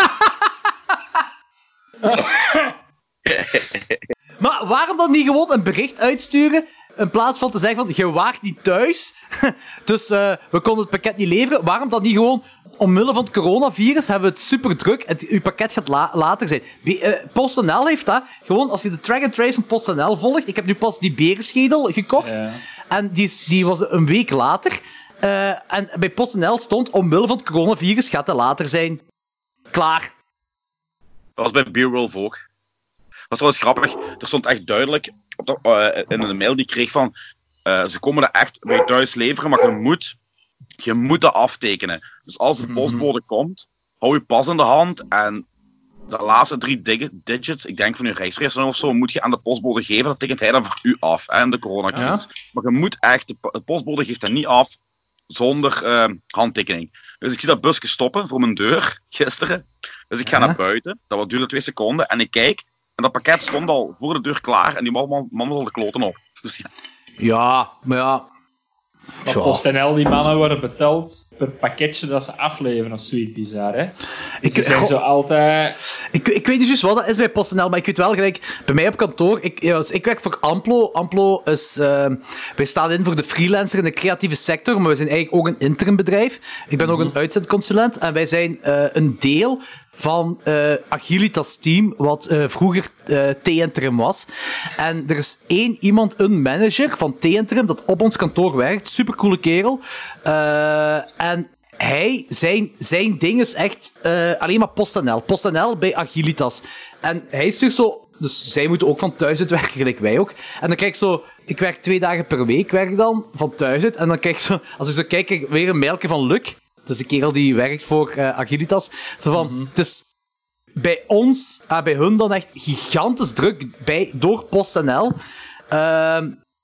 Maar waarom dan niet gewoon een bericht uitsturen, in plaats van te zeggen van, je waart niet thuis, dus eh, we konden het pakket niet leveren. Waarom dan niet gewoon, omwille van het coronavirus hebben we het super druk, het, uw pakket gaat la- later zijn. B- eh, PostNL heeft dat, gewoon als je de track and trace van PostNL volgt, ik heb nu pas die berenschedel gekocht, Ja. en die, is, die was een week later, eh, en bij PostNL stond, omwille van het coronavirus gaat het later zijn. Klaar. Dat was bij Beerwolf ook. Dat was trouwens grappig. Er stond echt duidelijk op de, eh, in een mail die ik kreeg van eh, ze komen er echt bij je thuis leveren, maar je moet, je moet dat aftekenen. Dus als de postbode komt, hou je pas in de hand en de laatste drie dig- digits, ik denk van je reisreisnummer of zo, moet je aan de postbode geven. Dat tekent hij dan voor u af, hè, in de coronacrisis. Maar je moet echt, de, po- de postbode geeft dat niet af zonder eh, handtekening. Dus ik zie dat busje stoppen voor mijn deur gisteren. Dus ik ga Ja. naar buiten. Dat wat duurde twee seconden. En ik kijk. En dat pakket stond al voor de deur klaar en die man, man, man was al de kloten op. Dus ja. Ja, maar ja... Maar PostNL, die mannen worden betaald per pakketje dat ze afleveren of zoiets bizar, hè? Dus ze zijn go- zo altijd... Ik, ik weet niet juist wat dat is bij PostNL, maar ik weet wel gelijk... Bij mij op kantoor, ik, ja, dus ik werk voor Amplo. Amplo is... Uh, wij staan in voor de freelancer in de creatieve sector, maar we zijn eigenlijk ook een interimbedrijf. Ik ben mm-hmm. ook een uitzendconsulent en wij zijn uh, een deel van uh, Agilitas team, wat uh, vroeger uh, T-Interim was. En er is één iemand, een manager van T-Interim, dat op ons kantoor werkt. Supercoole kerel. Uh, en hij, zijn, zijn ding is echt uh, alleen maar PostNL. PostNL bij Agilitas. En hij is dus zo... Dus zij moeten ook van thuis uit werken, gelijk wij ook. En dan kijk ik zo... Ik werk twee dagen per week, werk dan, van thuis uit. En dan kijk ik zo... Als ik zo kijk, kijk ik weer een mailje van Luc. Dus de kerel die werkt voor uh, Agilitas. Zo van... Mm-hmm. Dus bij ons, uh, bij hun dan echt gigantisch druk bij, door PostNL. Uh,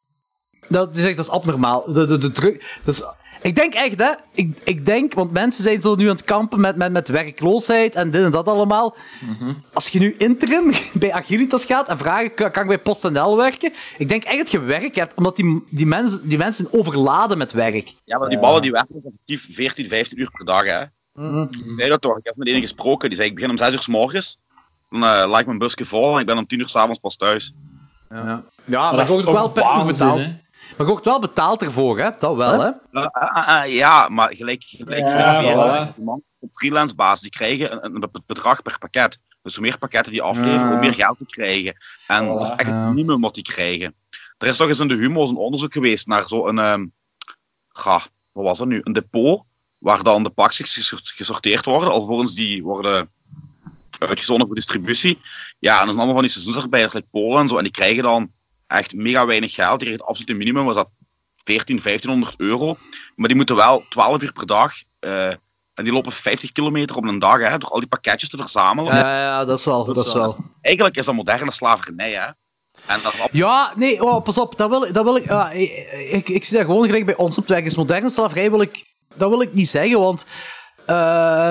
dat is echt dat is abnormaal. De, de, de druk... Dus... Ik denk echt, hè. Ik, ik denk, want mensen zijn zo nu aan het kampen met, met, met werkloosheid en dit en dat allemaal. Mm-hmm. Als je nu interim bij Agilitas gaat en vraagt, kan ik bij PostNL werken? Ik denk echt dat je werk hebt, omdat die, die, mensen, die mensen zijn overladen met werk. Ja, maar die ballen die werken effectief veertien, vijftien uur per dag, hè. Mm-hmm. Nee, dat toch. Ik heb met een gesproken, die zei, ik begin om zes uur 's morgens. Dan uh, laat ik mijn busje vol en ik ben om tien uur 's avonds pas thuis. Ja, ja. ja maar, maar dat is ook wel per uur betaald. Maar je wordt wel betaald ervoor, hè? Dat wel, hè? Uh, uh, uh, ja, maar gelijk, gelijk ja, voilà. die man op freelance basis, die krijgen een, een bedrag per pakket. Dus hoe meer pakketten die afleveren, ja. hoe meer geld die krijgen. En voilà. Dat is echt het minimum wat die krijgen. Er is toch eens in de Humo's een onderzoek geweest naar zo'n... Um, ga, wat was dat nu? Een depot, waar dan de pakjes gesorteerd worden, alvorens die worden uitgezonden voor distributie. Ja, en dat zijn allemaal van die seizoensarbeiders, like Polen en zo, en die krijgen dan echt mega weinig geld. Die krijgen het absolute minimum, was dat veertien, vijftienhonderd euro. Maar die moeten wel twaalf uur per dag... Uh, en die lopen vijftig kilometer op een dag, hè, door al die pakketjes te verzamelen. Ja, ja, dat is wel. Dat, dat is wel. wel. Eigenlijk is dat moderne slavernij, hè. En dat op... Ja, nee, oh, pas op. Dat wil ik... Dat wil ik, uh, ik, ik, ik zie dat gewoon gelijk bij ons op het werk. Is moderne slavernij wil ik... Dat wil ik niet zeggen, want... Uh,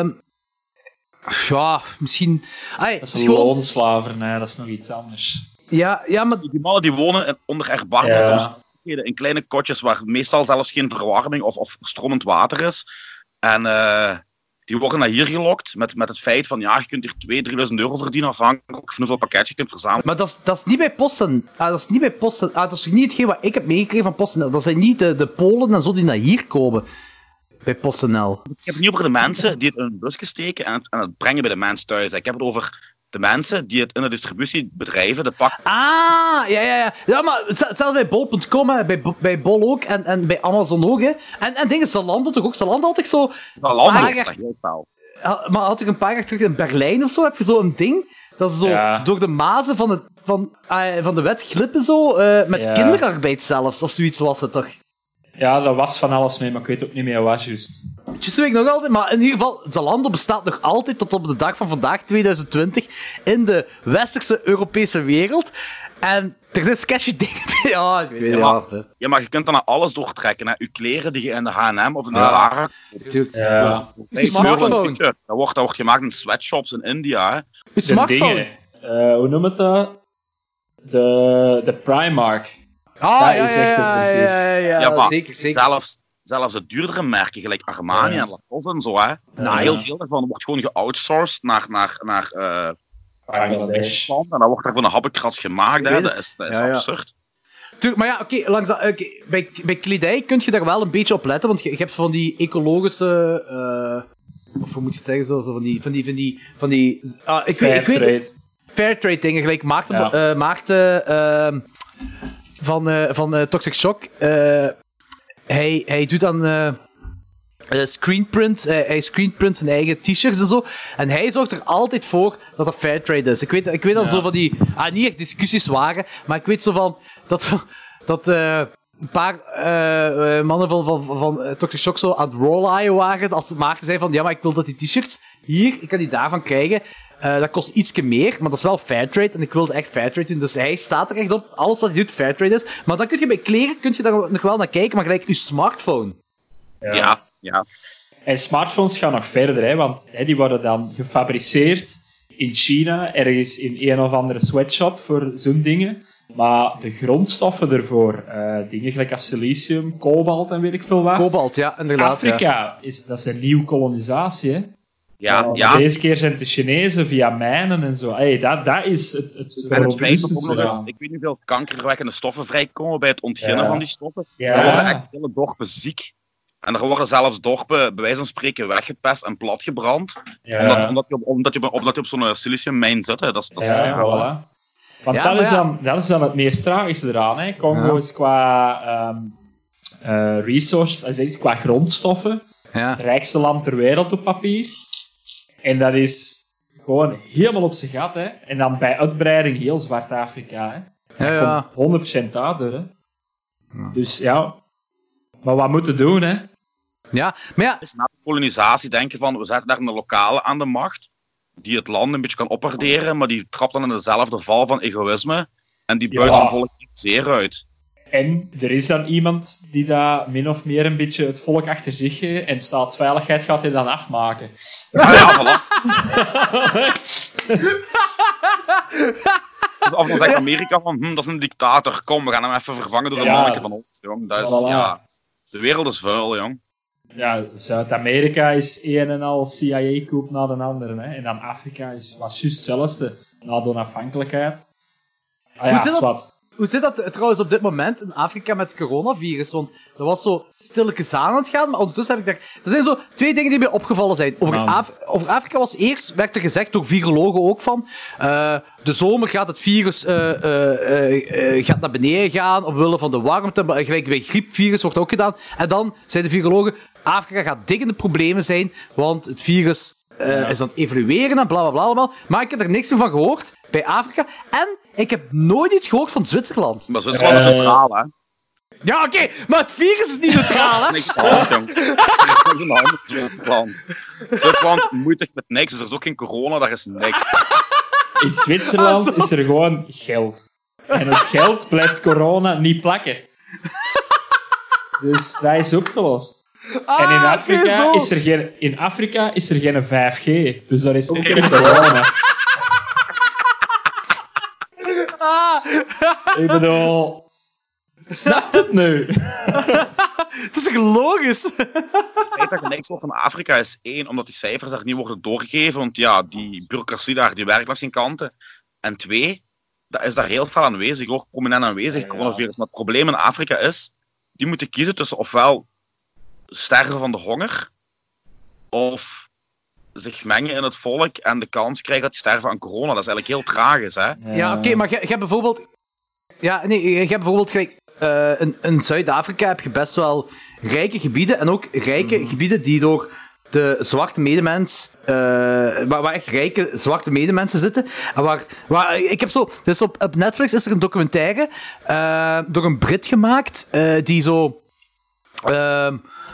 ja, misschien... Ay, dat is een loonslavernij, dat is nog iets anders. Ja, ja, maar... Die mannen die wonen onder erbarmelijke ja. omstandigheden in kleine kotjes waar meestal zelfs geen verwarming of, of stromend water is. En uh, die worden naar hier gelokt met, met het feit van ja, je kunt hier tweeduizend, drieduizend euro verdienen afhankelijk van hoeveel pakketje je kunt verzamelen. Maar dat is, dat is niet bij Posten. Ah, dat is niet bij Posten. Ah, dat is niet hetgeen wat ik heb meegekregen van PostNL. Dat zijn niet de, de Polen en zo die naar hier komen. Bij PostNL. Ik heb het niet over de mensen die het in een busje steken en het, en het brengen bij de mens thuis. Ik heb het over de mensen die het in de distributiebedrijven, de pak... Ah, ja, ja, ja. Ja, maar zelfs bij bol punt com, hè, bij, bij Bol ook, en, en bij Amazon ook, hè. En, en dingen, Zalando toch ook? Zalando had ik zo... Zalando is dat heel fout. Maar had ik een paar jaar terug in Berlijn of zo, heb je zo een ding, dat ze zo ja. door de mazen van, het, van, uh, van de wet glippen zo, uh, met ja. kinderarbeid zelfs, of zoiets was het toch? Ja, dat was van alles mee, maar ik weet ook niet meer wat juist. Just weet ik nog altijd, maar in ieder geval, Zalando bestaat nog altijd tot op de dag van vandaag, tweeduizend twintig, in de westerse Europese wereld. En er zijn sketchy dingen bij. Ja, ik weet ja, maar, ja, maar je kunt dan naar alles doortrekken. Hè. Je kleren die je in de H en M of in de Zara... Ja. Ja. Je smartphone. Dat wordt, dat wordt gemaakt in sweatshops in India. Hè. Je smartphone. Uh, hoe noem het dat? De, de Primark. Ah, dat ja, is echt ja, ja, ja, ja, ja, ja, zeker, zeker. Zelfs, zelfs de duurdere merken, gelijk Armani ja. en Lacoste en zo, hè. Nou, heel veel daarvan wordt gewoon geoutsourced naar, naar, naar uh, Bangladesh. En dan wordt er voor een habbekrats gemaakt, hè. Dat is, dat is ja, absurd. Ja. Maar ja, oké, okay, langs dat, okay, bij, bij kledij kun je daar wel een beetje op letten, want je, je hebt van die ecologische... Uh, of hoe moet je het zeggen, zo, zo van die... Van die, van die, van die uh, ik fair weet, ik trade. Weet, fair trade dingen, gelijk Maarten... Ja. Uh, Maarten uh, van, uh, van uh, Toxic Shock. Uh, hij, hij doet dan... Uh, Uh, screenprint, uh, hij screenprint zijn eigen t-shirts en zo. En hij zorgt er altijd voor dat er fairtrade is. Ik weet, ik weet dat ja. zo van die... Ah, niet echt discussies waren, maar ik weet zo van... Dat, dat uh, een paar uh, mannen van, van, van uh, Toxic Shock zo aan het roll-eye waren. Als Maarten zei van... Ja, maar ik wil dat die t-shirts hier, ik kan die daarvan krijgen. Uh, dat kost ietsje meer, maar dat is wel fairtrade. En ik wilde echt fairtrade doen. Dus hij staat er echt op. Alles wat hij doet, fairtrade is. Maar dan kun je bij kleren kun je daar nog wel naar kijken. Maar gelijk je smartphone. Ja. ja. Ja. En smartphones gaan nog verder, hè, want hè, die worden dan gefabriceerd in China, ergens in een of andere sweatshop voor zo'n dingen. Maar de grondstoffen ervoor, uh, dingen gelijk als silicium, kobalt en weet ik veel wat. Kobalt, ja, inderdaad. Afrika, ja. is, dat is een nieuwe kolonisatie, hè. Ja, uh, ja. Deze keer zijn het de Chinezen via mijnen en zo. Hey, dat, dat is het, het bij het feit dat robuustste ook nog eens, eraan. ik weet niet hoeveel kankerwekkende stoffen vrijkomen bij het ontginnen Ja. van die stoffen. Ja. Dan worden echt hele dorpen ziek. En er worden zelfs dorpen, bij wijze van spreken, weggepest en platgebrand. Ja. Omdat, omdat, je op, omdat, je, op- omdat je op zo'n siliciummijn zit. Hè. Dat is, dat is, Ja, ja, voilà. Want Ja, dat, maar is ja. dan, dat is dan het meest tragische eraan. Hè. Congo Ja. is qua ehm, eh, resources, hij zegt, qua grondstoffen, Ja. het rijkste land ter wereld op papier. En dat is gewoon helemaal op zijn gat. Hè. En dan bij uitbreiding heel Zwart-Afrika. Hè. Ja, Dat ja. komt honderd procent daardoor. Hè. Dus ja, maar wat moeten we doen? Hè? Ja, maar ja, is na de kolonisatie denken van, we zetten daar een lokale aan de macht, die het land een beetje kan opwaarderen, maar die trapt dan in dezelfde val van egoïsme. En die buit Ja. zijn volk zeer uit. En er is dan iemand die daar min of meer een beetje het volk achter zich heeft en staatsveiligheid gaat hij dan afmaken. Ah ja, voilà. Dus af en toe zegt Amerika van, hm, dat is een dictator, kom, we gaan hem even vervangen door een Ja. manneke van ons, jong. Dat is, Voilà. ja, de wereld is vuil, jong. Ja, Zuid-Amerika is een en al C I A-coup na de andere. Hè. En dan Afrika is was juist hetzelfde na de onafhankelijkheid. Ah Hoe ja, zit dat? zwart. hoe zit dat trouwens op dit moment in Afrika met het coronavirus? Want dat was zo stilletjes aan het gaan, maar ondertussen heb ik daar... Er zijn zo twee dingen die mij opgevallen zijn. Over, Nou. Af- over Afrika was eerst, werd er gezegd door virologen ook van, uh, de zomer gaat het virus uh, uh, uh, uh, gaat naar beneden gaan, omwille van de warmte, maar gelijk bij griepvirus wordt ook gedaan. En dan zeiden de virologen, Afrika gaat dik in de problemen zijn, want het virus uh, ja. is aan het evolueren en blablabla allemaal. Maar ik heb er niks meer van gehoord bij Afrika. En ik heb nooit iets gehoord van Zwitserland. Maar Zwitserland is Eh. neutraal, hè. Ja, oké, okay, maar het virus is niet neutraal, hè? Niks aan de hand, jong. Er is niks aan de hand met Zwitserland. Zwitserland moeit zich met niks, dus er is ook geen corona, daar is niks. In Zwitserland Ah, zo. is er gewoon geld. En het geld blijft corona niet plakken. Dus dat is opgelost. Ah, en in oké, Afrika, zo. is er geen, in Afrika is er geen vijf G. Dus dat is ook geen corona. Ah, Ik bedoel... Snap het nu? het is toch logisch? Het feit dat je niks hoort van Afrika is één, omdat die cijfers daar niet worden doorgegeven, want ja, die bureaucratie daar, die werkt langs geen kanten. En twee, dat is daar heel veel aanwezig, ook prominent aanwezig, Ja, coronavirus. ja. Maar het probleem in Afrika is, die moeten kiezen tussen ofwel sterven van de honger, of zich mengen in het volk en de kans krijgen dat die sterven aan corona. Dat is eigenlijk heel tragisch, hè. Ja, oké, okay, maar je hebt bijvoorbeeld... Ja, nee, je hebt bijvoorbeeld gelijk... Uh, in, in Zuid-Afrika heb je best wel rijke gebieden en ook rijke mm. gebieden die door de zwarte medemens, uh, waar, waar echt rijke zwarte medemensen zitten. En waar, waar, ik heb zo, dus op, op Netflix is er een documentaire uh, door een Brit gemaakt, uh, die zo uh,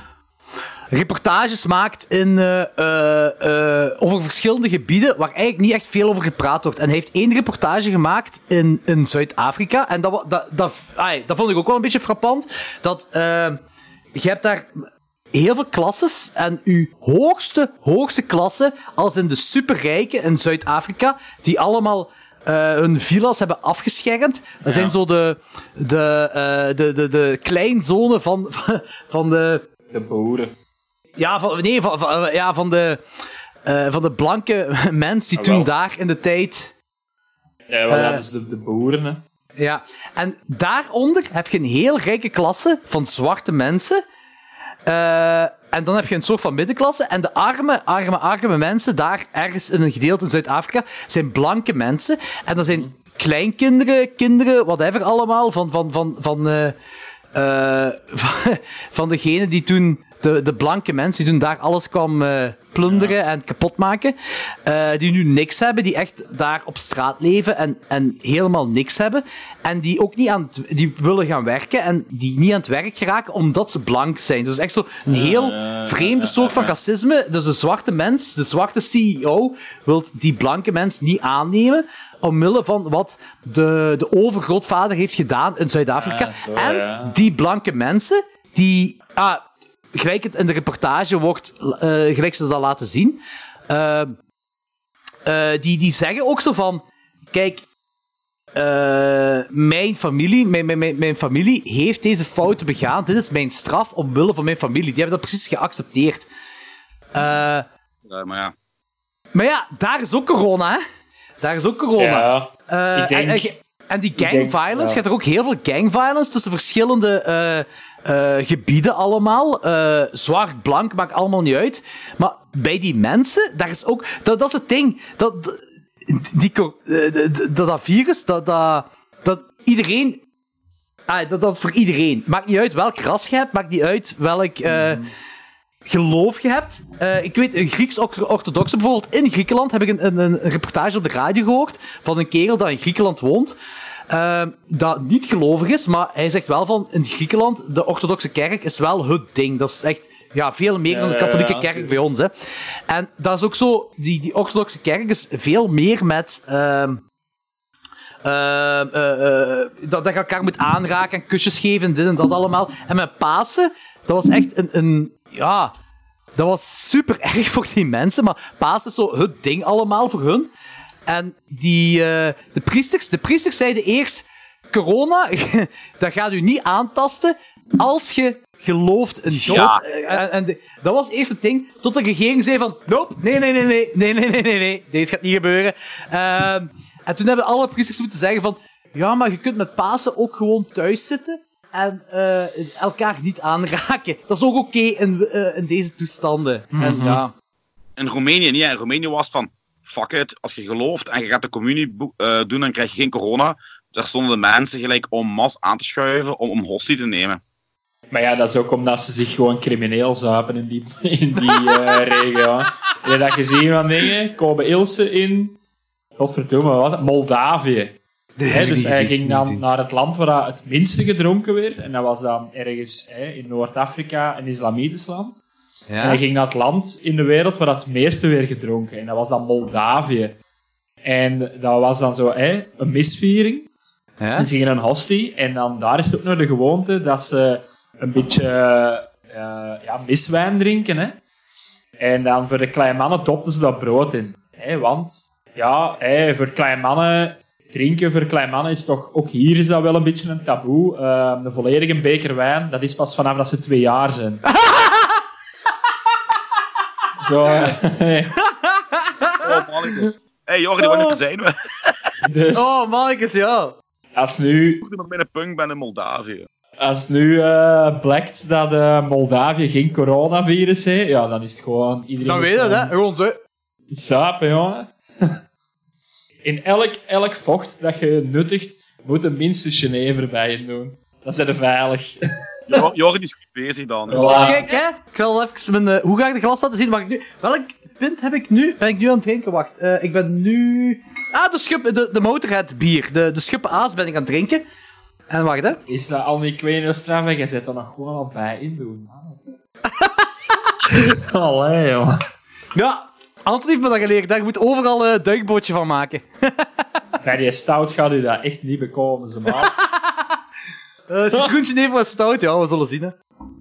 reportages maakt in, uh, uh, uh, over verschillende gebieden waar eigenlijk niet echt veel over gepraat wordt. En hij heeft één reportage gemaakt in, in Zuid-Afrika. En dat, dat, dat, ay, dat vond ik ook wel een beetje frappant. Dat uh, je hebt daar heel veel klasses en uw hoogste, hoogste klasse, als in de superrijken in Zuid-Afrika, die allemaal uh, hun villa's hebben afgeschermd. Dat ja. zijn zo de, de, uh, de, de, de kleinzonen van, van de... De boeren. Ja, van, nee, van, van, ja, van, de, uh, van de blanke mens die ah, toen daar in de tijd... Ja, wel, uh, dat is de, de boeren, hè. Ja, en daaronder heb je een heel rijke klasse van zwarte mensen. Uh, en dan heb je een soort van middenklasse. En de arme, arme, arme mensen daar ergens in een gedeelte in Zuid-Afrika zijn blanke mensen. En dat zijn kleinkinderen, kinderen, whatever allemaal, van, van, van, van, uh, uh, van, van degene die toen... De, de blanke mensen die toen daar alles kwam uh, plunderen ja. en kapot maken. Uh, die nu niks hebben, die echt daar op straat leven en, en helemaal niks hebben. En die ook niet aan het, die willen gaan werken en die niet aan het werk geraken omdat ze blank zijn. Dus echt zo een heel uh, vreemde soort van racisme. Dus de zwarte mens, de zwarte C E O, wil die blanke mens niet aannemen. Omwille van wat de, de overgrootvader heeft gedaan in Zuid-Afrika. Ja, zo, en ja. die blanke mensen, die... Ah, gelijk het in de reportage wordt, uh, gelijk ze dat laten zien. Uh, uh, die, die zeggen ook zo van... Kijk, uh, mijn familie, mijn, mijn, mijn familie heeft deze fouten begaan. Dit is mijn straf omwille van mijn familie. Die hebben dat precies geaccepteerd. Uh, ja, maar ja. Maar ja, daar is ook corona, hè? Daar is ook corona. Ja, uh, ik denk... En, en, en die gang denk, violence, ja. gaat er ook heel veel gang violence tussen verschillende uh, uh, gebieden allemaal. Uh, zwart, blank, maakt allemaal niet uit. Maar bij die mensen, daar is ook... Dat, dat is het ding. Dat, die, dat, dat virus, dat, dat, dat iedereen... Ah, dat, dat is voor iedereen. Maakt niet uit welk ras je hebt, maakt niet uit welk... Uh, mm. geloof je hebt. Uh, ik weet, een Grieks-orthodoxe bijvoorbeeld, in Griekenland heb ik een, een, een reportage op de radio gehoord van een kerel dat in Griekenland woont, uh, dat niet gelovig is, maar hij zegt wel van, in Griekenland, de orthodoxe kerk is wel het ding. Dat is echt ja, veel meer dan de katholieke kerk ja, ja. bij ons. Hè. En dat is ook zo, die, die orthodoxe kerk is veel meer met... Uh, Uh, uh, uh, dat, dat je elkaar moet aanraken en kusjes geven en dit en dat allemaal. En met Pasen, dat was echt een... een ja, dat was super erg voor die mensen, maar Pasen is zo het ding allemaal voor hun. En die, uh, de priesters, de priesters zeiden eerst, corona, dat gaat u niet aantasten als je gelooft in God. Ja. En, en de, dat was eerst het ding, tot de regering zei van, nope, nee, nee, nee, nee, nee, nee, nee, nee, nee, deze gaat niet gebeuren. Uh, en toen hebben alle priesters moeten zeggen van, ja, maar je kunt met Pasen ook gewoon thuis zitten en uh, elkaar niet aanraken. Dat is ook oké okay in, uh, in deze toestanden. Mm-hmm. En, ja. In Roemenië niet. In Roemenië was van, fuck it, als je gelooft en je gaat de communie uh, doen, dan krijg je geen corona. Daar stonden de mensen gelijk om mas aan te schuiven om, om hostie te nemen. Maar ja, dat is ook omdat ze zich gewoon crimineel zuipen in die, in die uh, regio. Heb je dat gezien van dingen? Kobe Ilse in... Godverdomme, wat was het? Moldavië. He, dus hij ging dan naar het land waar het minste gedronken werd. En dat was dan ergens he, in Noord-Afrika, een islamitisch land. Ja. En hij ging naar het land in de wereld waar het meeste werd gedronken. En dat was dan Moldavië. En dat was dan zo he, een misviering. Ja. En ze gingen een hostie. En dan daar is het ook nog de gewoonte dat ze een beetje uh, ja, miswijn drinken. Hè. En dan voor de kleine mannen dopten ze dat brood in. He, want ja, he, voor kleine mannen... Drinken voor kleine mannen is toch... Ook hier is dat wel een beetje een taboe. Uh, de volledige beker wijn, dat is pas vanaf dat ze twee jaar zijn. Zo... Uh, hey. Oh, mannetjes. Hé, hey, Jorgen, wanneer oh. zijn we? Dus, oh, mannetjes, ja. Als nu... Ik nog bij een punk ben in Moldavië. Als nu uh, blijkt dat uh, Moldavië geen coronavirus heeft, ja, dan is het gewoon... Iedereen dan weet je dat, hè. Gewoon zo. Sapen, jongen. In elk, elk vocht dat je nuttigt, moet er minstens Genever bij je doen. Dan zijn ze veilig. Jorgen is goed bezig dan. Voilà. Kijk, hè. Ik zal even mijn... Uh, hoe ga ik de glas laten zien? Mag ik nu... Welk pint heb ik nu? Ben ik nu aan het drinken? Wacht. Uh, ik ben nu... Ah, de schub... De, de Motorhead bier. De, de Schuppen Aas ben ik aan het drinken. En wacht, hè. Is dat al niet kwijt straf en je zit er nog gewoon al bij in doen, man. Allee, joh. Ja... Anton heeft me dat geleerd, daar moet overal een uh, duikbootje van maken. Bij die stout gaat u dat echt niet bekomen, ze maat. uh, citroentje neven was stout, ja, we zullen zien. Hè.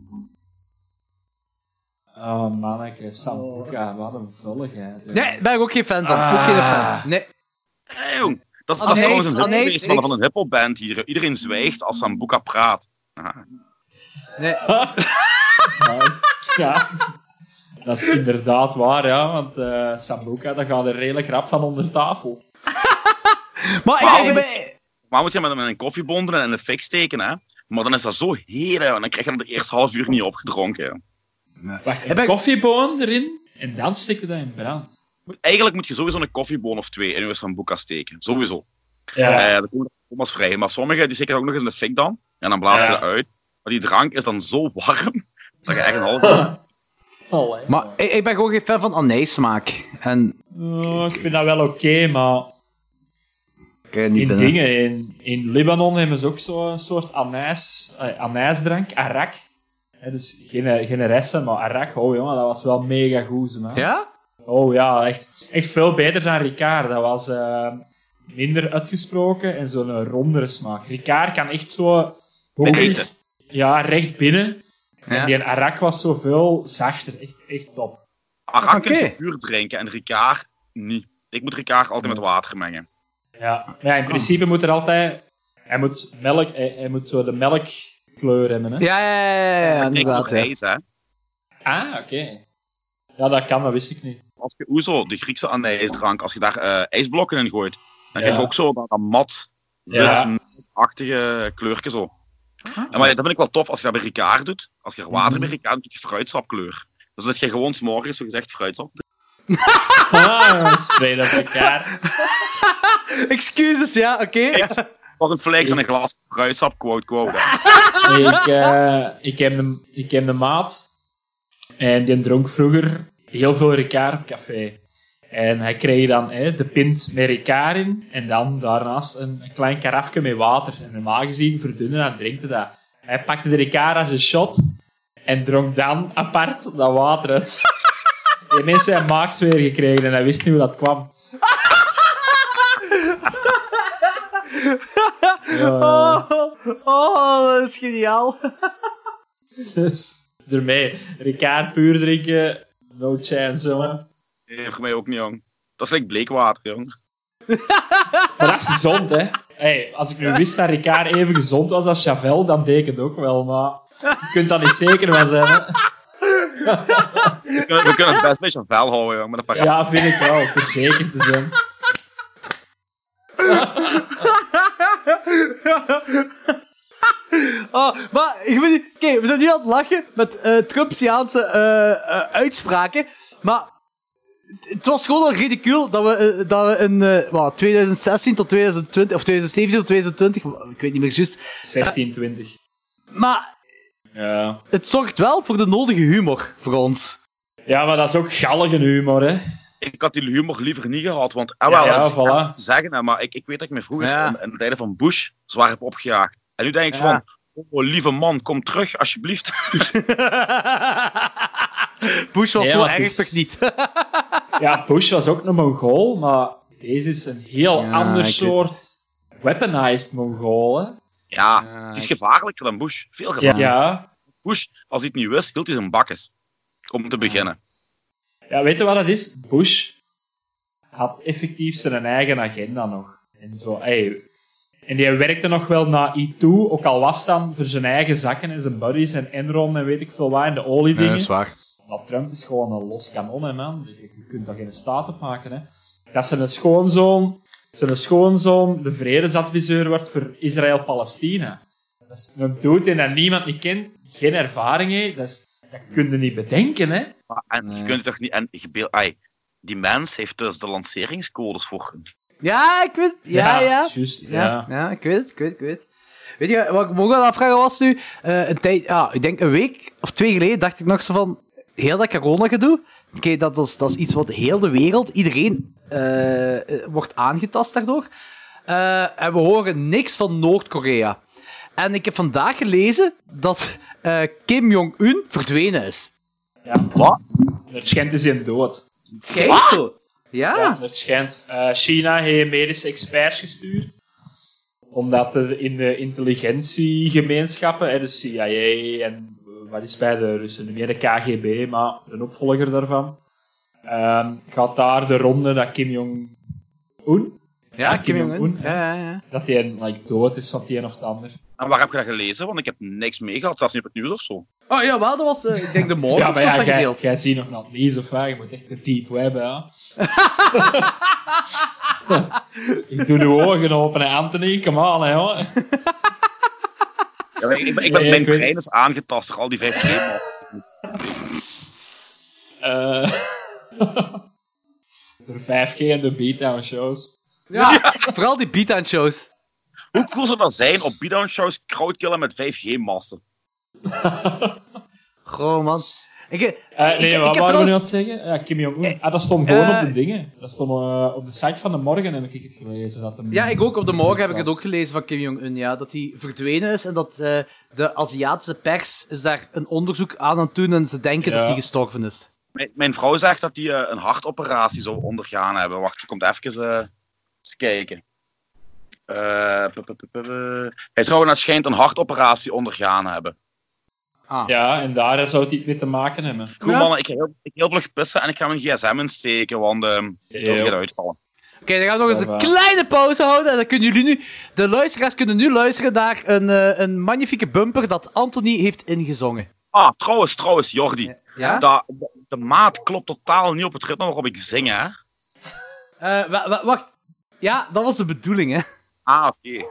Oh manneke, Sambuca, wat een vulligheid. Nee, daar ben ik ook geen fan van. Ah. Ook geen fan. Nee. Hey, jong. Dat is trouwens een hipgeweest van, van een hiphopband hier. Iedereen zwijgt als Sambuca praat. Aha. Nee. Ja. Dat is inderdaad waar, ja, want uh, Sambuca, dat gaat er redelijk rap van onder tafel. maar maar, ik moet, maar moet je met, met een koffiebonder en een fik steken, hè? Maar dan is dat zo heerlijk, en dan krijg je dat de eerste half uur niet opgedronken. Ja. Nee. Wacht, een koffieboon erin en dan steek je dat in brand. Eigenlijk moet je sowieso een koffieboon of twee in je Sambuca steken, sowieso. Ja. Uh, dat komt als vrij, maar sommigen die steken ook nog eens in de fik dan, en dan blaas je ja. dat uit. Maar die drank is dan zo warm, dat je echt een half uur... Oh, maar ik, ik ben gewoon geen fan van anijssmaak. En... Oh, ik vind dat wel oké, okay, maar... In binnen. dingen, in, in Libanon hebben ze ook zo'n soort anijs, eh, anijsdrank, arak. He, dus geen, geen rest van, maar arak, oh jongen, dat was wel mega goed, man. Ja? Oh ja, echt, echt veel beter dan Ricard. Dat was uh, minder uitgesproken en zo'n rondere smaak. Ricard kan echt zo... Hoog, ja, recht binnen. En ja. die arak was zoveel zachter. Echt, echt top. Arak okay. kun je puur drinken en Ricard niet. Ik moet Ricard altijd met water mengen. Ja, maar ja, in principe moet er altijd... Hij moet, melk, hij, hij moet zo de melkkleur hebben, hè? Ja, ja, ja, ja, ja, inderdaad. Ja. Ja. Ijs, hè. Ah, oké. Okay. Ja, dat kan, dat wist ik niet. Als je Oezo, de Griekse anijsdrank, als je daar uh, ijsblokken in gooit, dan Ja. krijg je ook zo dat, dat mat, Ja. wit-achtige kleurtje zo. En maar, dat vind ik wel tof als je dat bij Ricard doet. Als je er water bij Ricard doet, krijg je fruitsapkleur. Dus dat je gewoon 's morgens zo gezegd fruitsap. Ah, spray dat elkaar. Excuses, ja, oké. Okay. Was een flex en een glas fruitsap, quote, quote. Nee, ik, uh, ik, heb een, ik heb een maat en die dronk vroeger heel veel Ricard op café. En hij kreeg dan hè, de pint met Ricard in en dan daarnaast een, een klein karafje met water. En normaal gezien verdunnen en drinkte dat. Hij pakte de Ricard als een shot en dronk dan apart dat water uit. Die mensen hebben maagzweer gekregen en hij wist niet hoe dat kwam. Oh, oh, dat is geniaal. Dus ermee, Ricard puur drinken, no chance, jongen. Nee, voor mij ook niet, jong. Dat is like bleekwater, jong. Maar dat is gezond, hè. Hey, als ik nu wist dat Ricard even gezond was als Chavel, dan deed ik het ook wel, maar je kunt dat niet zeker van zijn, hè. We kunnen, we kunnen het best een beetje aan vuil houden, jong, met een paar. Ja, vind ik wel, verzekerd te zijn. Oh, maar ik weet niet... Oké, we zijn nu aan het lachen met uh, Trumpsiaanse uh, uh, uitspraken, maar het was gewoon al ridicuul dat we, uh, dat we in uh, wat, twintig zestien tot twintig twintig, of twintig zeventien tot twintig twintig, ik weet niet meer juist. zestien twintig. Maar Ja. het zorgt wel voor de nodige humor voor ons. Ja, maar dat is ook gallige humor, hè. Ik had die humor liever niet gehad, want ah, wel, Ja, ja, dat is voilà. echt te zeggen, hè, maar ik, ik weet dat ik me vroeger Ja. in, in de tijden van Bush zwaar heb opgejaagd. En nu denk ik Ja. van, oh, lieve man, kom terug, alsjeblieft. Bush was Ja, zo maar erg het is- toch niet? Ja, Bush was ook een Mongool, maar deze is een heel Ja, ander ik soort weaponized Mongool, hè. Ja, Ja, het is ik- gevaarlijker dan Bush. Veel gevaarlijker. Ja. Bush, als hij het niet wist, hield hij zijn bakkes. Om te beginnen. Ja, weet je wat dat is? Bush had effectief zijn eigen agenda nog. En, zo, hey. en die werkte nog wel naar I twee, ook al was het dan voor zijn eigen zakken en zijn buddies en Enron en weet ik veel waar, en de oliedingen. waar. Maar Trump is gewoon een los kanon, hè, man. Je, je kunt daar geen staat op maken, hè. Dat zijn schoonzoon, zijn schoonzoon de vredesadviseur wordt voor Israël-Palestina. Dat is een dude die dat niemand niet kent, geen ervaring heeft. Dat, is, dat kun je niet bedenken, hè. Maar, en je Nee. kunt het toch niet... En, je beel- ai, die mens heeft dus de lanceringscodes voor... Ja, ik weet Ja, ja. Juist, Ja, ja. ja, ik weet het, ik weet het, ik weet het. Weet je, wat ik me ook aan het afvragen was nu, uh, een tijd, ja, ik denk een week of twee geleden, dacht ik nog zo van, heel dat corona-gedoe, oké, dat, is, dat is iets wat heel de wereld, iedereen, uh, uh, wordt aangetast daardoor. Uh, en we horen niks van Noord-Korea. En ik heb vandaag gelezen dat uh, Kim Jong-un verdwenen is. Ja. Wat? Het schijnt is hij dood. Kijk zo. Ja. Ja, dat schijnt. Uh, China heeft medische experts gestuurd. Omdat er in de intelligentiegemeenschappen, hè, de C I A en uh, wat is bij de Russen, niet meer de K G B, maar een opvolger daarvan, uh, gaat daar de ronde dat Kim Jong-un, Ja, Ja, Kim Kim Jong-un. Jong-un, Ja, ja, ja. dat hij like, dood is van het een of het ander. En waar heb je dat gelezen? Want ik heb niks mee gehad, zelfs niet op het nieuws of zo. Oh ja, wel, dat was, uh, ik denk de morgen Ja, of maar zo ja, is dat jij, gedeeld. jij ziet nog naar het nieuws of waar, je moet echt de deep web, hè. Ik doe de ogen open, hè, Anthony, come on, hè, hoor. Ja, maar ik, ik, ben- ik ben, Ja, mijn ik weet- brein is aangetast door al die vijf G. Uh, door vijf G en de beatdown shows. Ja, vooral die beat-down-shows. Hoe cool zou dat zijn op beatdown shows crowdkillen met vijf G-masten? Goh, man. Ik, ik, Uh, nee, ik, wat ik heb waren we nu trouwens... aan het zeggen? Ja, Kim Jong-un. Ah, dat stond gewoon Eh, op de dingen. Dat stond uh, op de site van de morgen, heb ik het gelezen. Dat hem Ja, ik ook. Op de morgen heb ik was. het ook gelezen van Kim Jong-un, ja. Dat hij verdwenen is en dat uh, de Aziatische pers is daar een onderzoek aan aan het doen en ze denken Ja. dat hij gestorven is. Mijn, mijn vrouw zegt dat hij uh, een hartoperatie zou ondergaan hebben. Wacht, ze komt even uh, eens kijken. Uh, p- p- p- p- Hij zou naar het schijnt een hartoperatie ondergaan hebben. Ah. Ja, en daar zou het iets mee te maken hebben. Goed, ja. mannen, ik ga heel, ik heel vlug pissen en ik ga mijn gsm insteken, want uh, ik wil het uitvallen. Oké, okay, dan gaan we nog eens een kleine pauze houden. En dan kunnen jullie nu, de luisteraars kunnen nu luisteren naar een, uh, een magnifieke bumper dat Anthony heeft ingezongen. Ah, trouwens, trouwens, Jordi. Ja? Da, de, de maat klopt totaal niet op het ritme waarop ik zing, hè? Uh, wa- wa- wacht. Ja, dat was de bedoeling, hè? Ah, oké.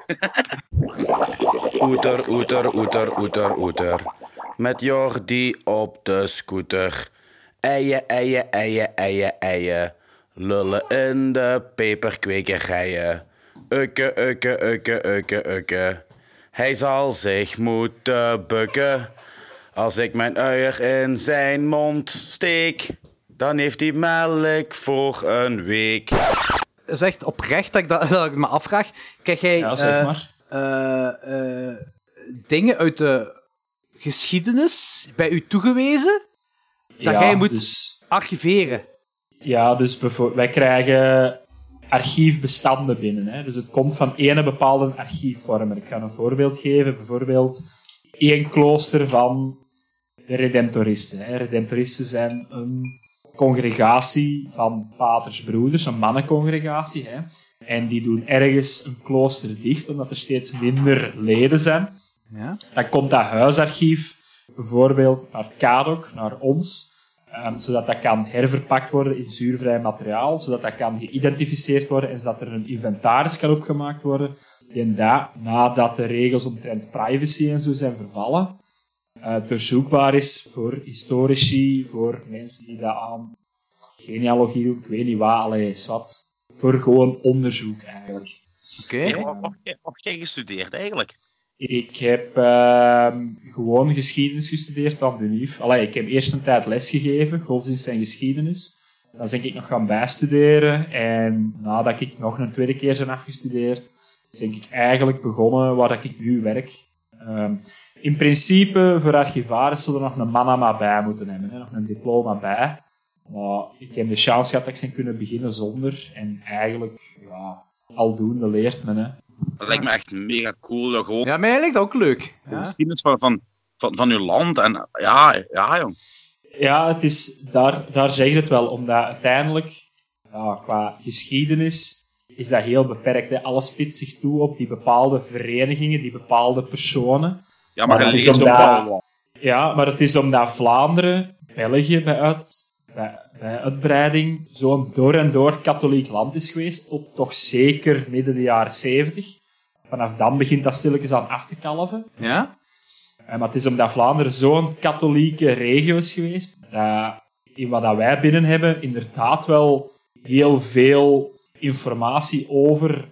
Okay. Oeter, oeter, oeter, oeter, oeter. Met Jordi op de scooter. Eien, eien, eien, eien, eien. Lullen in de peperkwekerijen. Ukke, ukke, ukke, ukke, ukke. Hij zal zich moeten bukken. Als ik mijn uier in zijn mond steek, dan heeft hij melk voor een week. Het is echt oprecht dat ik, dat, dat ik me afvraag. Krijg jij ja, zeg maar. uh, uh, uh, dingen uit de geschiedenis bij u toegewezen dat ja, jij moet dus, archiveren? Ja, dus bijvoorbeeld, wij krijgen archiefbestanden binnen. Hè. Dus het komt van ene bepaalde archiefvormer. Ik ga een voorbeeld geven. Bijvoorbeeld één klooster van de Redemptoristen. Hè. Redemptoristen zijn een congregatie van patersbroeders, een mannencongregatie. Hè. En die doen ergens een klooster dicht, omdat er steeds minder leden zijn. Ja. Dan komt dat huisarchief bijvoorbeeld naar Kadok, naar ons, um, zodat dat kan herverpakt worden in zuurvrij materiaal, zodat dat kan geïdentificeerd worden en zodat er een inventaris kan opgemaakt worden. En dat, nadat de regels omtrent privacy en zo zijn vervallen, uh, doorzoekbaar is voor historici, voor mensen die dat aan genealogie doen, ik weet niet wat, allee, wat, voor gewoon onderzoek eigenlijk. Oké. Okay. Hey, wat, wat, wat heb jij gestudeerd eigenlijk? Ik heb uh, gewoon geschiedenis gestudeerd aan de U N I F. Allee, ik heb eerst een tijd lesgegeven, godsdienst en geschiedenis. Dan ben ik nog gaan bijstuderen. En nadat ik nog een tweede keer ben afgestudeerd, ben ik eigenlijk begonnen waar ik nu werk. Um, in principe, voor archivaris zullen er nog een manama bij moeten hebben, hè, nog een diploma bij. Maar ik heb de chance gehad dat ik zou kunnen beginnen zonder. En eigenlijk, ja, aldoende leert men, hè. Dat lijkt me echt mega cool. Dat gewoon ja, mij lijkt dat ook leuk. de geschiedenis van, van, van, van uw land. En ja, ja, jong. Ja, het is, daar, daar zeg je het wel. Omdat uiteindelijk, ja, qua geschiedenis, is dat heel beperkt. Hè. Alles spitst zich toe op die bepaalde verenigingen, die bepaalde personen. Ja, maar, maar je leest ook wel. Ja, maar het is omdat Vlaanderen, België bij, uit, bij, bij uitbreiding, zo'n door en door katholiek land is geweest, tot toch zeker midden de jaren zeventig. Vanaf dan begint dat stilletjes aan af te kalven. Ja? Maar het is omdat Vlaanderen zo'n katholieke regio is geweest, dat in wat dat wij binnen hebben, inderdaad wel heel veel informatie over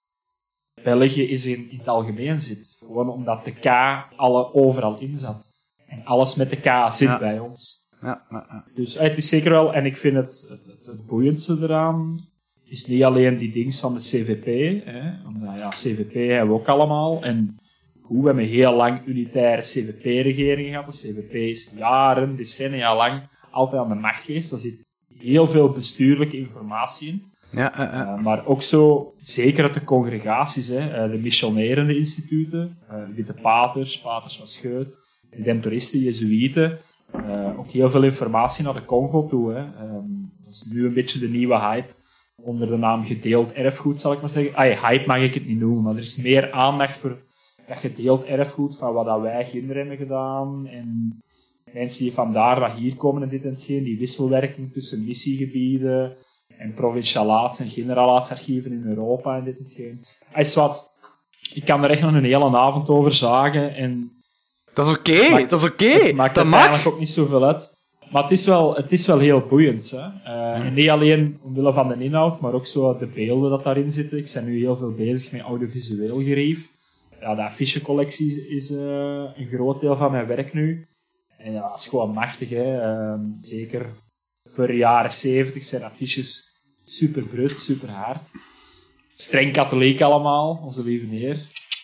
België is in, in het algemeen zit. Gewoon omdat de K alle overal in zat. En alles met de K zit ja. bij ons. Ja, ja, ja. Dus het is zeker wel, en ik vind het, het, het, het boeiendste eraan, is niet alleen die dings van de C V P. Hè, omdat ja, C V P hebben we ook allemaal. En goed, we hebben heel lang unitaire C V P-regeringen gehad. De C V P is jaren, decennia lang altijd aan de macht geweest. Daar zit heel veel bestuurlijke informatie in. Ja, uh, uh. Uh, maar ook zo, zeker uit de congregaties, hè, uh, de missionerende instituten, uh, de Witte Paters, Paters van Scheut, de Redemptoristen, Jezuïeten. Uh, ook heel veel informatie naar de Congo toe. Hè. Um, dat is nu een beetje de nieuwe hype. Onder de naam gedeeld erfgoed, zal ik maar zeggen. Ay, hype mag ik het niet noemen, maar er is meer aandacht voor dat gedeeld erfgoed van wat dat wij kinderen hebben gedaan. En mensen die vandaar naar hier komen en dit en hetgeen. Die wisselwerking tussen missiegebieden en provincialaats- en generalaatsarchieven in Europa en dit en hetgeen. Ay, wat, ik kan er echt nog een hele avond over zagen. En dat is oké, okay, dat is oké. Okay. Het maakt dat er mag. eigenlijk ook niet zoveel uit. Maar het is wel, het is wel heel boeiend. Hè? Uh, en niet alleen omwille van de inhoud, maar ook zo de beelden dat daarin zitten. Ik ben nu heel veel bezig met audiovisueel gerief. Ja, de affichecollectie is uh, een groot deel van mijn werk nu. En ja, dat is gewoon machtig. Hè? Uh, zeker voor de jaren zeventig zijn affiches super brut, super hard. Streng katholiek allemaal, onze lieve heer.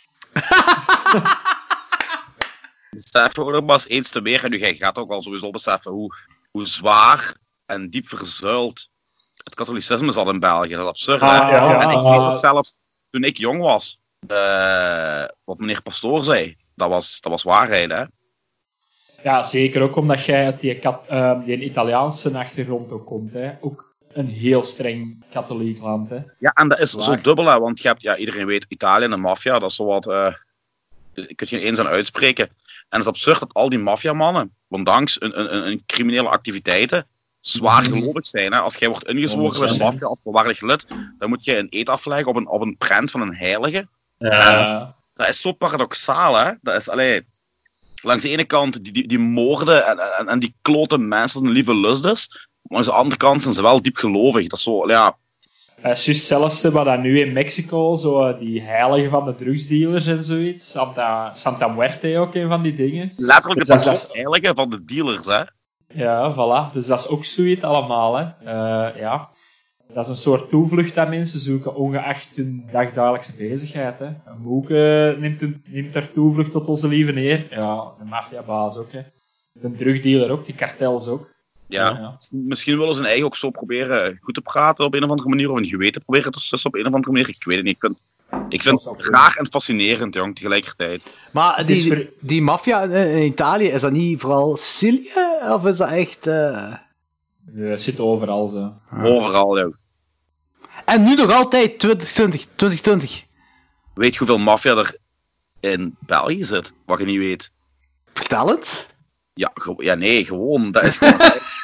Beseffen we er maar eens eens te meer, en nu jij gaat ook al sowieso beseffen hoe, hoe zwaar en diep verzuild het katholicisme zat in België. Dat is absurd, ah, hè? Ja, ja, en ik uh, weet ook zelfs, toen ik jong was, de, wat meneer Pastoor zei, dat was, dat was waarheid, hè? Ja, zeker ook omdat jij uit die, kat, uh, die Italiaanse achtergrond ook komt. Hè. Ook een heel streng katholiek land. Hè. Ja, en dat is Waar? zo dubbel, hè, want je hebt, ja, iedereen weet, Italië en de maffia, dat is zo wat... Uh, je kunt je eens aan uitspreken. En het is absurd dat al die maffiamannen, ondanks een, een, een criminele activiteiten, zwaar gelovig zijn. Hè. Als jij wordt ingezworen bij de maffia als volwaardig lid, dan moet je een eed afleggen op een, op een prent van een heilige. Ja. Uh, dat is zo paradoxaal, hè. Dat is, allee, langs de ene kant die, die, die moorden en, en, en die klote mensen een lieve lust is, maar aan de andere kant zijn ze wel diep gelovig. Dat is zo, ja... Het is juist hetzelfde wat dan nu in Mexico, zo die heilige van de drugsdealers en zoiets. Santa, Santa Muerte ook, een van die dingen. Letterlijk de dus heilige van de dealers, hè. Ja, voilà. Dus dat is ook zoiets allemaal, hè. Uh, ja. Dat is een soort toevlucht dat mensen zoeken, ongeacht hun dagdagelijkse bezigheid. Hè. Een boek uh, neemt, een, neemt daar toevlucht tot onze lieve neer. Ja, de maffiabaas ook. Hè. De drugdealer ook, die kartels ook. Ja, ja, ja, misschien willen ze hun eigen ook zo proberen goed te praten op een of andere manier, of een geweten proberen te sussen op een of andere manier. Ik weet het niet. Ik vind, ik vind het graag en fascinerend, jong, tegelijkertijd. Maar die, ver... die maffia in Italië, is dat niet vooral Sicilië? Of is dat echt... Uh... Ja, het zit overal, zo. Overal, joh. En nu nog altijd, twintig twintig, twintig twintig. Weet je hoeveel maffia er in België zit, wat je niet weet? Vertel het. Ja, ja, nee, gewoon. Dat is gewoon...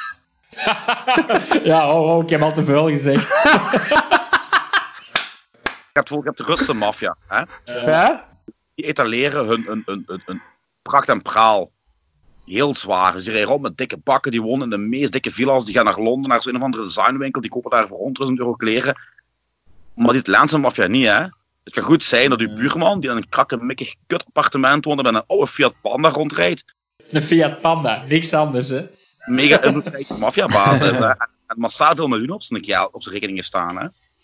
ja, oh, oh, ik heb al te veel gezegd. Ik heb het de Russische maffia. Hè? Ja? Die etaleren hun, hun, hun, hun, hun pracht en praal. Heel zwaar. Dus die rijden rond met dikke bakken, die wonen in de meest dikke villa's. Die gaan naar Londen, naar zo'n of andere designwinkel, die kopen daar voor honderdduizend euro kleren. Maar die Italiaanse maffia niet, hè. Het kan goed zijn dat uw buurman, die in een krakkemikkig kut appartement woont, met een oude Fiat Panda rondrijdt. Een Fiat Panda, niks anders, hè. Mega invloedrijke maffiabaas is, hè. En massaal veel miljoenen op zijn, ja, op zijn rekeningen staan, hè.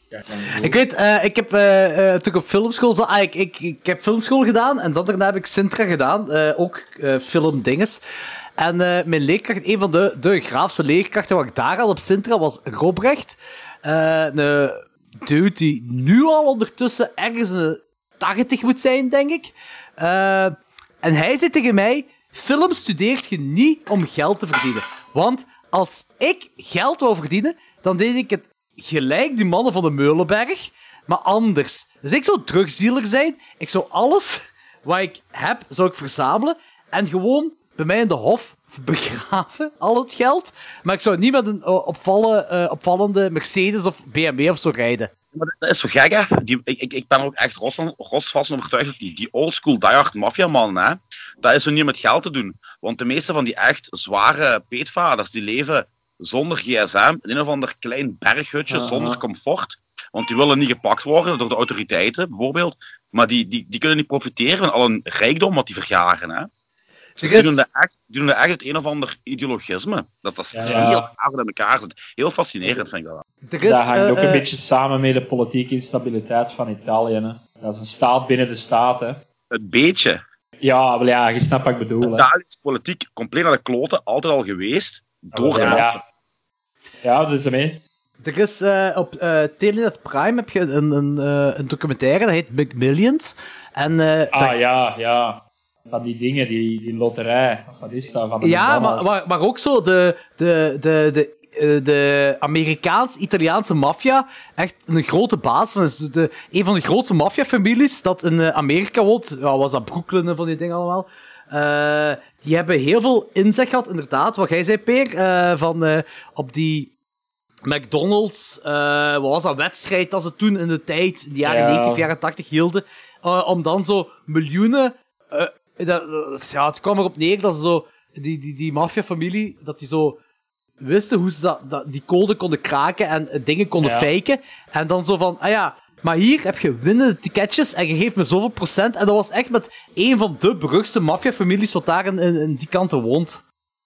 Ik weet, uh, ik heb uh, uh, toen ik op filmschool zat, ah, ik, ik, ik heb filmschool gedaan en dan daarna heb ik Sintra gedaan, uh, ook uh, filmdinges. En uh, mijn leerkracht, een van de, de graafste leerkrachten wat ik daar had op Sintra was Robrecht. Uh, een dude die nu al ondertussen ergens een tachtig moet zijn, denk ik. Uh, en hij zei tegen mij, film studeert je niet om geld te verdienen. Want als ik geld wou verdienen, dan deed ik het gelijk die mannen van de Meulenberg, maar anders. Dus ik zou drugsdealer zijn, ik zou alles wat ik heb, zou ik verzamelen en gewoon bij mij in de hof begraven, al het geld. Maar ik zou niet met een uh, opvallen, uh, opvallende Mercedes of B M W of zo rijden. Maar dat is zo gek, hè. Die, ik, ik, ik ben er ook echt rotsvast overtuigd dat die, die oldschool diehard maffiamannen, hè, dat is zo niet met geld te doen. Want de meeste van die echt zware peetvaders, die leven zonder gsm, in een of ander klein berghutje, uh-huh. zonder comfort. Want die willen niet gepakt worden door de autoriteiten, bijvoorbeeld. Maar die, die, die kunnen niet profiteren van al een rijkdom wat die vergaren, hè. Dus die, doen dat echt, die doen dat echt het een of ander ideologisme. Dat, dat is ja. heel gaaf in elkaar zit. Heel fascinerend, vind ik dat. Is, dat hangt uh, ook een uh, beetje samen met de politieke instabiliteit van Italië. Hè. Dat is een staat binnen de staat. Hè. Een beetje. Ja, maar ja, je snapt wat ik bedoel. Italië is politiek compleet naar de kloten, altijd al geweest. Door ja, ja. ja, dat is ermee. Er is uh, op uh, Telenet Prime heb je een, een, uh, een documentaire, dat heet Big Millions. En, uh, ah, dat... ja, ja. Van die dingen, die, die loterij. Of wat is dat? Van de ja, maar, maar, maar ook zo de, de, de, de, de Amerikaans-Italiaanse maffia. Echt een grote baas. Van de, een van de grootste maffiafamilies dat in Amerika woont. Ja, was dat Brooklyn en van die dingen allemaal. Uh, die hebben heel veel inzicht gehad, inderdaad. Wat jij zei, Peer. Uh, van uh, op die McDonald's. Uh, wat was dat wedstrijd dat ze toen in de tijd, in de jaren ja. negentig, jaren tachtig hielden. Uh, om dan zo miljoenen. Uh, Dat, dat, ja, het kwam erop neer dat ze zo, die, die, die maffiafamilie, dat die zo wisten hoe ze dat, dat, die code konden kraken en uh, dingen konden ja. faken. En dan zo van, ah ja, maar hier heb je winnende ticketjes en je geeft me zoveel procent. En dat was echt met een van de beruchtste maffiafamilies wat daar in, in, in die kanten woont.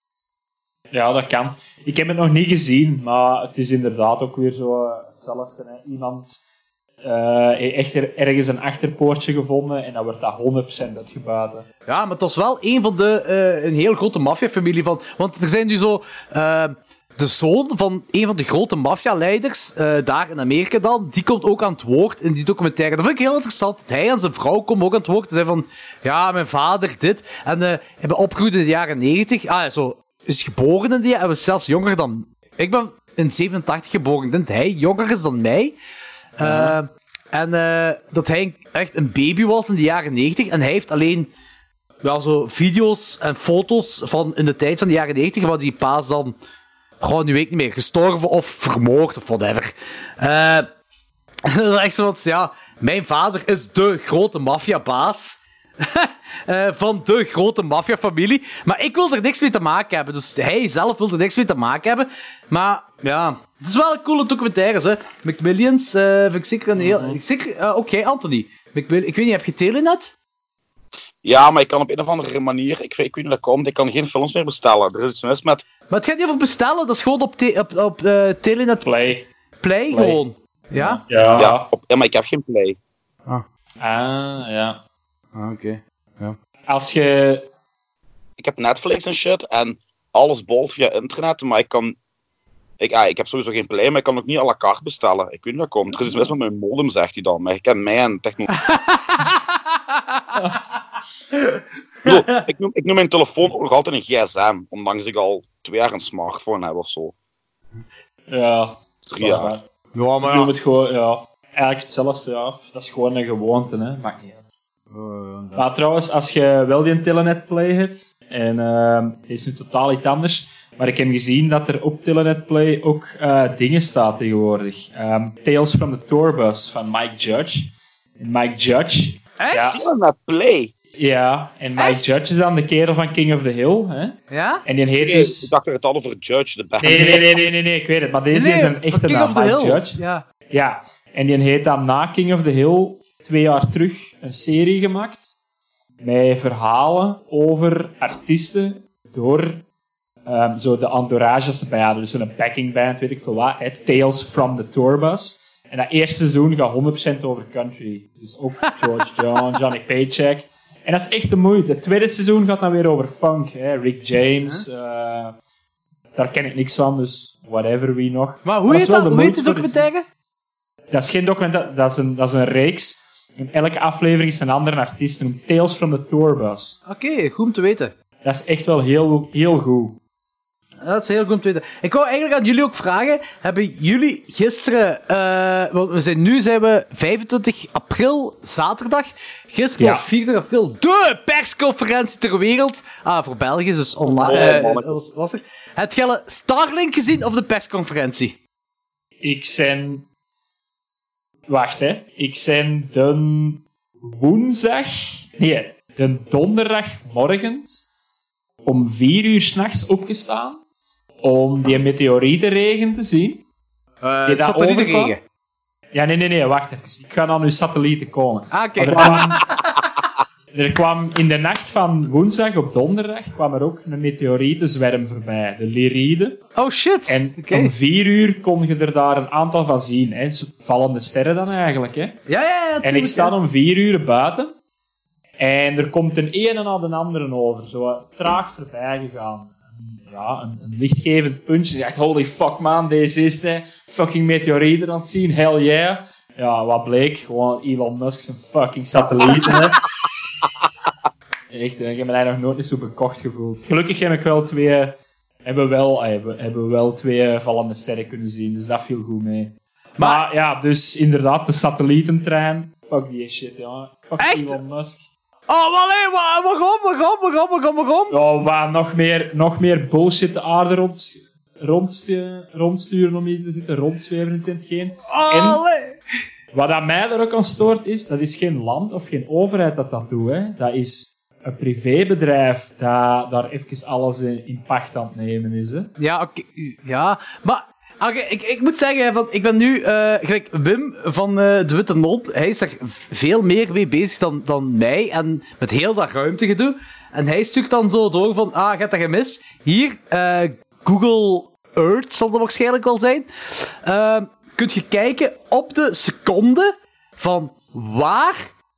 Ja, dat kan. Ik heb het nog niet gezien, maar het is inderdaad ook weer zo hetzelfde. Hè. Iemand... Uh, echt er, ergens een achterpoortje gevonden en dan wordt dat honderd procent uitgebuiten. Ja, maar het was wel een van de... Uh, een heel grote maffiafamilie van... Want er zijn nu zo... Uh, de zoon van een van de grote maffialeiders, uh, daar in Amerika dan, die komt ook aan het woord in die documentaire. Dat vind ik heel interessant. Hij en zijn vrouw komen ook aan het woord. Ze zeggen van, ja, mijn vader, dit. En uh, ik ben opgegroeid in de jaren negentig. Ah, zo, is geboren in die jaren. Hij was zelfs jonger dan... Ik ben in zevenentachtig geboren. Ik denk dat hij jonger is dan mij. Uh, ja. En uh, dat hij echt een baby was in de jaren negentig. En hij heeft alleen... Ja, zo video's en foto's van in de tijd van de jaren negentig, waar die paas dan, gewoon nu weet ik niet meer, gestorven of vermoord of whatever. Uh, dat is echt zo wat, ja, mijn vader is de grote maffiabaas uh, van de grote maffiafamilie, maar ik wil er niks mee te maken hebben, dus hij zelf wil er niks mee te maken hebben, maar ja, het is wel een coole documentaire, hè. McMillions, uh, vind ik zeker een heel... Mm-hmm. Zeker, uh, Oké, okay, Anthony, McMill- ik weet niet, heb je Telenet? Ja, maar ik kan op een of andere manier, ik weet, ik weet niet hoe dat komt, ik kan geen films meer bestellen. Er is iets mis met... Maar het gaat niet over bestellen, dat is gewoon op, te- op, op uh, Telenet... Play. Play. Play, gewoon. Ja? Ja, ja, op, ja, maar ik heb geen Play. Ah, ah ja. Ah, oké. Okay. Ja. Als je... Ik heb Netflix en shit, en alles bolt via internet, maar ik kan... Ik, ah, ik heb sowieso geen Play, maar ik kan ook niet à la carte bestellen. Ik weet niet hoe dat komt. Er is iets mis met mijn modem, zegt hij dan. Maar ik ken mij en technologie. Bedoel, ik, noem, ik noem mijn telefoon ook nog altijd een gsm, ondanks ik al twee jaar een smartphone heb of zo. Ja, drie jaar. Ja, maar ik noem het gewoon, ja, eigenlijk hetzelfde, ja. Dat is gewoon een gewoonte, hè. Maakt niet uit. Uh, ja. Maar trouwens, als je wel die Telenet Play hebt, en uh, het is nu totaal iets anders, maar ik heb gezien dat er op Telenet Play ook uh, dingen staat tegenwoordig. Um, Tales from the Tourbus van Mike Judge. En Mike Judge... Echt? Ja. Telenet Play? Ja, en Mike Echt? Judge is dan de kerel van King of the Hill. Hè? Ja? En die heet nee, dus... Ik dacht dat het al over Judge, de band. Nee, nee, nee, nee, nee, nee, ik weet het. Maar deze nee, is een echte naam, Mike Hill. Judge. Ja. Ja, en die heeft dan na King of the Hill twee jaar terug een serie gemaakt met verhalen over artiesten door um, zo de entourage dat ze bij hadden. Dus zo'n backing band, weet ik veel wat. Hè? Tales from the Tourbus. En dat eerste seizoen gaat honderd procent over country. Dus ook George Jones, Johnny Paycheck. En dat is echt de moeite. Het tweede seizoen gaat dan weer over funk. Hè? Rick James. Uh, daar ken ik niks van, dus whatever, wie nog. Maar hoe heet dat? Hoe heet de documentaire? Dat is geen documentaire, dat is een, dat is een reeks. In elke aflevering is een andere artiest. Noemt Tales from the Tourbus. Oké, okay, goed om te weten. Dat is echt wel heel, heel goed. Dat is heel goed om te weten. Ik wou eigenlijk aan jullie ook vragen, hebben jullie gisteren, uh, want we zijn nu zijn we vijfentwintig april, zaterdag. Gisteren ja. was vierentwintig april de persconferentie ter wereld. Ah, voor België, dus online. Uh, was, was er. Heb je Starlink gezien of de persconferentie? Ik ben... Wacht, hè. Ik ben de woensdag... Nee, de donderdagmorgen om vier uur 's nachts opgestaan om die meteorietenregen te zien. Uh, satellietenregen? Ja, nee, nee, nee, wacht even. Ik ga naar uw satellieten komen. Ah, oké. Okay. Er, kwam, er kwam in de nacht van woensdag op donderdag kwam er ook een meteorietenzwerm voorbij, de Lyride. Oh shit! En okay. om vier uur kon je er daar een aantal van zien. Hè. Vallende sterren dan eigenlijk. Hè. Ja, ja, ja. Tuurlijk, en ik sta ja. om vier uur buiten. En er komt een ene na de andere over. Zo traag voorbij gegaan. Ja, een, een lichtgevend puntje. Je dacht, holy fuck man, deze is de fucking meteorieten aan het zien. Hell yeah. Ja, wat bleek? Gewoon Elon Musk zijn fucking satellieten. Hè. Echt, ik heb me daar nog nooit zo bekocht gevoeld. Gelukkig heb ik wel twee, hebben we wel, hebben, hebben we wel twee vallende sterren kunnen zien. Dus dat viel goed mee. Maar, maar ja, dus inderdaad, de satellietentrein. Fuck die shit, ja. Fuck Echt? Elon Musk. Oh, maar nee, waarom, waarom, waarom, waarom, waarom? Ja, waar nog meer, nog meer bullshit de aarde rond, rond, rondsturen om iets te zitten, rondzweven in hetgeen. Oh, en wat aan mij er ook aan stoort is, dat is geen land of geen overheid dat dat doet. Hè. Dat is een privébedrijf dat daar even alles in pacht aan het nemen is. Hè. Ja, oké. Okay. Ja, maar... Okay, ik, ik moet zeggen, want ik ben nu, uh, gelijk Wim van uh, De Witte Not, hij is er veel meer mee bezig dan, dan mij en met heel dat ruimtegedoe. En hij stuurt dan zo door van, ah, je hebt dat gemist. Hier, uh, Google Earth zal dat waarschijnlijk wel zijn. Uh, kunt je kijken op de seconde van waar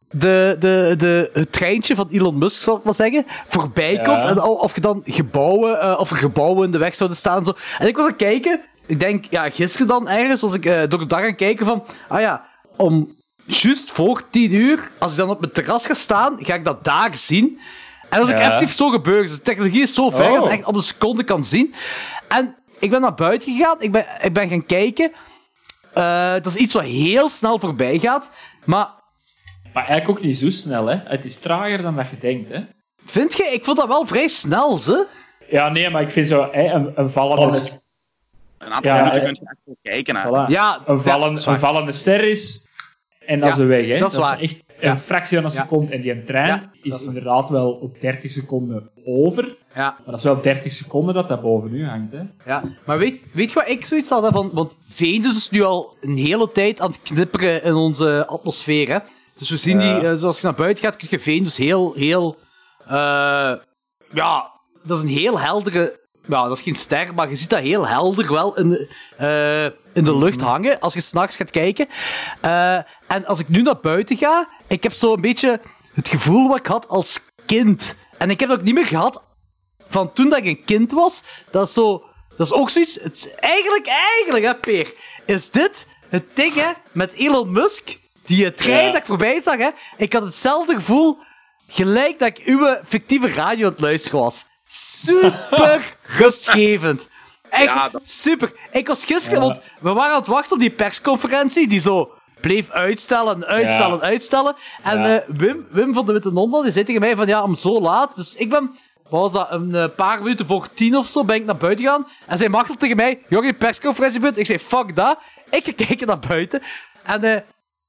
de, de, de, het treintje van Elon Musk, zal ik maar zeggen, voorbij komt. Ja. En of je dan gebouwen, uh, of er gebouwen in de weg zouden staan en zo. En ik was aan het kijken, ik denk, ja, gisteren dan ergens, was ik uh, door de dag aan het kijken van, ah ja, om juist voor tien uur, als ik dan op mijn terras ga staan, ga ik dat daar zien. En dat is ook Ja. effectief zo gebeurd. Dus de technologie is zo ver Oh. dat je echt op een seconde kan zien. En ik ben naar buiten gegaan, ik ben, ik ben gaan kijken. Uh, dat is iets wat heel snel voorbij gaat, maar... Maar eigenlijk ook niet zo snel, hè. Het is trager dan dat je denkt, hè. Vind je? Ik vond dat wel vrij snel, ze. Ja, nee, maar ik vind zo hè, een, een vallende... Een aantal Ja, minuten eh, kun je echt wel kijken. Hè. Voilà. Ja, Een, vallen, ja, dat is waar. een vallende ster is... En dan Ja, is ze weg, hè. dat is waar. echt Ja. een fractie van een Ja. seconde. En die een trein Ja, dat is is inderdaad wel op dertig seconden over. Ja, Maar dat is wel dertig seconden dat dat boven u hangt, hè. ja. Maar weet, weet je wat ik zoiets had? Hè? Van, want Venus is nu al een hele tijd aan het knipperen in onze atmosfeer, hè. Dus we zien Ja. die, uh, zoals je naar buiten gaat, kun je Venus heel, heel... Uh, ja, dat is een heel heldere... Ja, dat is geen ster, maar je ziet dat heel helder wel in de, uh, in de lucht hangen, als je s'nachts gaat kijken. Uh, en als ik nu naar buiten ga, ik heb zo een beetje het gevoel wat ik had als kind. En ik heb dat ook niet meer gehad van toen dat ik een kind was. Dat is zo... Dat is ook zoiets... Het is eigenlijk, eigenlijk, hè, Peer, is dit het ding, hè, met Elon Musk, die trein Ja. dat ik voorbij zag, hè. Ik had hetzelfde gevoel gelijk dat ik uw fictieve radio aan het luisteren was. Super rustgevend. Echt Ja, dat- super. Ik was gisteren, Ja. want we waren aan het wachten op die persconferentie, die zo bleef uitstellen, uitstellen, Ja. uitstellen. En Ja. eh, Wim, Wim van de Witte Nondel, die zei tegen mij van, ja, om zo laat. Dus ik ben, wat was dat, een eh, paar minuten voor tien of zo, ben ik naar buiten gegaan. En zij machtelde tegen mij, joh, die persconferentie begint. Ik zei, fuck dat. Ik ga kijken naar buiten. En eh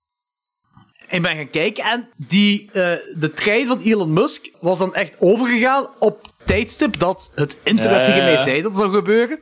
ik ben gaan kijken en die, uh, de trein van Elon Musk was dan echt overgegaan op tijdstip dat het internet Ja, tegen ja, mij ja. zei dat het zou gebeuren.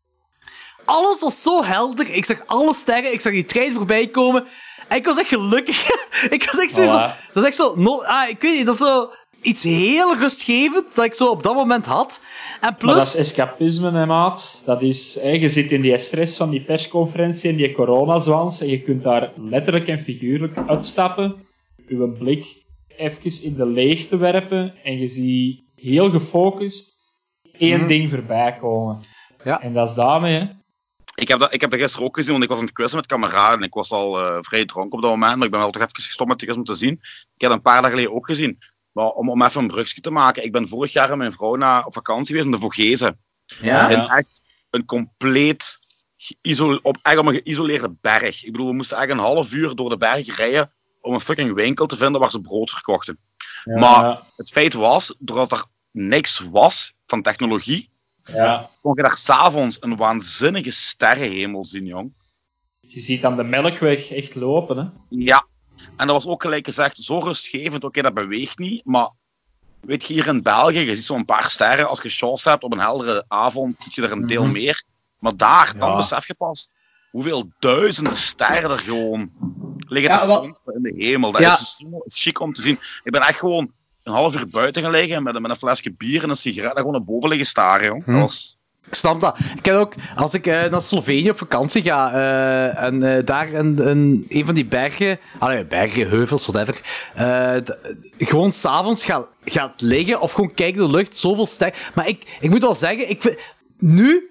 Alles was zo helder. Ik zag alle sterren. Ik zag die trein voorbij komen. En ik was echt gelukkig. ik was echt zo... Voilà. van- dat is echt zo... No, ah, ik weet niet, dat is zo iets heel rustgevend dat ik zo op dat moment had. En plus... Maar dat is escapisme, hè, maat. Dat is, hè, je zit in die stress van die persconferentie en die coronazwans en je kunt daar letterlijk en figuurlijk uitstappen, je blik even in de leegte werpen en je ziet heel gefocust één Mhm. ding voorbij komen. Ja. En dat is daarmee, hè. Ik heb, dat, ik heb dat gisteren ook gezien, want ik was aan het quizzen met kameraden. En ik was al uh, vrij dronken op dat moment, maar ik ben wel toch even gestopt met die quiz om te zien. Ik heb dat een paar dagen geleden ook gezien. Maar om, om even een brugje te maken, ik ben vorig jaar met mijn vrouw naar, op vakantie geweest in de Vogezen. Ja. En echt een compleet geïsole- op, echt op een geïsoleerde berg. Ik bedoel, we moesten echt een half uur door de berg rijden om een fucking winkel te vinden waar ze brood verkochten. Ja, Maar het feit was, doordat er niks was van technologie, ja. kon je daar s'avonds een waanzinnige sterrenhemel zien, jong. Je ziet dan de melkweg echt lopen, hè. Ja, en dat was ook gelijk gezegd zo rustgevend. Oké, dat beweegt niet, maar weet je, hier in België, je ziet zo'n paar sterren. Als je chance hebt op een heldere avond, zie je er een deel Mhm. meer. Maar daar, dan Ja. besef je pas hoeveel duizenden sterren er gewoon liggen Ja, te wel- fonken in de hemel. Dat Ja. is zo chic om te zien. Ik ben echt gewoon een half uur buiten gaan liggen met, een- met een flesje bier en een sigaret en gewoon naar boven liggen staren, jong. Hm. Dat was... Ik snap dat. Ik ken ook, als ik eh, naar Slovenië op vakantie ga, eh, en eh, daar in, in een van die bergen, allee, bergen, heuvels, whatever, eh, d- gewoon s'avonds gaat, gaat liggen of gewoon kijken in de lucht, zoveel sterk. Maar ik, ik moet wel zeggen, ik vind, nu,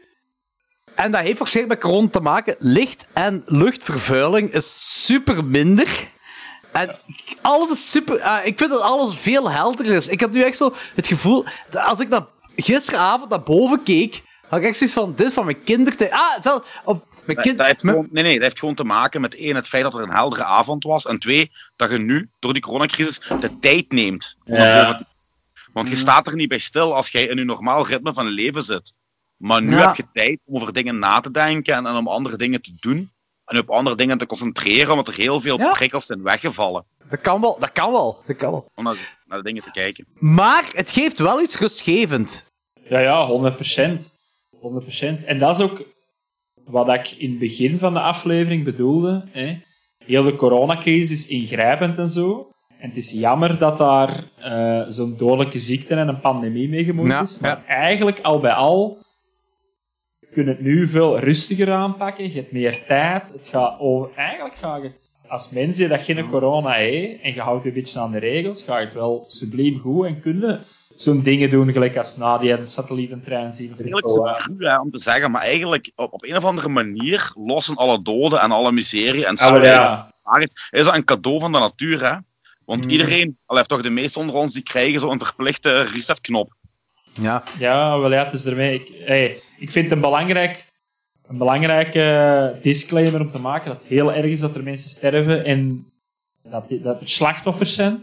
en dat heeft waarschijnlijk met corona te maken, licht- en luchtvervuiling is super minder. En alles is super... ah, ik vind dat alles veel helderder is. Ik had nu echt zo het gevoel... dat als ik naar, gisteravond naar boven keek, had ik echt zoiets van... Dit is van mijn kindertijd. Ah, zelf... Of mijn Dat, kind... dat heeft mijn- gewoon, nee, nee, dat heeft gewoon te maken met één, het feit dat er een heldere avond was. En twee, dat je nu, door die coronacrisis, de tijd neemt. om Ja. naar boven te- Want je staat er niet bij stil als jij in je normaal ritme van leven zit. Maar nu Ja. heb je tijd om over dingen na te denken en, en om andere dingen te doen. En op andere dingen te concentreren, omdat er heel veel Ja. prikkels zijn weggevallen. Dat kan wel, dat kan wel. Dat kan wel. Om naar, naar de dingen te kijken. Maar het geeft wel iets rustgevend. Ja, ja, honderd procent. honderd procent. En dat is ook wat ik in het begin van de aflevering bedoelde. Hè. Heel de coronacrisis is ingrijpend en zo. En het is jammer dat daar eh, zo'n dodelijke ziekte en een pandemie mee gemoeid Ja, is. Maar ja. eigenlijk al bij al kunt het nu veel rustiger aanpakken. Je hebt meer tijd. Het gaat over, eigenlijk gaat het, als mensen dat geen corona heeft en je houdt je een beetje aan de regels, gaat het wel subliem goed en kunnen zo'n dingen doen, gelijk als Nadia een satellietentrein zien. Eigenlijk is het cru hè, om te zeggen, maar eigenlijk op, op een of andere manier lossen alle doden en alle miserie en Ah, ja. is dat een cadeau van de natuur, hè? Want Mm. iedereen, al heeft toch de meesten onder ons, die krijgen zo'n verplichte resetknop. Ja. Ja, wel ja, het is ermee. Ik, hey, ik vind het een, belangrijk, een belangrijke disclaimer om te maken dat het heel erg is dat er mensen sterven en dat, die- dat er slachtoffers zijn.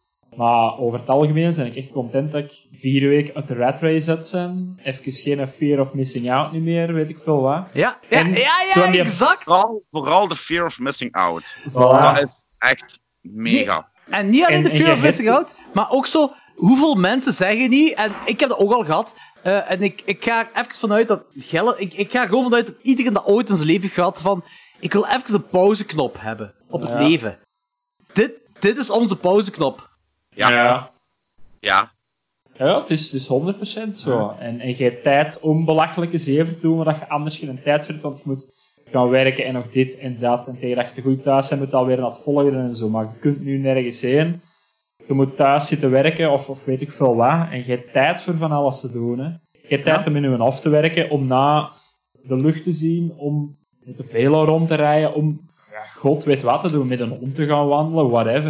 Maar over het algemeen ben ik echt content dat ik vier weken uit de rat race uit zijn. Even geen fear of missing out niet meer, weet ik veel wat. Ja, ja, En ja, zo ja van die- exact. Vooral, vooral de fear of missing out. Voilà. Dat is echt mega. En niet alleen En- de en fear je of missing hebt- out, maar ook zo, hoeveel mensen zeggen niet, en ik heb dat ook al gehad, eh, en ik, ik ga er even vanuit dat Gelle, ik, ik ga gewoon vanuit dat iedereen dat ooit in zijn leven gehad van, ik wil even een pauzeknop hebben op het Ja. leven. Dit, dit is onze pauzeknop. Ja. Ja. Ja. Ja, het is, het is honderd procent zo. En, en je hebt tijd om belachelijke zeven te doen, waar je anders geen tijd vindt, want je moet gaan werken en nog dit en dat. En tegen dat je te goed thuis bent, moet je alweer naar het volgende en zo. Maar je kunt nu nergens heen. Je moet thuis zitten werken, of, of weet ik veel wat. En je hebt tijd voor van alles te doen. Hè. Je hebt tijd om in je hoofd te werken, om na de lucht te zien, om met de velo rond te rijden, om ja, god weet wat te doen, met een hond te gaan wandelen, whatever.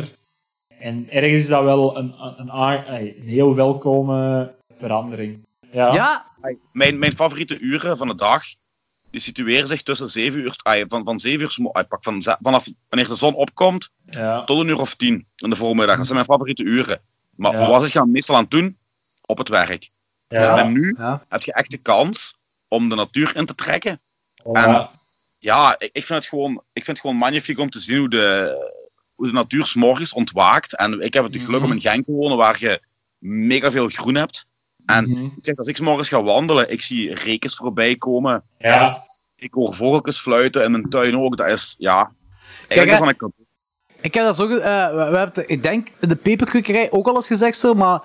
En ergens is dat wel een, een, een, a- een heel welkome verandering. Ja. Ja, Mijn, mijn favoriete uren van de dag, die situeren zich tussen zeven uur, ay, van, van zeven uur, smo- ay, pak van, ze- vanaf wanneer de zon opkomt, Ja. tot een uur of tien in de voormiddag. Dat zijn mijn favoriete uren. Maar Ja. wat was ik dan meestal aan het doen? Op het werk. Ja. En nu ja. heb je echt de kans om de natuur in te trekken. Ja. Ja, ik, ik, vind het gewoon, ik vind het gewoon magnifiek om te zien hoe de, hoe de natuur 's morgens ontwaakt. En ik heb het geluk om in Genk te wonen, waar je mega veel groen hebt. En Mhm. ik zeg, als ik 's morgens ga wandelen, ik zie rekens voorbij komen. Ja. Ik hoor vogeltjes fluiten in mijn tuin ook. Dat is, ja... Kijk, Eigenlijk is hè. dat een cadeau. Ik heb dat zo, ge- eh, we, we hebben het, ik denk, in de peperkwekerij ook al eens gezegd zo, maar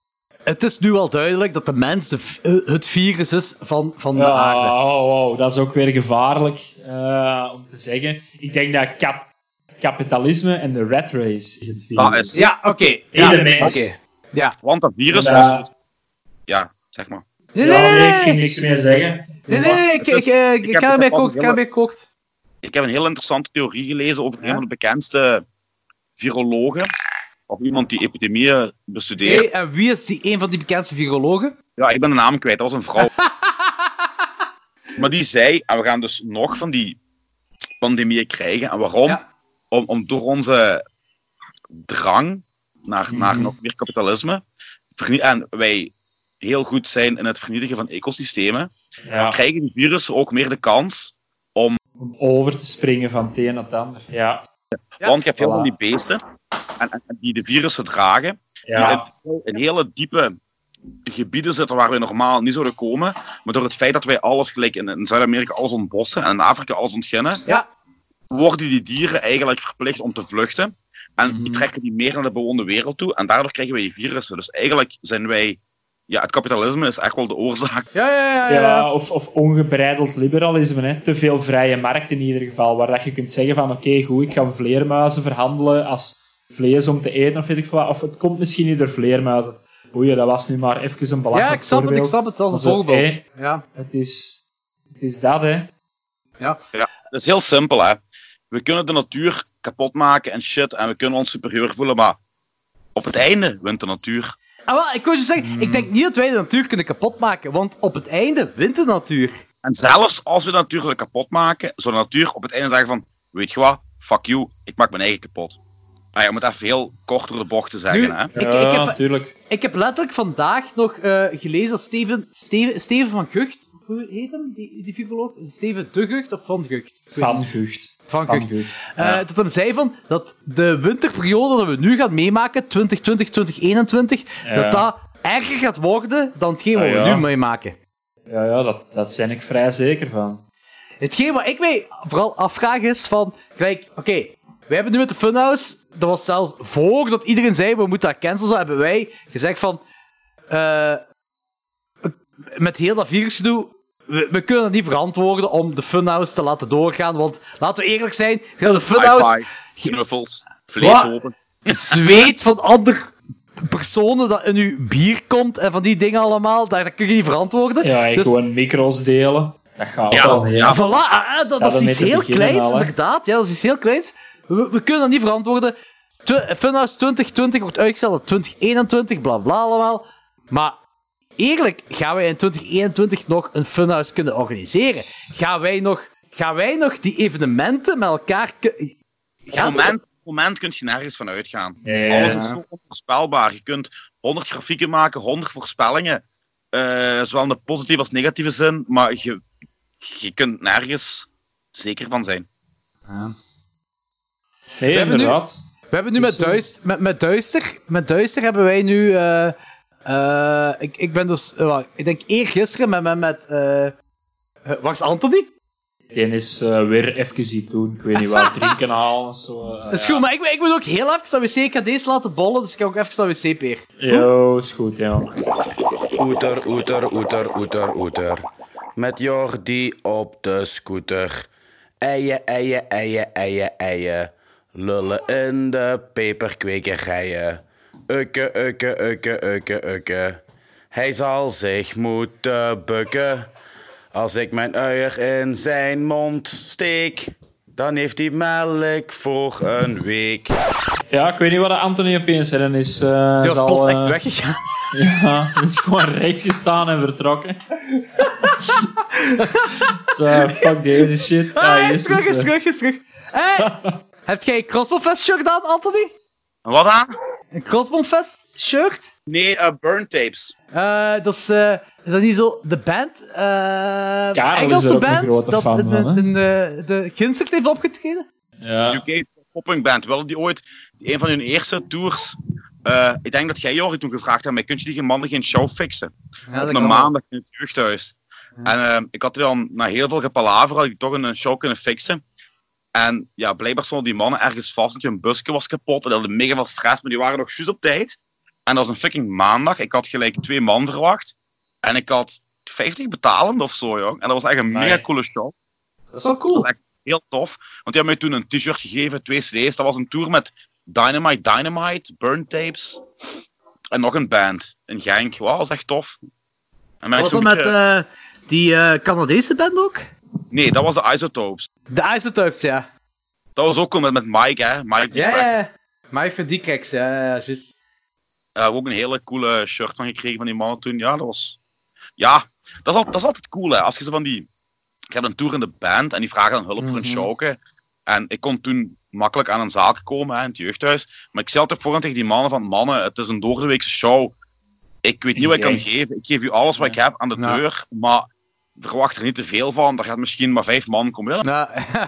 het is nu al duidelijk dat de mens de v- eh, het virus is van, van de Ja, aarde. oh, oh, dat is ook weer gevaarlijk eh, om te zeggen. Ik denk dat kap- kapitalisme en de rat race is het virus. Dat is... Ja, oké. Ja, Ja, mens. oké. Ja. Want dat virus... Ja. is- ja, zeg maar. Nee, Ja, nee, nee, nee, ik ging niks meer zeggen. nee, nee, nee, ik, ik, eh, ik Ik heb ga ermee pas kookt, ik ga een ermee kookt. Ik heb een heel interessante theorie gelezen over Ja? een van de bekendste virologen. Of iemand die epidemieën bestudeert. Hey, en wie is die, een van die bekendste virologen? Ja, ik ben de naam kwijt. Dat was een vrouw. Maar die zei, en we gaan dus nog van die pandemieën krijgen. En waarom? Ja. Om, om door onze drang naar, naar nog meer kapitalisme, vernie- en wij heel goed zijn in het vernietigen van ecosystemen, Ja, krijgen die virussen ook meer de kans. om over te springen van het een naar het ander. Ja. Ja. Want je hebt heel Voilà. veel die beesten en, en, en die de virussen dragen, Ja. die in, in hele diepe gebieden zitten waar we normaal niet zouden komen. Maar door het feit dat wij alles, gelijk in, in Zuid-Amerika, alles ontbossen en in Afrika alles ontginnen, Ja. worden die dieren eigenlijk verplicht om te vluchten. En Mhm. die trekken die meer naar de bewoonde wereld toe. En daardoor krijgen wij die virussen. Dus eigenlijk zijn wij... Ja, het kapitalisme is echt wel de oorzaak. Ja, ja, ja. ja, Ja, of, of ongebreideld liberalisme. Hè. Te veel vrije markt in ieder geval. Waar dat je kunt zeggen van oké, goed, ik ga vleermuizen verhandelen als vlees om te eten. Of weet ik veel wat. Of het komt misschien niet door vleermuizen. Boeien, dat was nu maar even een belachelijk Ja, ik snap het, ik voorbeeld. snap het. Dat was een Maar zo, voorbeeld. hé, Ja. het, is, het is dat, hè. Ja. Ja, dat is heel simpel, hè. We kunnen de natuur kapot maken en shit. En we kunnen ons superieur voelen. Maar op het einde wint de natuur. Ah, wel, ik wil je zeggen, ik denk niet dat wij de natuur kunnen kapotmaken, want op het einde wint de natuur. En zelfs als we de natuur willen kapot maken, zou de natuur op het einde zeggen van, weet je wat, fuck you, ik maak mijn eigen kapot. Ah, je moet even heel kort door de bocht te zeggen, Nu, hè. Ik- ja, ik heb- natuurlijk. Ik heb letterlijk vandaag nog eh, gelezen dat Steven, Steven, Steven van Gucht, hoe heet hem, die, die viroloog? Steven de Gucht of Van Gucht? Ik weet Van niet. Gucht. Van Gucht. Eh, Ja. dat hem zei van, dat de winterperiode dat we nu gaan meemaken, twintig twintig, twintig eenentwintig, Ja. dat dat erger gaat worden dan hetgeen wat Ah, we ja. nu meemaken. Ja, ja dat, dat ben ik vrij zeker van. Hetgeen wat ik mij vooral afvraag is van, gelijk, oké, wij hebben nu met de Funhouse, dat was zelfs voordat iedereen zei, we moeten dat cancelen, zo hebben wij gezegd van, eh, met heel dat virusgedoe, we, we kunnen het niet verantwoorden om de Funhouse te laten doorgaan, want laten we eerlijk zijn, de Funhouse... High five, knuffels, vleeshopen. Zweet van andere personen dat in uw bier komt en van die dingen allemaal, dat, dat kun je niet verantwoorden. Ja, en dus, gewoon micro's delen. Dat gaat Ja, wel. ja. voilà, ah, dat, dat is iets heel kleins, inderdaad. Ja, dat is iets heel kleins. We, we kunnen dat niet verantwoorden. Tw- Funhouse twintig twintig wordt uitgesteld naar twintig eenentwintig, bla bla allemaal. Maar eerlijk, gaan wij in twintig eenentwintig nog een Funhouse kunnen organiseren? Gaan wij nog, gaan wij nog die evenementen met elkaar... Ku- Op het moment, op het moment kun je nergens van uitgaan. Ja, ja. Alles is zo onvoorspelbaar. Je kunt honderd grafieken maken, honderd voorspellingen. Uh, zowel in de positieve als negatieve zin, maar je, je kunt nergens zeker van zijn. Ja. Nee, We hebben nu- inderdaad. We hebben nu Dus, met, duister, met, met, duister, met Duister hebben wij nu... Uh, uh, ik, ik ben dus... Uh, ik denk eergisteren met... met, met uh, waar is Anthony? Die is uh, weer even iets doen. Ik weet niet wat drinken halen of zo. Uh, Dat is goed, maar ik, ik moet ook heel even naar wc. Ik ga deze laten bollen, dus ik ga ook even naar wc, Peer. Jo, is goed, ja. Oeter, oeter, oeter, oeter, oeter. Met Jordi op de scooter. Eien, eien, eien, eien, eien. Lullen in de peperkwekerijen. Ukke, ukke, ukke, ukke, ukke. Hij zal zich moeten bukken. Als ik mijn uier in zijn mond steek, dan heeft hij melk voor een week. Ja, ik weet niet wat de Anthony opeens in is. Uh, Die was zal, plots uh, echt weggegaan. Ja, die is gewoon recht gestaan en vertrokken. Zo, fuck deze shit. Ah, Ah, hij yes, is terug, dus, is uh, terug, is terug. Hey, heb jij een Crossbowfest shirt aan, Anthony? Wat aan? Een Crossbowfest shirt? Nee, uh, burn tapes. Uh, dat is, uh, is dat niet zo de band? Uh, Karel is Engelse er ook een band grote dat fan in, van, hè? in, in de, de Ginstert heeft opgetreden? Ja. U K popping band. Wel die ooit, een van hun eerste tours. Uh, ik denk dat jij, Jordi, toen gevraagd hebt, mij kun je die mannen geen show fixen? Ja, Op dat een kan maandag in het jeugdhuis. Ja. En uh, ik had dan, na heel veel gepalaver, had ik toch een, een show kunnen fixen. En ja, blijkbaar stonden die mannen ergens vast, dat hun busje was kapot. En die hadden mega veel stress, maar die waren nog juist op tijd. En dat was een fucking maandag. Ik had gelijk twee man verwacht. En ik had vijftig betalend of zo, jong. En dat was echt een Nee. mega coole show. Dat is wel cool. Dat was echt heel tof. Want die hebben mij toen een t-shirt gegeven, twee cd's. Dat was een tour met Dynamite Dynamite, Burn Tapes en nog een band in Genk. Wauw, dat was echt tof. En Was zo'n dat met beetje- uh, die uh, Canadese band ook? Nee, dat was de Isotopes. De Isotopes, ja. Dat was ook cool met, met Mike, hè. Mike die Ja, ja, practice. ja. Mike van Diekreks, ja, ja, ja, juist. Daar heb ik ook een hele coole shirt van gekregen van die mannen toen. Ja, dat was... Ja, dat is, al, dat is altijd cool, hè. Als je zo van die... Ik heb een tour in de band en die vragen dan hulp voor een showke. En ik kon toen makkelijk aan een zaal komen, hè, in het jeugdhuis. Maar ik zei altijd voorhand tegen die mannen van... Mannen, het is een doordeweekse show. Ik weet niet wat ik kan geven. Ik geef u alles wat ik heb aan de Ja. deur. Maar verwacht er niet te veel van. Er gaat misschien maar vijf man komen. Ja.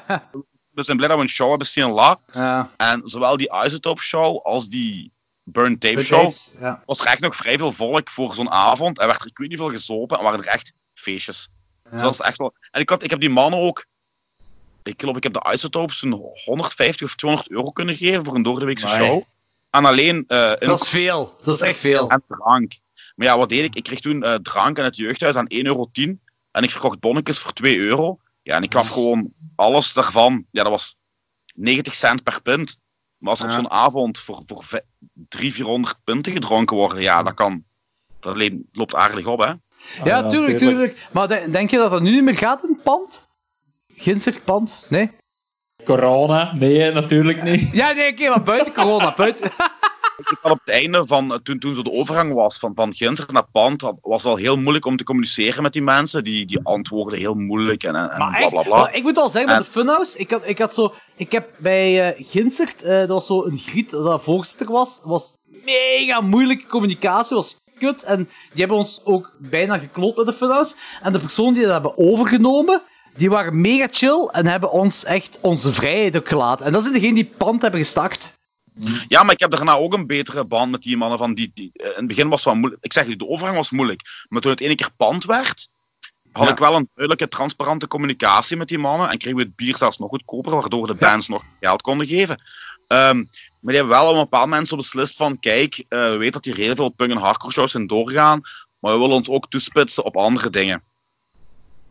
We zijn blij dat we een show hebben zien la. ja. En zowel die Isotope show als die Burn Tape show... Tapes, ja. was er echt nog vrij veel volk voor zo'n avond. En werd er, ik weet niet veel gezopen. En waren er echt feestjes. Dus dat is echt wel... En ik, had, ik heb die mannen ook... Ik geloof, ik heb de Isotopes toen honderdvijftig of tweehonderd euro kunnen geven voor een doordeweekse Amai. show. En alleen... eh in Dat is veel. Dat is echt veel. en drank. Maar ja, wat deed ik? Ik kreeg toen eh, drank in het jeugdhuis aan één euro tien. En ik verkocht bonnetjes voor twee euro. Ja, en ik gaf gewoon alles daarvan. Ja, dat was negentig cent per pint. Maar als er op Ja. zo'n avond voor, voor driehonderd, vierhonderd punten gedronken worden, ja, dat kan... Dat le- loopt aardig op, hè? Ja, ja, tuurlijk, tuurlijk. tuurlijk. Maar de- denk je dat dat nu niet meer gaat in het pand? Ginstert pand? Nee? Corona? Nee, natuurlijk niet. Ja, nee, oké, maar buiten corona, buiten... Ik had op het einde van, eh, toen, toen zo de overgang was van, van Ginstert naar Pand, had- was het al heel moeilijk om te communiceren met die mensen. Die, die antwoorden heel moeilijk en, en Maar bla echt, bla bla. maar ik moet wel zeggen, met En- de Funhouse, ik had, ik had zo... Ik heb bij uh, Ginstert, uh, dat was zo een griet dat voorzitter was, was mega moeilijke communicatie, was kut. En die hebben ons ook bijna geklopt met de Funhouse. En de personen die dat hebben overgenomen, die waren mega chill en hebben ons echt onze vrijheid ook gelaten. En dat zijn degenen die pand hebben gestart. Ja, maar ik heb daarna ook een betere band met die mannen. Van die, die, eh, in het begin was het wel moeilijk. Ik zeg je, de overgang was moeilijk. Maar toen het ene keer pand werd, had Ja. ik wel een duidelijke, transparante communicatie met die mannen. En kregen we het bier zelfs nog goedkoper, waardoor de bands nog geld konden geven. Ehm, maar die hebben wel op een bepaald moment zo beslist van, kijk, uh, we weten dat hier heel veel punk- en hardcore shows zijn doorgaan, maar we willen ons ook toespitsen op andere dingen.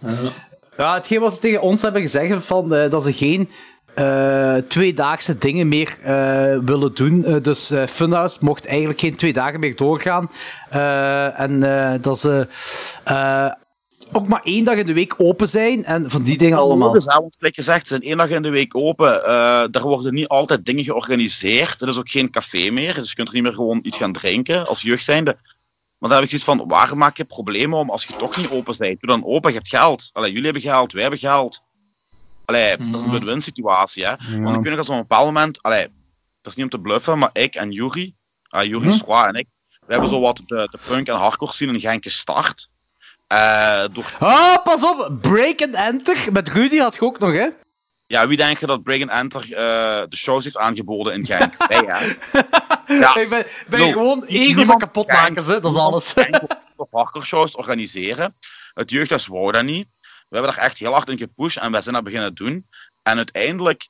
Ja, hetgeen wat ze tegen ons hebben gezegd, van, uh, dat ze geen uh, tweedaagse dingen meer uh, willen doen. Uh, dus uh, Funhouse mocht eigenlijk geen twee dagen meer doorgaan. Uh, en uh, dat ze uh, ook maar één dag in de week open zijn. En van die dingen allemaal. Dus, want gelijk gezegd, ze zijn één dag in de week open. Uh, daar worden niet altijd dingen georganiseerd. Er is ook geen café meer. Dus je kunt er niet meer gewoon iets gaan drinken als jeugd zijnde. Maar dan heb ik zoiets van, waar maak je problemen om als je toch niet open bent? Doe dan open, je hebt geld. Allee, jullie hebben geld, wij hebben geld. Allee, mm. dat is een win-win situatie, hè. Ja. Want ik weet nog dat op een bepaald moment... Allee, dat is niet om te bluffen, maar ik en Yuri, uh, Yuri mm. Swa en ik, we hebben zo wat de, de punk- en hardcore scene in Genk gestart. Uh, door... Oh, pas op! Break and Enter, met Rudy had je ook nog, hè? Ja, wie denk je dat Break and Enter uh, de shows heeft aangeboden in Genk? Wij, hè? Ja. Ik ben, ben no, gewoon egos aan kapot maken, hè? Dat is alles. Of hardcore shows organiseren. Het jeugdhuis wou dat niet. We hebben daar echt heel hard in gepusht en wij zijn dat beginnen doen. En uiteindelijk,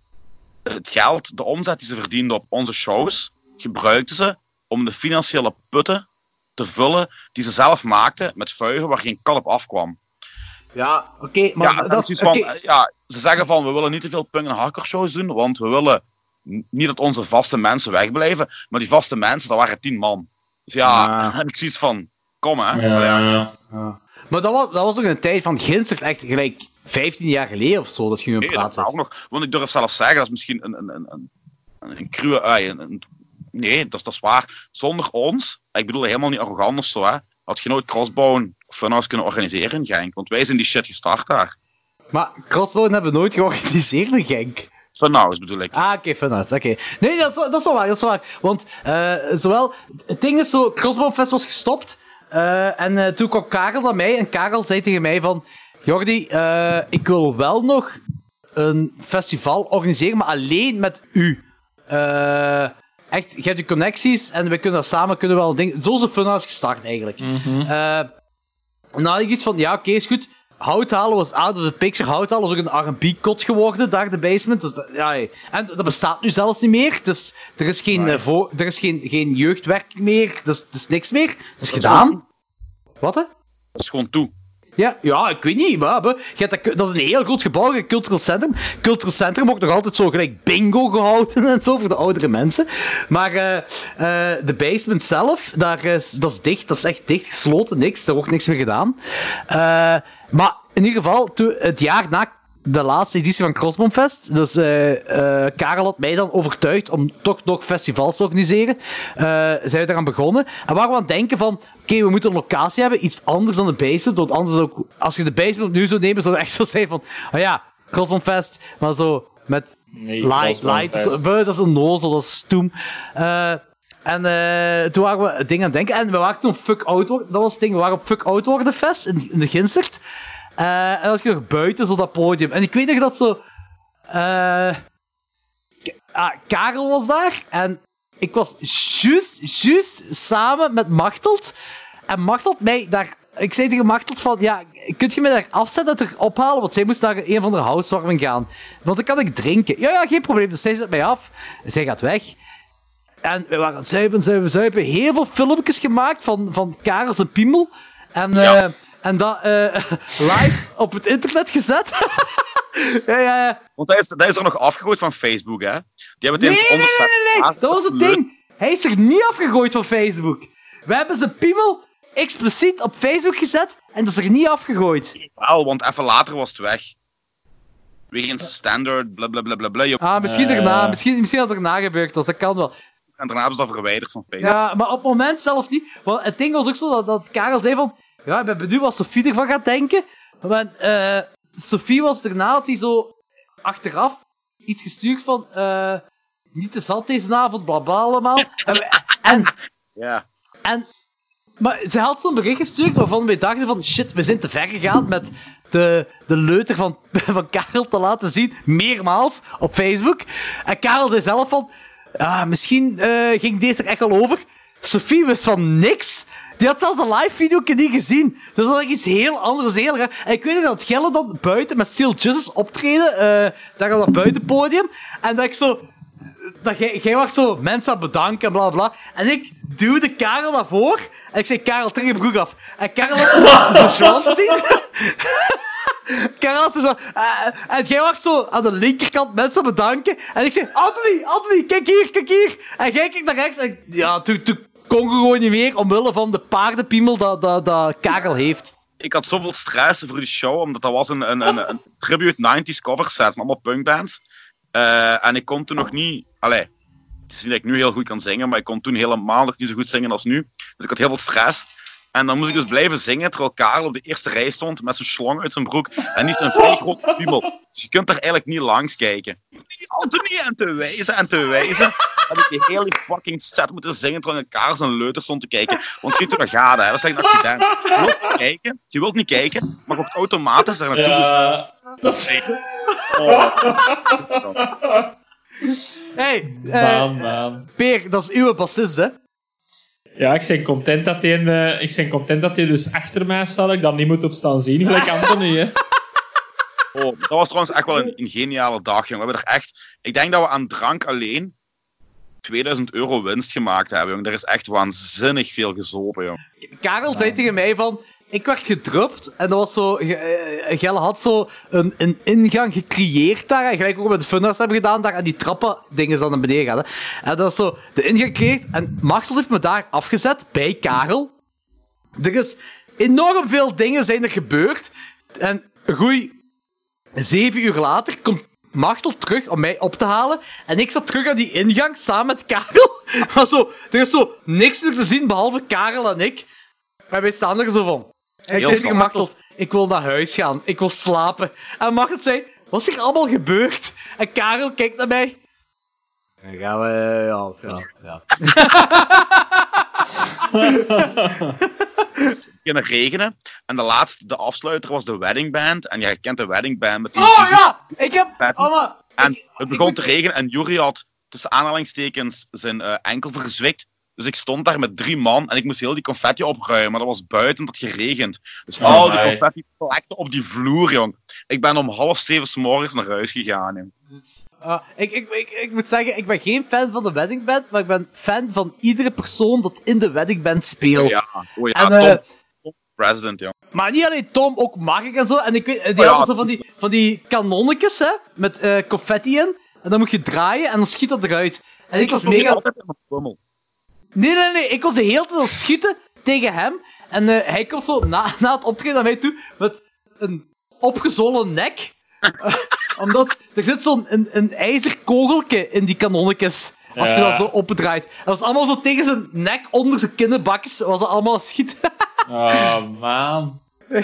het geld, de omzet die ze verdienden op onze shows, gebruikten ze om de financiële putten te vullen die ze zelf maakten met vuigen waar geen kalp afkwam. Ja, oké, okay, maar ja, dat is... Okay. Van, ja, ze zeggen van, we willen niet te veel punk- en hardcore shows doen, want we willen niet dat onze vaste mensen wegblijven, maar die vaste mensen, dat waren tien man. Dus ja, ja. Dan heb ik zoiets van, kom hè. Ja, ja, ja. Ja. Maar dat was, dat was nog een tijd van Ginstert, echt gelijk vijftien jaar geleden of zo, dat je nu nee, praat. Dat ook nog, want ik durf zelf zeggen, dat is misschien een, een, een, een, een cruwe ui. Een, een, nee, dat, dat is waar. Zonder ons, ik bedoel helemaal niet arrogant of zo, hè, had je nooit Crossbone of Funhouse kunnen organiseren in Genk, want wij zijn die shit gestart daar. Maar Crossbone hebben we nooit georganiseerd in Genk. Funhouse bedoel ik. Ah, oké, okay, Funhouse, oké. Okay. Nee, dat is, dat is wel waar, dat is wel waar. Want, uh, zowel, het ding is zo, Crossbone Fest was gestopt, uh, en uh, toen kwam Karel naar mij, en Karel zei tegen mij van, Jordi, uh, ik wil wel nog een festival organiseren, maar alleen met u. Uh, echt, je hebt die connecties, en we kunnen dat samen, kunnen wel een ding... Zo is de Funhouse gestart, eigenlijk. Mm-hmm. Uh, en dan had ik iets van, ja, oké, okay, is goed. Hout halen was out of the picture. Hout halen was ook een R en B-kot geworden, daar de basement. Dus dat, ja, en dat bestaat nu zelfs niet meer. Dus er is geen, nee. uh, voor, er is geen, geen jeugdwerk meer. Dus er is niks meer. Dat is dat gedaan. Is Wat, hè? Dat is gewoon toe. Ja, ja, ik weet niet, maar je hebt dat, dat is een heel groot gebouw, een cultureel centrum. Cultureel centrum wordt nog altijd zo gelijk bingo gehouden en zo voor de oudere mensen. Maar uh, uh, de basement zelf, daar is, dat is dicht, dat is echt dicht, gesloten, niks, daar wordt niks meer gedaan. Uh, maar in ieder geval, to, het jaar na de laatste editie van Crossbone Fest, dus uh, uh, Karel had mij dan overtuigd om toch nog festivals te organiseren. Uh, zijn we daaraan begonnen. En waar we aan het denken van, oké, okay, we moeten een locatie hebben, iets anders dan de basement, want anders ook, als je de basement opnieuw zou nemen, zou het echt zo zijn van, oh ja, Crossbone Fest, maar zo met nee, light, light, zo, dat is een nozel, dat is stoem. Uh, En uh, toen waren we dingen aan het denken. En we waren toen op Fuck Out worden. Dat was het ding. We waren op Fuck Out worden fest in, in de Ginstert. Uh, en dan was je nog buiten, zo dat podium. En ik weet nog dat zo... Uh, ah, Karel was daar. En ik was juist, juist samen met Machteld. En Machteld mij daar... Ik zei tegen Machteld van... Ja, kun je mij daar afzetten en terug ophalen? Want zij moest naar een van de housewarming gaan. Want dan kan ik drinken. Ja, ja, geen probleem. Dus zij zet mij af. En zij gaat weg. En we waren aan het zuipen, zuipen, zuipen. Heel veel filmpjes gemaakt van, van Karels en Piemel. En, ja. uh, en dat uh, live op het internet gezet. ja, ja, ja. Want hij is, hij is er nog afgegooid van Facebook, hè? Die hebben het nee, nee, nee, nee, nee. Dat was het ding. Hij is er niet afgegooid van Facebook. We hebben zijn Piemel expliciet op Facebook gezet en dat is er niet afgegooid. Wel, want even later was het weg. Wegens standaard, blablabla. Bla, bla, bla. Ah, misschien uh, daarna. Misschien, misschien dat er na gebeurd was, dat kan wel. En daarna hebben ze dat verwijderd van Facebook. Ja, maar op het moment zelf niet. Want het ding was ook zo dat, dat Karel zei van... Ja, ik ben benieuwd wat Sophie ervan gaat denken. Want uh, Sophie was daarna, had hij zo achteraf iets gestuurd van... Uh, niet te zat deze avond, blabla allemaal. En... en ja. En... Maar ze had zo'n bericht gestuurd waarvan we dachten van... Shit, we zijn te ver gegaan met... De, de leuter van, van Karel te laten zien, meermaals, op Facebook. En Karel zei zelf van... Ah, misschien uh, ging deze er echt wel over. Sophie wist van niks. Die had zelfs een live video niet gezien. Dat was echt iets heel anders. Heel raar. En ik weet nog dat Gelle dan buiten met Steel Justice optreden. Uh, daar op dat buitenpodium. En dat ik zo... Dat jij, jij was zo mensen aan het bedanken en bla bla. En ik duwde Karel naar voren. En ik zei, Karel, trek je broek af. En Karel had zo zijn zwans zien. Karel is zo... Uh, en jij wacht zo aan de linkerkant mensen bedanken. En ik zeg, Anthony, Anthony, kijk hier, kijk hier. En jij kijkt naar rechts. En ja, toen, toen kon je gewoon niet meer, omwille van de paardenpiemel dat, dat, dat Karel heeft. Ik had zoveel stress voor die show, omdat dat was een, een, een, een tribute nineties cover set met allemaal punkbands. Uh, en ik kon toen nog niet... Allee, het is niet dat ik nu heel goed kan zingen, maar ik kon toen helemaal nog niet zo goed zingen als nu. Dus ik had heel veel stress. En dan moest ik dus blijven zingen, terwijl Karel op de eerste rij stond met zijn slong uit zijn broek en niet een vrij grote piemel. Dus je kunt daar eigenlijk niet langs kijken. Anthony, en te wijzen en te wijzen heb ik die hele fucking set moeten zingen terwijl ik Karel zijn leuter stond te kijken. Want je weet hoe dat gaat, hè. Dat is like een accident. Je wilt niet kijken, je wilt niet kijken, maar op automatisch daar naartoe. Ja. Oh. Hey, uh, Man, man. Peer, dat is uw bassist, hè? Ja, ik ben content dat hij, uh, ik ben content dat hij dus achter mij staat, dat ik dat niet moet op staan zien, gelijk Anthony, hè. Oh, dat was trouwens echt wel een, een geniale dag, jongen. We hebben er echt... Ik denk dat we aan drank alleen tweeduizend euro winst gemaakt hebben, jongen. Er is echt waanzinnig veel gezopen, jongen. Karel zei tegen mij van... Ik werd gedropt en dat was zo... Gelle had zo een, een ingang gecreëerd daar. En gelijk ook met de Funhouse hebben gedaan daar. En die trappen dingen dan naar beneden gaan. Hè. En dat was zo de ingang gecreëerd. En Marcel heeft me daar afgezet bij Karel. Er is enorm veel dingen zijn er gebeurd. En een goeie zeven uur later komt Marcel terug om mij op te halen. En ik zat terug aan die ingang samen met Karel. Maar zo, er is zo niks meer te zien behalve Karel en ik. Maar wij staan er zo van. En ik zei tegen Martel, ik wil naar huis gaan. Ik wil slapen. En Martel zei, wat is er allemaal gebeurd? En Karel kijkt naar mij. Dan gaan we... Ja, ja, ja. Het begon regenen. En de laatste, de afsluiter was de wedding band. En jij kent de wedding band met die... Oh ja! Ik heb... Oh, maar, en ik, het begon ik te moet... regenen en Yuri had tussen aanhalingstekens zijn uh, enkel verzwikt. Dus ik stond daar met drie man en ik moest heel die confetti opruimen. Maar dat was buiten, omdat het geregend. Dus al oh, die confetti plakte op die vloer, jong. Ik ben om half zeven 's morgens naar huis gegaan, jong. Uh, ik, ik, ik, ik moet zeggen, ik ben geen fan van de weddingband, maar ik ben fan van iedere persoon dat in de weddingband speelt. Oh ja, oh ja en, Tom, uh, Tom President, jong. Maar niet alleen Tom, ook Mark en zo. En ik weet, die oh ja, hadden zo van die, van die kanonnetjes, hè, met uh, confetti in. En dan moet je draaien en dan schiet dat eruit. En ik, ik was mega... altijd met pummel. Nee, nee, nee. Ik was de hele tijd aan het schieten tegen hem. En uh, hij komt zo na, na het optreden naar mij toe met een opgezwollen nek. uh, omdat er zit zo'n een, een ijzerkogeltje in die kanonnetjes. Als ja. je dat zo opdraait. Dat was allemaal zo tegen zijn nek, onder zijn kinnenbakjes. Was dat allemaal schieten. Oh, man.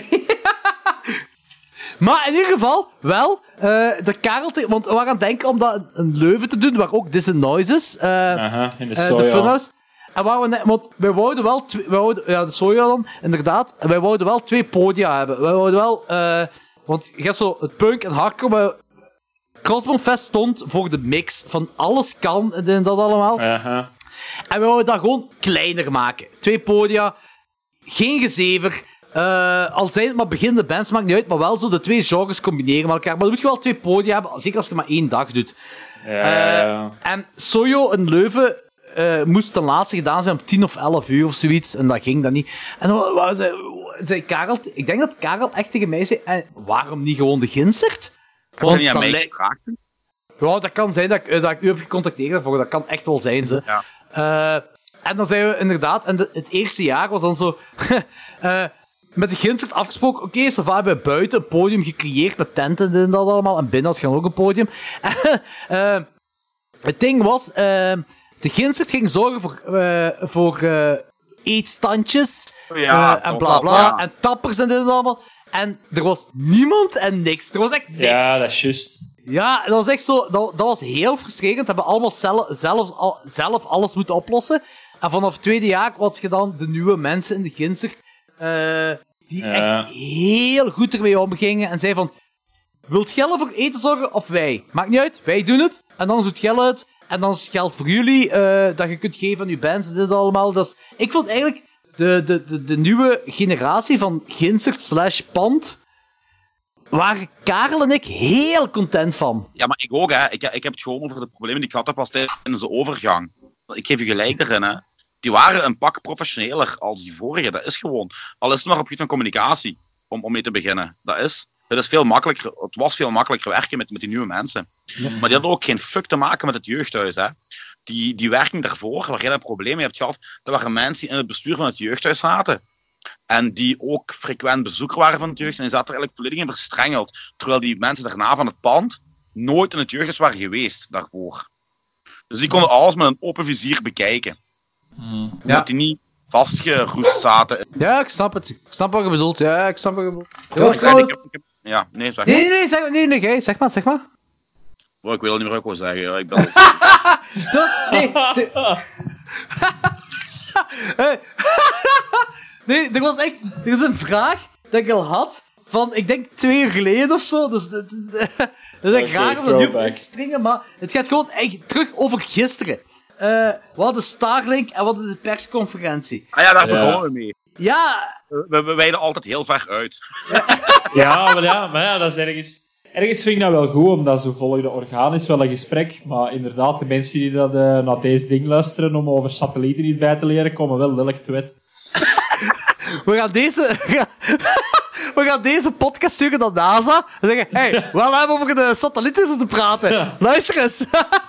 Maar in ieder geval, wel, uh, de Karel... Te- want we waren aan het denken om dat in Leuven te doen, waar ook This Noises, uh, Aha, in de uh, Soja. de Funhouse. En waar we ne- want wij wouden wel... Tw- wij wouden, ja, de Soja dan, inderdaad. En wij wouden wel twee podia hebben. Wij wouden wel... Uh, want je hebt zo het punk en hardcore, maar Crossbone Fest stond voor de mix van alles kan en dat allemaal. Aha. En we wouden dat gewoon kleiner maken. Twee podia, geen gezever... Uh, al zijn het maar beginnende bands, maakt niet uit, maar wel zo de twee genres combineren met elkaar. Maar dan moet je wel twee podia hebben, zeker als je maar één dag doet. Ja, ja, ja. Uh, en Sojo in Leuven uh, moest ten laatste gedaan zijn om tien of elf uur of zoiets, en dat ging dan niet. En dan wou ze, zei Karel, ik denk dat Karel echt tegen mij zei, eh, waarom niet gewoon de Ginsert? Heb je niet aan mij gevraagd? Ja, dat kan zijn dat ik, dat ik u heb gecontacteerd daarvoor, dat kan echt wel zijn. Ze. Ja. Uh, en dan zeiden we inderdaad, en de, het eerste jaar was dan zo... uh, met de Ginsert afgesproken, oké, okay, Sava hebben buiten een podium gecreëerd met tenten en dat allemaal. En binnen had je ook een podium. uh, het ding was, uh, de Ginsert ging zorgen voor, uh, voor uh, eetstandjes ja, uh, en bla bla. Ja. En tappers en dit en allemaal. En er was niemand en niks. Er was echt niks. Ja, dat is juist. Ja, dat was echt zo, dat, dat was heel frustrerend. We hebben allemaal zelf, zelf, al, zelf alles moeten oplossen. En vanaf het tweede jaar was je dan de nieuwe mensen in de Ginsert. Uh, die ja. echt heel goed ermee omgingen en zei van, wilt Gelle voor eten zorgen of wij? Maakt niet uit, wij doen het. En dan zoekt Gelle het. En dan is het geld voor jullie uh, dat je kunt geven aan je bands en dit allemaal. Dus ik vond eigenlijk de, de, de, de nieuwe generatie van Ginsert slash Pand, waren Karel en ik heel content van. Ja, maar ik ook, hè. Ik, ik heb het gewoon over de problemen die ik had was tijdens de overgang. Ik geef je gelijk erin, hè. Die waren een pak professioneler als die vorige. Dat is gewoon. Al is het maar op gebied van communicatie. Om, om mee te beginnen. Dat is. Het, is veel makkelijker, het was veel makkelijker werken met, met die nieuwe mensen. Ja. Maar die hadden ook geen fuck te maken met het jeugdhuis. Hè. Die, die werking daarvoor, waar jij een probleem mee hebt gehad, dat waren mensen die in het bestuur van het jeugdhuis zaten. En die ook frequent bezoeker waren van het jeugdhuis. En die zaten er eigenlijk volledig in verstrengeld. Terwijl die mensen daarna van het pand nooit in het jeugdhuis waren geweest daarvoor. Dus die konden alles met een open vizier bekijken. Mm. Ja. Dat die niet vastgeroest zaten. Ja, ik snap het. Ik snap wat je bedoelt. Ja, ik snap wat je bedoelt. Ja, ik zei, ik heb, ik heb, ja, nee, zeg maar. Nee, nee, zeg, nee, nee, nee, zeg maar, zeg maar. Oh, ik weet al niet meer wat ik wil zeggen. Ja, ik ben dat is... Nee. Nee. Hey. Nee, er was echt... Er is een vraag dat ik al had van, ik denk twee uur geleden of zo. Dus dat is echt raar om dat nu op te springen, maar het gaat gewoon echt terug over gisteren. Uh, we hadden Starlink en we hadden de persconferentie. Ah ja, daar ja. begonnen we mee. Ja. We, we, we wijden altijd heel ver uit. Ja, maar ja, maar ja, dat is ergens... Ergens vind ik dat wel goed, omdat zo volgde organisch wel een gesprek. Maar inderdaad, de mensen die dat, uh, naar deze ding luisteren om over satellieten niet bij te leren, komen wel lelijk te wet. We gaan deze... We gaan deze podcast sturen naar NASA en zeggen, hé, hey, we hebben over de satellieten te praten. Ja. Luister eens.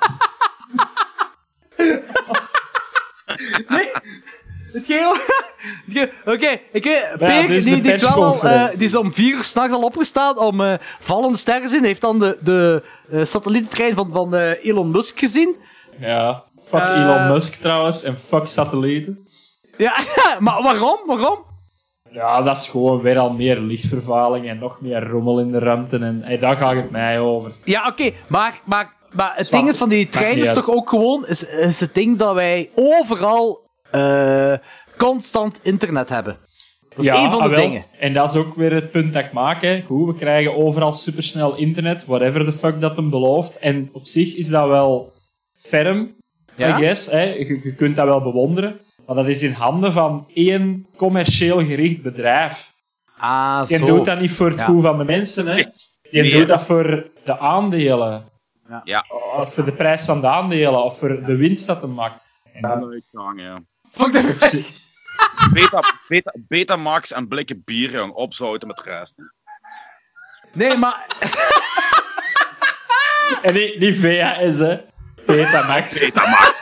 Nee, het ging om... Oké, okay, ik weet... Peer, ja, die, die, heeft wel al, uh, die is om vier uur s'nachts al opgestaan om uh, vallende sterren te zien. Hij heeft dan de, de uh, satellietentrein van, van uh, Elon Musk gezien. Ja, fuck uh, Elon Musk trouwens en fuck satellieten. Ja, maar waarom? Waarom? Ja, dat is gewoon weer al meer lichtvervuiling en nog meer rommel in de ruimte. En hey, daar gaat het mij over. Ja, oké, okay, maar, maar, maar het Zwart. ding is van die trein is toch ook gewoon... Is, is het ding dat wij overal uh, constant internet hebben. Dat is ja, één van de wel, dingen. En dat is ook weer het punt dat ik maak. Hè. Goed, we krijgen overal supersnel internet, whatever the fuck dat hem belooft. En op zich is dat wel ferm, ja? I guess. Hè. Je, je kunt dat wel bewonderen. Maar dat is in handen van één commercieel gericht bedrijf. Ah, Die zo. doet dat niet voor het ja. goed van de mensen. Hè. Die nee. doet dat voor de aandelen. Ja. Ja. Of voor de prijs van de aandelen. Of voor de winst dat hem maakt. En dan uitgang, ja. Fuck dat. Beta, beta, Betamax en blikken bier, jong. Opzouten met de rest. Nee, maar... En die, die V H S, hè. Betamax. Betamax.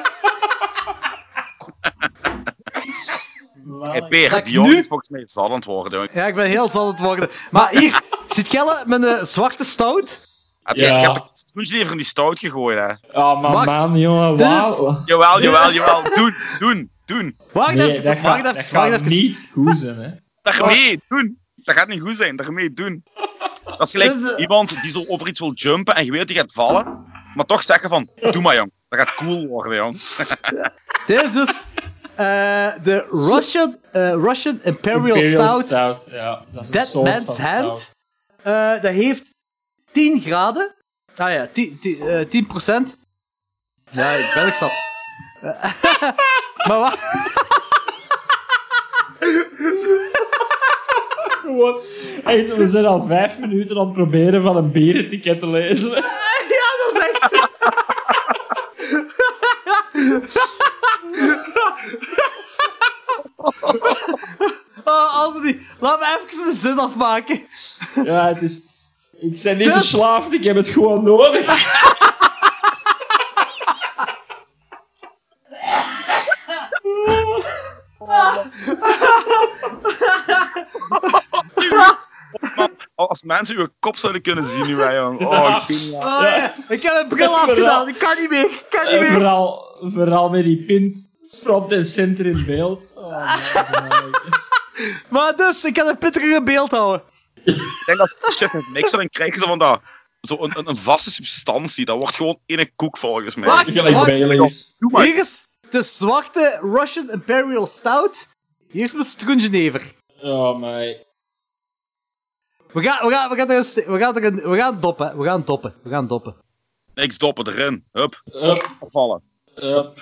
Hey, Peer, die jongen is volgens mij zat aan het worden. Jongen. Ja, ik ben heel zat aan het worden. Maar hier, zit Gelle met een zwarte stout? Heb je, ja. je hebt het schoentje even in die stout gegooid, hè? Oh, maar man, jongen, wauw. Is... Jawel, jawel, jawel. Doen, doen, doen. Wacht nee, even, dat wacht gaat, even. Dat gaat even. niet goed zijn, hè. Daarmee, doen. Dat gaat niet goed zijn, daarmee, doen. Dat is gelijk de... iemand die zo over iets wil jumpen en je weet die gaat vallen, maar toch zeggen van, doe maar, jong. Dat gaat cool worden, jong. Dit is dus... Uh, de Russian, uh, Russian Imperial, Imperial Stout. Stout. Ja, dat is een Dead soort Man's van Hand. Uh, dat heeft tien graden. Ah ja, tien procent. Ja, ik ben ik zat. Uh, maar wat? Gewoon, echt, we zijn al vijf minuten aan het proberen van een bieretiket te lezen. Ja, dat is echt... Oh, Anthony, laat me even mijn zin afmaken. Ja, het is... Ik ben niet dus... verslaafd, ik heb het gewoon nodig. Als mensen uw kop zouden kunnen zien nu, wij, jong. Oh, ik, oh, ja. Ik heb een bril afgedaan, ik kan niet meer, ik kan niet meer. Vooral, vooral met die pint front en center in beeld. Oh, man. Maar dus, ik kan een pittige beeld houden. Ik denk als chef met mixer, dan krijg je zo van dat... Zo een, een, een vaste substantie, dat wordt gewoon in een koek volgens mij. Wacht, wacht. Hier is de zwarte Russian Imperial Stout. Hier is mijn stroengenever. Oh, my. We gaan, we gaan, we gaan, er, een, we gaan, er een, we gaan doppen, we gaan doppen, we gaan doppen. Niks doppen erin, hup. Hup. Vallen. Hup.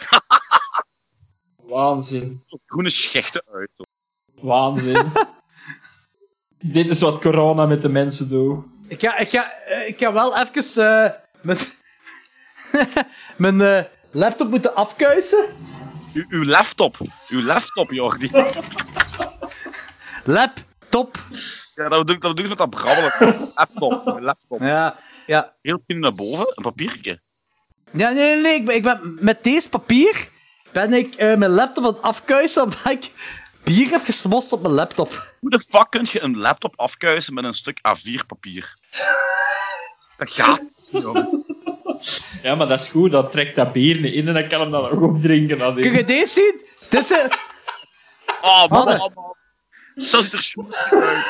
Waanzin. Groene schechten uit. Hoor. Waanzin. Dit is wat corona met de mensen doet. Ik ga, ik ga, ik ga wel even uh, met mijn uh, laptop moeten afkuisen. U, uw laptop. Uw laptop, Jordi. Laptop. Ja, dat doe ik, dat doe ik met dat brabbelen. Laptop, laptop. Ja, ja. Heel veel naar boven, een papiertje. Ja, nee, nee, nee. Ik ben, ik ben, met deze papier ben ik uh, mijn laptop aan het afkuisen omdat ik bier heb gesmost op mijn laptop. Hoe de fuck kun je een laptop afkuisen met een stuk A vier papier? Dat gaat niet, jongen. Ja, maar dat is goed. Dan trekt dat bier niet in en dan kan hem dan ook opdrinken. Nadien. Kun je deze zien? Dit is... Een... Oh, man, man, man. Dat is er schoon uit.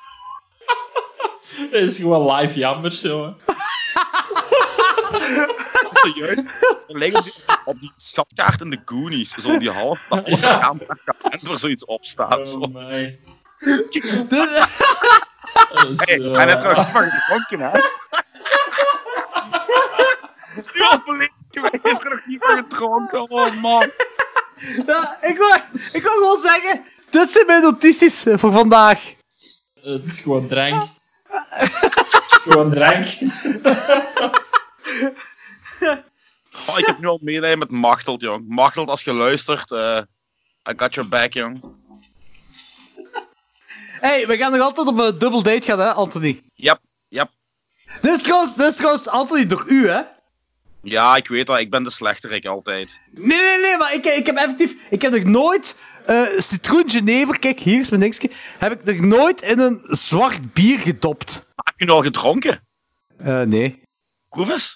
Dat is gewoon live jammers, jongen. Serieus? Dat lijkt op die, op die schatkaart in de Goonies. Zo die half ja. waar zoiets op staat. Zo. Oh, my. Hey, uh... Hij heeft er nog niet van gedronken, hè? Dat is nu al verleden. Hij heeft er nog niet van gedronken. Oh, man. Ja, ik wil, ik wil gewoon zeggen... Dit zijn mijn notities voor vandaag. Uh, het is gewoon drank. Het is gewoon drank. Oh, ik heb nu al medelijden met Machteld, jong. Machteld, als je luistert, uh, I got your back, jong. Hey, we gaan nog altijd op een dubbel date gaan, hè, Anthony? Yep, yep. Dit is trouwens, dit is trouwens Anthony, door u, hè? Ja, ik weet dat. Ik ben de slechterik altijd. Nee, nee, nee, maar ik, ik heb effectief... Ik heb nog nooit... Uh, citroen Genever, kijk, hier is mijn dingetje. Heb ik nog nooit in een zwart bier gedopt. Heb je nu al gedronken? Uh, nee. Proef eens.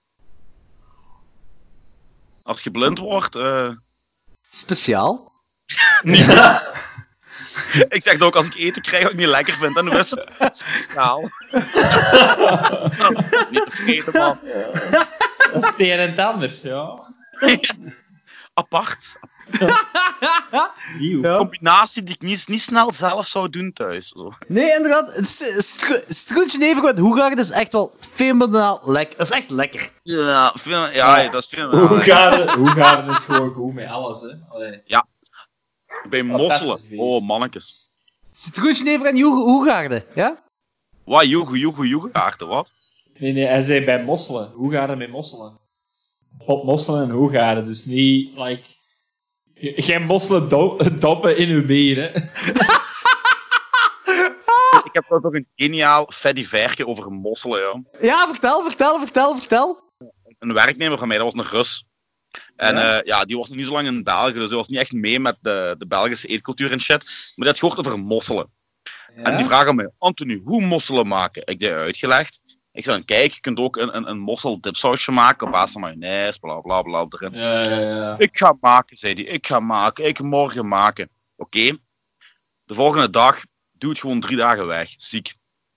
Als je blind wordt... Uh... Speciaal? Ja. Ik zeg het ook, als ik eten krijg wat ik niet lekker vind, dan is het speciaal. Niet te vergeten, man. Dat is het een en het ander, ja. Apart. Ja. Combinatie die ik niet, niet snel zelf zou doen thuis. Zo. Nee, inderdaad. Citroen Genever met Hoegaarden is echt wel fenomenaal lekker. Dat is echt lekker. Ja, veel, ja, ja, dat is veel. Hoegaarden is gewoon goed met alles, hè. Allee. Ja. Bij mosselen. Oh, mannetjes. Citroen Genever en Hoegaarden, ja? Wat, joege, joege, joege, wat? Nee, nee, hij zei bij mosselen. Hoegaarden met mosselen. Pot mosselen en hoegaarden, dus niet, like... Geen mosselen do doppen in uw bier, hè. Ik heb toch een geniaal fediverje over mosselen, ja. Ja, vertel, vertel, vertel, vertel. Een werknemer van mij, dat was een Rus. En ja. Uh, ja, die was nog niet zo lang in België, dus hij was niet echt mee met de, de Belgische eetcultuur en shit. Maar die had gehoord over mosselen. Ja. En die vragen mij, Anthony, hoe mosselen maken? Ik heb uitgelegd. Ik zei, kijk, je kunt ook een, een, een mosseldipsausje maken op basis van mayonaise, bla bla bla erin. Ja, ja, ja. Ik ga maken, zei hij. Ik ga maken. Ik ga morgen maken. Oké. Okay. De volgende dag, doe het gewoon drie dagen weg. Ziek.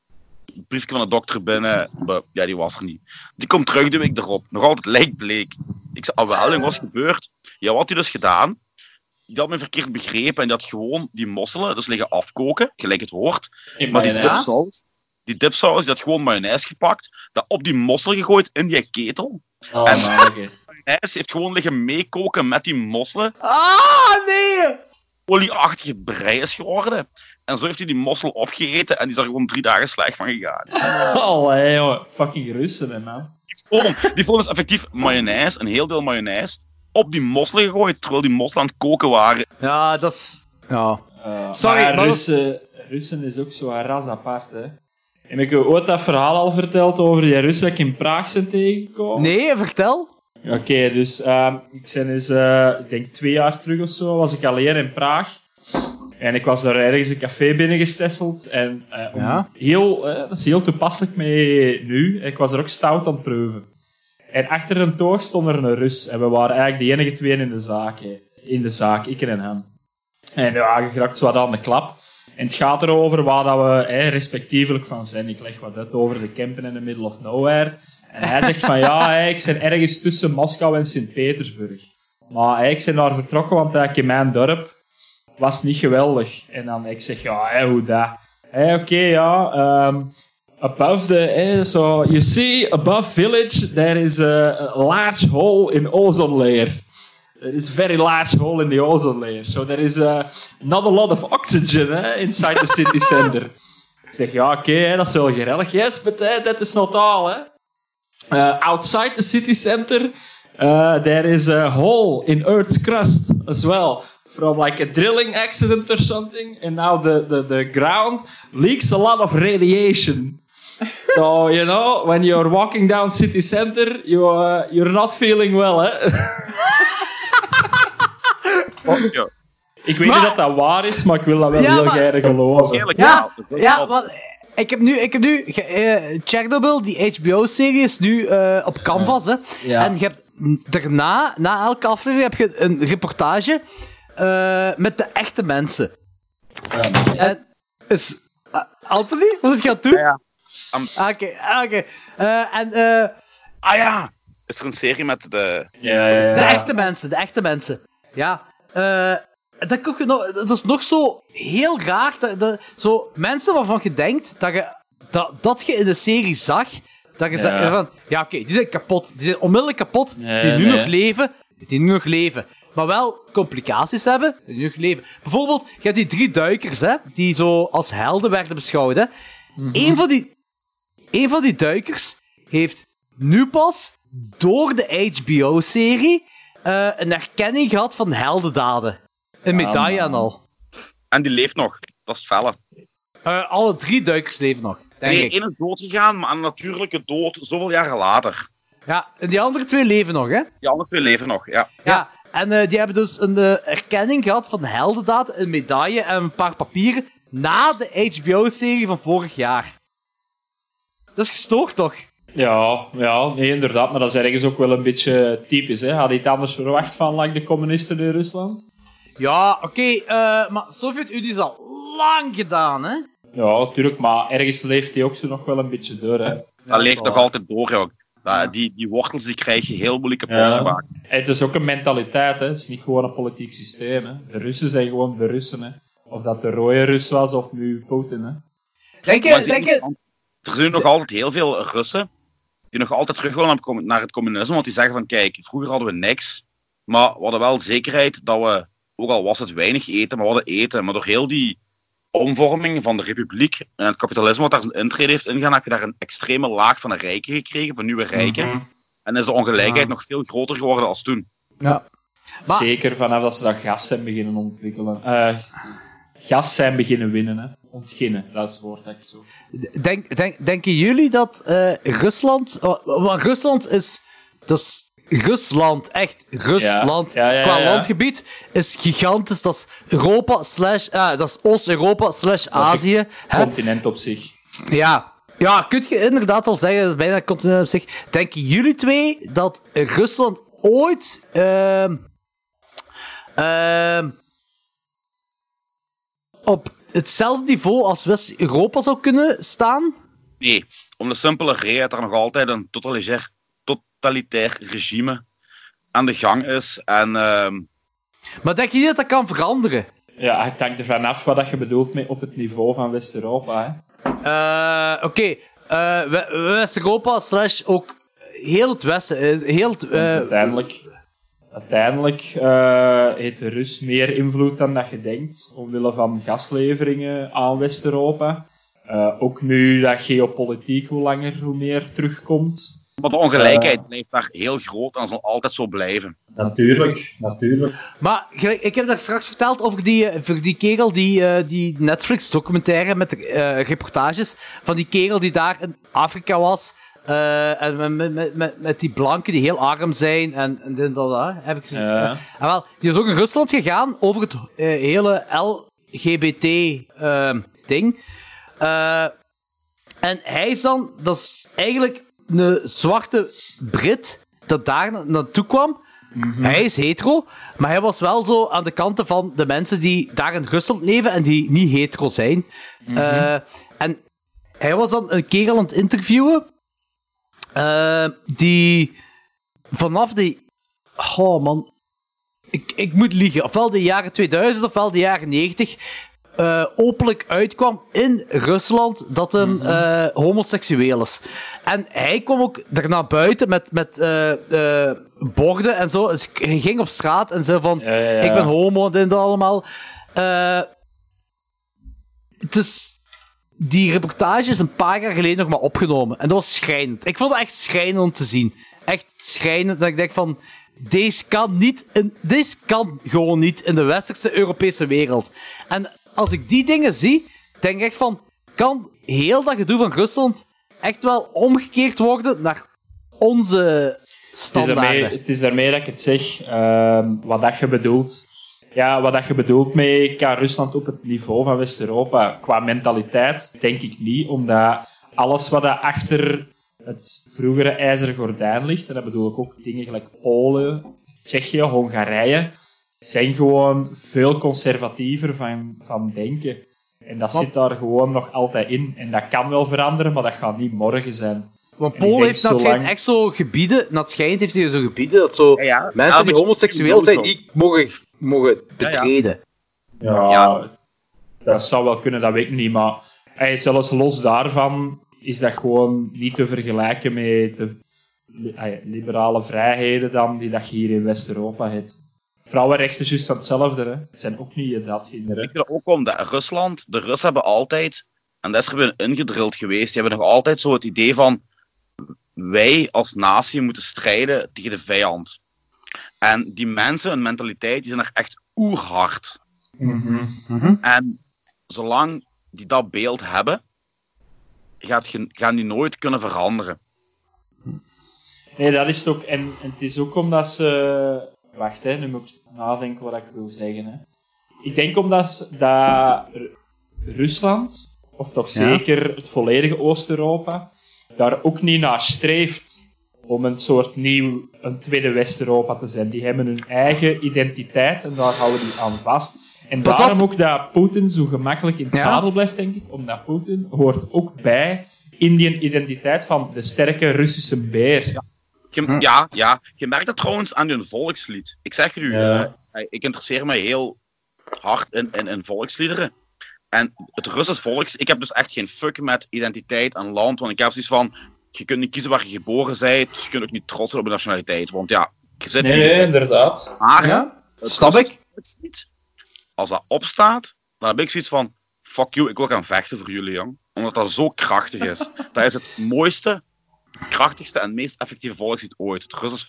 Een briefje van de dokter binnen. Ja, die was er niet. Die komt terug de week erop. Nog altijd lijkbleek. Ik zei, ah wel, wat was gebeurd? Ja, wat had hij dus gedaan? Die had me verkeerd begrepen en die had gewoon die mosselen dus liggen afkoken, gelijk het hoort. In maar die dipsaus, die dipsaus, die had gewoon mayonaise gepakt, dat op die mossel gegooid in die ketel. Oh, en man, okay. mayonaise heeft gewoon liggen meekoken met die mosselen. Ah, nee! Olieachtige brei is geworden. En zo heeft hij die mossel opgegeten en die is er gewoon drie dagen slecht van gegaan. Allee, joh. Fucking Russen, hè, man. Die film, die film is effectief mayonaise, een heel deel mayonaise, op die mosselen gegooid, terwijl die mosselen aan het koken waren. Ja, dat is... Ja. Uh, Sorry, maar maar Russen, Russen is ook zo een ras apart, hè. Heb ik u ooit dat verhaal al verteld over die Russen dat ik in Praag zijn tegengekomen? Nee, vertel. Oké, okay, dus um, ik ben eens, uh, ik denk twee jaar terug of zo, was ik alleen in Praag. En ik was er ergens een café binnengestesseld. En uh, om ja? heel, uh, dat is heel toepasselijk mee nu. Ik was er ook stout aan het proeven. En achter een toog stond er een Rus. En we waren eigenlijk de enige twee in de zaak. Hè. In de zaak, ik en hem. En ja, je raakt zo wat aan de klap. En het gaat erover waar dat we hè, respectievelijk van zijn. Ik leg wat uit over de Kempen in the middle of nowhere. En hij zegt van ja, hè, ik ben ergens tussen Moskou en Sint-Petersburg. Maar hè, ik ben daar vertrokken, want eigenlijk in mijn dorp was het niet geweldig. En dan ik zeg ja, hè, hoe dat? Oké, okay, ja... Um, above the... Eh, so you see, above village, there is a, a large hole in ozone layer. There is a very large hole in the ozone layer. So there is uh, not a lot of oxygen eh, inside the city center. Ik zeg, ja, oké, okay, dat is wel gezellig. Yes, but uh, that is not all. Eh. Uh, outside the city center, uh, there is a hole in Earth's crust as well. from like a drilling accident or something, and now the, the, the ground leaks a lot of radiation. So, you know, when you're walking down city center, you, uh, you're not feeling well, hè? Oh, ja. Ik weet Maar- niet dat dat waar is, maar ik wil dat wel Ja, heel maar- graag geloven. Eerlijk, Ja, ja. dat is ja, wel- want ik heb nu, ik heb nu ge- eh, Chernobyl, die H B O-serie, is nu eh, op Canvas, hè. Ja. En je hebt daarna, na elke aflevering, heb je een reportage eh, met de echte mensen. En is... Uh, Anthony, wat is je aan het doen? Ja, ja. Am- Ah, Oké, ah, oké. Eh, en eh, Ah ja, is er een serie met de... Ja, ja, ja. de echte mensen, de echte mensen. Ja. eh dat, ook nog, dat is nog zo heel raar. Dat, dat, zo mensen waarvan je denkt dat je, dat, dat je in de serie zag. Dat je Ja. zegt van, ja oké, die zijn kapot. Die zijn onmiddellijk kapot. Nee, die nu nee. nog leven. Die nu nog leven. Maar wel complicaties hebben. Die nu nog leven. Bijvoorbeeld, je hebt die drie duikers, hè. Die zo als helden werden beschouwd, hè. Mhm. Eén van die, één van die duikers heeft nu pas door de H B O-serie eh, een erkenning gehad van heldendaden. Een medaille en al. En die leeft nog. Dat is het felle. Eh, alle drie duikers leven nog, denk Nee, ik. één is doodgegaan, maar een natuurlijke dood zoveel jaren later. Ja, en die andere twee leven nog, hè? Die andere twee leven nog, ja. Ja. En eh, die hebben dus een eh, erkenning gehad van heldendaad, een medaille en een paar papieren na de H B O-serie van vorig jaar. Dat is gestoord, toch? Ja, ja, nee, inderdaad. Maar dat is ergens ook wel een beetje typisch. Hè? Had je iets anders verwacht van like, de communisten in Rusland? Ja, oké, eh, maar Sovjet-Unie is al lang gedaan, hè? Ja, natuurlijk. Maar ergens leeft hij ook zo nog wel een beetje door. Hè? Dat leeft nog wel. altijd door, joh. Dat- Die, die wortels die krijg je heel moeilijk kapot Ja. gemaakt. Het is ook een mentaliteit. Hè? Het is niet gewoon een politiek systeem. Hè? De Russen zijn gewoon de Russen. Hè? Of dat de rode Rus was of nu Poetin. Hè? Denk Maar je, zie denk je, je... Er zijn nog altijd heel veel Russen die nog altijd terug willen naar het commu- naar het communisme, want die zeggen van kijk, vroeger hadden we niks, maar we hadden wel zekerheid dat we, ook al was het weinig eten, maar we hadden eten. Maar door heel die omvorming van de republiek en het kapitalisme wat daar zijn intrede heeft ingegaan, heb je daar een extreme laag van de rijken gekregen, van nieuwe rijken. Mhm. En is de ongelijkheid Ja. nog veel groter geworden als toen. Ja. Maar- Zeker vanaf dat ze dat gas zijn beginnen ontwikkelen. Eh, gas zijn beginnen winnen. Hè? Ontginnen, dat is het woord dat ik zo. Denk, denk, denken jullie dat eh, Rusland... wa- Want Rusland is... Dat is Rusland, echt Rusland. Ja, ja, ja, Qua ja. landgebied is gigantisch. Dat is Europa slash... ah, dat is Oost-Europa slash Azië. hè. Continent op zich. Ja. Ja, kun je inderdaad wel zeggen, dat is bijna een continent op zich. Denken jullie twee dat Rusland ooit... ehm ehm op hetzelfde niveau als West-Europa zou kunnen staan? Nee, om de simpele reden dat er nog altijd een totalitair, totalitair regime aan de gang is. En ehm, Maar denk je niet dat dat kan veranderen? Ja, het hangt ervan af wat dat je bedoelt met op het niveau van West-Europa. Hè? Eh, Oké, eh, We- West-Europa slash ook heel het Westen. eh, heel het, eh, Want uiteindelijk uiteindelijk eh, heeft de Rus meer invloed dan dat je denkt, omwille van gasleveringen aan West-Europa. Eh, ook nu dat geopolitiek hoe langer hoe meer terugkomt. maar de ongelijkheid blijft daar heel groot en zal altijd zo blijven. Natuurlijk, natuurlijk. Maar gelijk, ik heb daar straks verteld over die, eh, over die kerel, die, eh, die Netflix-documentaire met eh, reportages van die kerel die daar in Afrika was. eh, en met, met, met, met, met die blanken die heel arm zijn en, en dit en dat, hè, heb ik gezien. Ja. En wel, die is ook in Rusland gegaan over het eh, hele L G B T-ding. Eh, en hij is dan, dat is eigenlijk een zwarte Brit dat daar na- naartoe kwam. Hij is hetero, maar hij was wel zo aan de kanten van de mensen die daar in Rusland leven en die niet hetero zijn. Eh, en hij was dan een kerel aan het interviewen eh, die vanaf die... Oh man, ik, ik moet liegen. Ofwel de jaren tweeduizend, ofwel de jaren negentig. eh, openlijk uitkwam in Rusland dat hem eh, homoseksueel is. En hij kwam ook daarna buiten met, met eh, eh, borden en zo. Dus hij ging op straat en zei van, Ja, ja, ja. ik ben homo, dit en dat allemaal. Eh, het is... Die reportage is een paar jaar geleden nog maar opgenomen. En dat was schrijnend. Ik vond het echt schrijnend om te zien. Echt schrijnend. Dat ik denk van... deze kan niet, in, deze kan gewoon niet in de westerse Europese wereld. En als ik die dingen zie, denk ik echt van, kan heel dat gedoe van Rusland echt wel omgekeerd worden naar onze standaarden? Het is daarmee, het is daarmee dat ik het zeg, uh, wat dat je bedoelt. Ja, wat dat je bedoelt mee, kan Rusland op het niveau van West-Europa qua mentaliteit, denk ik niet, omdat alles wat dat achter het vroegere ijzeren gordijn ligt, en dat bedoel ik ook dingen gelijk Polen, Tsjechië, Hongarije, zijn gewoon veel conservatiever van, van denken. En dat wat? Zit daar gewoon nog altijd in. En dat kan wel veranderen, maar dat gaat niet morgen zijn. Want Polen heeft dat lang... echt zo gebieden, dat schijnt heeft hij zo gebieden, dat zo ja, ja. mensen die homoseksueel zijn, niet mogen, mogen betreden. Ja, ja. ja, dat zou wel kunnen, dat weet ik niet, maar hey, zelfs los daarvan is dat gewoon niet te vergelijken met de hey, liberale vrijheden dan die dat je hier in West-Europa hebt. Vrouwenrechten is juist hetzelfde, hè. Het zijn ook niet dat kinderen. Ik vind ook om dat Rusland, de Russen hebben altijd, en dat is er ingedrild geweest, die hebben nog altijd zo het idee van wij als natie moeten strijden tegen de vijand. En die mensen, hun mentaliteit, die zijn er echt oerhard. Mm-hmm. Mm-hmm. En zolang die dat beeld hebben, gaat je, gaan die nooit kunnen veranderen. Nee, dat is het ook. En, en het is ook omdat ze... Wacht, hè, nu moet ik nadenken wat ik wil zeggen. Hè. Ik denk omdat ze, dat Rusland, of toch zeker ja. het volledige Oost-Europa, daar ook niet naar streeft om een soort nieuw, een tweede West-Europa te zijn. Die hebben hun eigen identiteit en daar houden die aan vast. En Pas daarom op. ook dat Poetin zo gemakkelijk in het ja. zadel blijft, denk ik. Omdat Poetin hoort ook bij in die identiteit van de sterke Russische beer. Ja, je, ja, ja. je merkt dat trouwens aan hun volkslied. Ik zeg u, ja. uh, ik interesseer me heel hard in, in, in volksliederen. En het Russisch volks, ik heb dus echt geen fuck met identiteit en land, want ik heb zoiets van, je kunt niet kiezen waar je geboren bent, dus je kunt ook niet trots zijn op je nationaliteit, want ja, je zit nee, niet... Nee, inderdaad. Maar, ja, snap ik. Niet, als dat opstaat, dan heb ik zoiets van, fuck you, ik wil gaan vechten voor jullie, jong. Omdat dat zo krachtig is. Dat is het mooiste, krachtigste en meest effectieve volkslied ooit, het Russisch.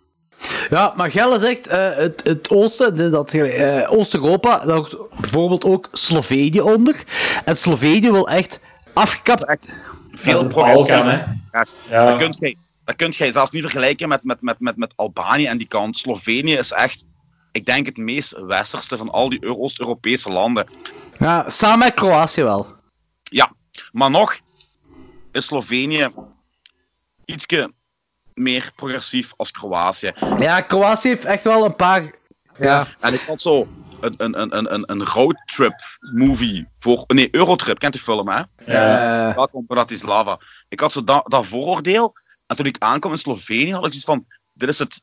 Ja, maar Gelle zegt, uh, het, het oosten, dat, uh, Oost-Europa, daar hoort bijvoorbeeld ook Slovenië onder. En Slovenië wil echt afgekapt... Echt veel progressie. Ja. Dat kun je, dat kun je zelfs niet vergelijken met, met, met, met, met Albanië en die kant. Slovenië is echt, ik denk, het meest westerste van al die Oost-Europese landen. Ja, samen met Kroatië wel. Ja, maar nog is Slovenië ietske meer progressief als Kroatië. Ja, Kroatië heeft echt wel een paar... Ja. En ik had zo een, een, een, een, een roadtrip movie voor... Nee, Eurotrip, kent de film, hè? Ja. Welkom, Bratislava. Ik had zo dat, dat vooroordeel. En toen ik aankwam in Slovenië, had ik zoiets van... Dit is het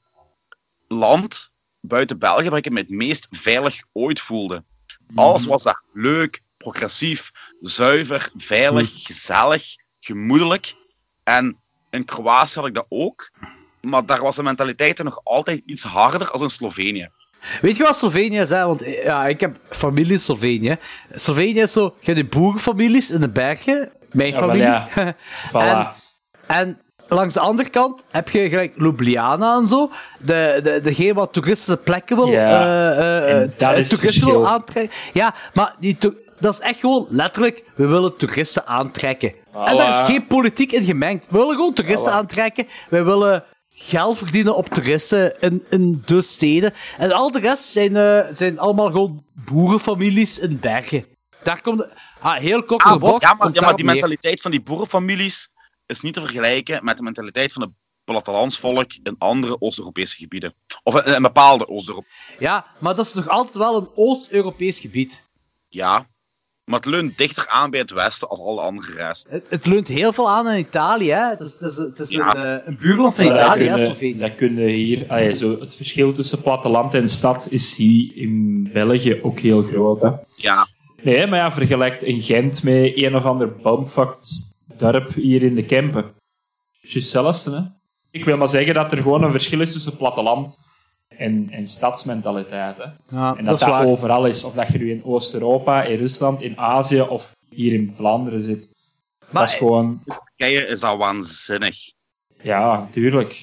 land buiten België waar ik me het meest veilig ooit voelde. Alles was daar leuk, progressief, zuiver, veilig, gezellig, gemoedelijk. En in Kroatië had ik dat ook. Maar daar was de mentaliteit nog altijd iets harder als in Slovenië. Weet je wat Slovenië is? Hè? Want ja, ik heb familie in Slovenië. Slovenië is zo... Je hebt de boerenfamilies in de bergen. Mijn ja, familie. Ja. Voilà. en, en langs de andere kant heb je gelijk Ljubljana en zo. De, de, degene wat toeristische plekken wil... Ja. Uh, uh, toeristen wil aantrekken. Ja, maar die to- dat is echt gewoon letterlijk... We willen toeristen aantrekken. Voilà. En daar is geen politiek in gemengd. We willen gewoon toeristen voilà. aantrekken. Wij willen... geld verdienen op toeristen in, in de steden. En al de rest zijn, uh, zijn allemaal gewoon boerenfamilies in bergen. Daar komt... Ah, heel kort ah, de bocht. Ja, maar, ja, maar die meer. mentaliteit van die boerenfamilies is niet te vergelijken met de mentaliteit van het plattelandsvolk in andere Oost-Europese gebieden. Of in, in bepaalde Oost-Europese... Ja, maar dat is nog altijd wel een Oost-Europees gebied. Ja, maar het leunt dichter aan bij het Westen als alle andere rest. Het, het leunt heel veel aan in Italië, hè. Het is, het is, het is ja. een, uh, een buurland van Italië, hè, Slovenië. Dat kun je hier... Allee, zo, het verschil tussen platteland en stad is hier in België ook heel groot, hè. Ja. Nee, maar ja, vergelijkt in Gent met een of ander bombfucked dorp hier in de Kempen. Het is hetzelfde, hè. Ik wil maar zeggen dat er gewoon een verschil is tussen platteland en, en stadsmentaliteit. Hè. Ja, en dat dat, dat overal is. Of dat je nu in Oost-Europa, in Rusland, in Azië of hier in Vlaanderen zit. Maar dat is gewoon... Turkije is dat waanzinnig. Ja, tuurlijk.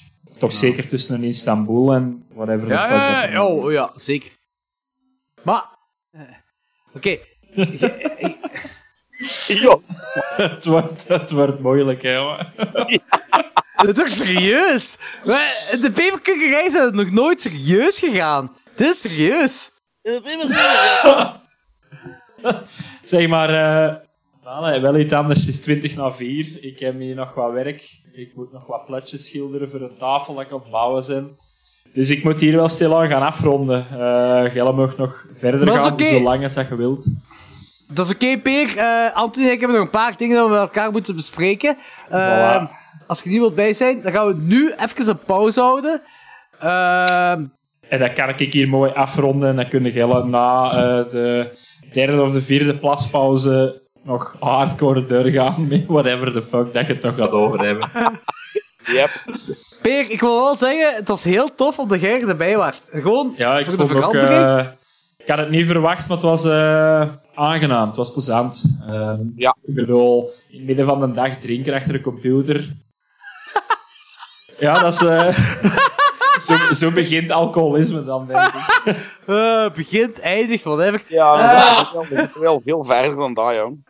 toch ja. zeker tussen een Istanbul en whatever ja, the fuck. Ja, ja, oh, ja, zeker. Maar, uh, oké. Okay. Ja. het, wordt, het wordt moeilijk, hè, jongen. Dat is toch serieus? Wij, de peperkukkerij is nog nooit serieus gegaan. Dit is serieus. Zeg maar, uh, well, wel iets anders. Het is twintig na vier. Ik heb hier nog wat werk. Ik moet nog wat platjes schilderen voor een tafel dat ik aan het bouwen ben. Dus ik moet hier wel stilaan gaan afronden. Uh, Gelle mag nog verder gaan, okay. Zolang als dat je wilt. Dat is oké, okay, Peer. Uh, Anthony en ik hebben nog een paar dingen dat we met elkaar moeten bespreken. Uh, voilà. Als je niet wilt bij zijn, dan gaan we nu even een pauze houden. Uh, en dan kan ik hier mooi afronden. En dan kun je na uh, de derde of de vierde plaspauze nog hardcore doorgaan met whatever the fuck dat je het nog gaat over hebben. Yep. Peer, ik wil wel zeggen, het was heel tof omdat jij erbij was. Gewoon ja, ik voor de verandering. Ook, uh, ik had het niet verwacht, maar het was uh, aangenaam. Het was plezant. Uh, ja. Ik bedoel, in het midden van de dag drinken achter de computer. Ja, dat is... Uh, zo, zo begint alcoholisme dan, denk ik. Uh, begint, eindigt, whatever. Ja, dat is uh. wel, wel veel verder dan dat, jong.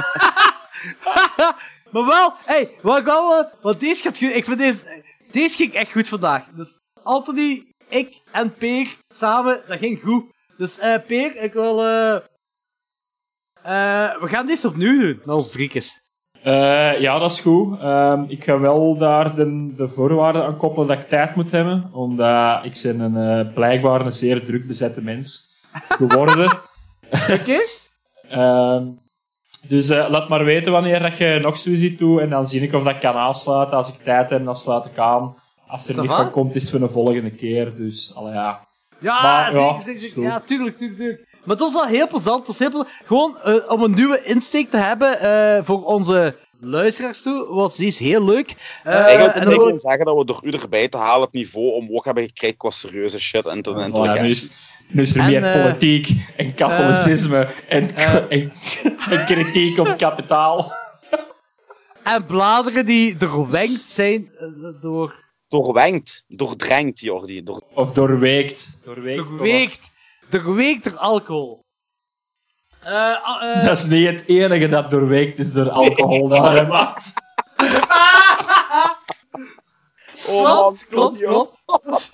Maar wel, hey, wat ik wel... Want deze gaat goed... Ik vind deze... Deze ging echt goed vandaag. Dus Anthony, ik en Peer samen, dat ging goed. Dus uh, Peer, ik wil... Uh, uh, we gaan dit opnieuw doen, met ons driekes. Uh, ja, dat is goed. Uh, ik ga wel daar de, de voorwaarden aan koppelen dat ik tijd moet hebben. Omdat ik ben een, uh, blijkbaar een zeer druk bezette mens geworden. Oké. Okay. uh, dus uh, laat maar weten wanneer dat je nog zoiets doet. En dan zie ik of dat kan aansluiten. Als ik tijd heb, dan sluit ik aan. Als er niet van komt, is het voor een volgende keer. Dus, allee, ja. Ja, maar, zeker, ja, zeker, zeker. Ja, tuurlijk, tuurlijk, tuurlijk. Maar het was wel heel plezant. Het was heel plezant. Gewoon uh, om een nieuwe insteek te hebben uh, voor onze luisteraars toe, was deze heel leuk. Uh, uh, Eigenlijk wil ik gewoon zeggen dat we door u erbij te halen het niveau omhoog hebben gekregen qua serieuze shit en te intelligentie. Ja, nu is er meer uh, politiek en katholicisme uh, en, uh, en, en kritiek op het kapitaal. En bladeren die doorwenkt zijn uh, door... Doorwenkt. Doordrenkt, Jordi. Door... Of doorweekt. Doorweekt. Doorweekt. Doorweekt door alcohol. Uh, uh, dat is niet het enige dat doorweekt is door alcohol nee. dat hij maakt. Oh, klopt, klopt, klopt.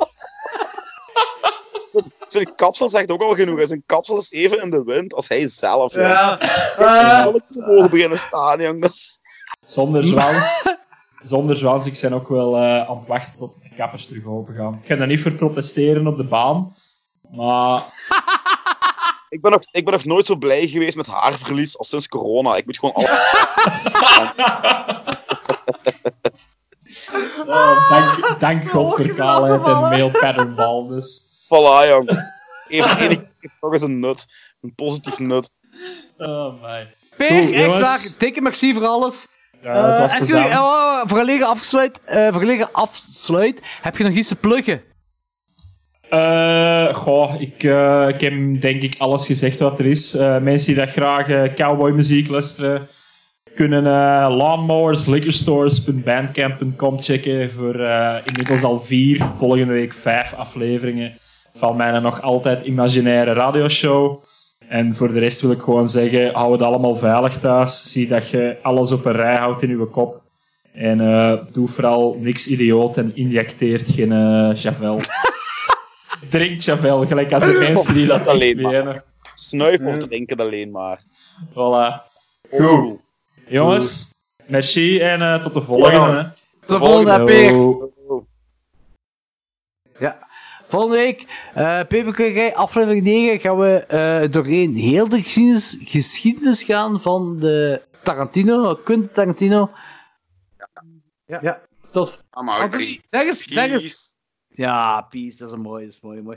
Zijn kapsel zegt ook al genoeg. Zijn kapsel is even in de wind als hij zelf. Ja. Ja. Ik uh, mogen beginnen staan, jongens. Zonder zwans. Zonder zwans. Ik ben ook wel uh, aan het wachten tot de kappers terug open gaan. Ik ga daar niet voor protesteren op de baan. Maar... ik, ben nog, ik ben nog nooit zo blij geweest met haarverlies als sinds corona. Ik moet gewoon al... oh, dank, dank God voor kaalheid en male pattern baldness. Voilà, jong. Even één keer nog eens een nut. Een positief nut. Oh, my. Peer, echt waar. Dikke merci voor alles. Ja, het was uh, plezant. Uh, Vooraleer afsluit, uh, vooraleer afsluit, heb je nog iets te pluggen? Uh, goh, ik, uh, ik heb denk ik alles gezegd wat er is. Uh, mensen die dat graag uh, cowboymuziek luisteren, kunnen uh, lawnmowers liquor stores punt bandcamp punt com checken voor uh, inmiddels al vier, volgende week vijf afleveringen van mijn nog altijd imaginaire radioshow. En voor de rest wil ik gewoon zeggen, hou het allemaal veilig thuis. Zie dat je alles op een rij houdt in je kop. En uh, doe vooral niks idioot en injecteert geen uh, Javel. Drink Javel, gelijk als de mensen die dat alleen menen. Snuif of drinken alleen maar. Voilà. Goed. Goed. Jongens, merci en uh, tot de volgende. Ja. Tot de volgende, Peer. Ja. Volgende week, uh, Peperkwekerij, aflevering negen, gaan we uh, doorheen heel de geschiedenis, geschiedenis gaan van de Tarantino, Quentin Tarantino. Ja. Ja. ja. Tot... Zeg eens, zeg eens. Ja, peace, dat is een mooi, dat is mooi, mooi.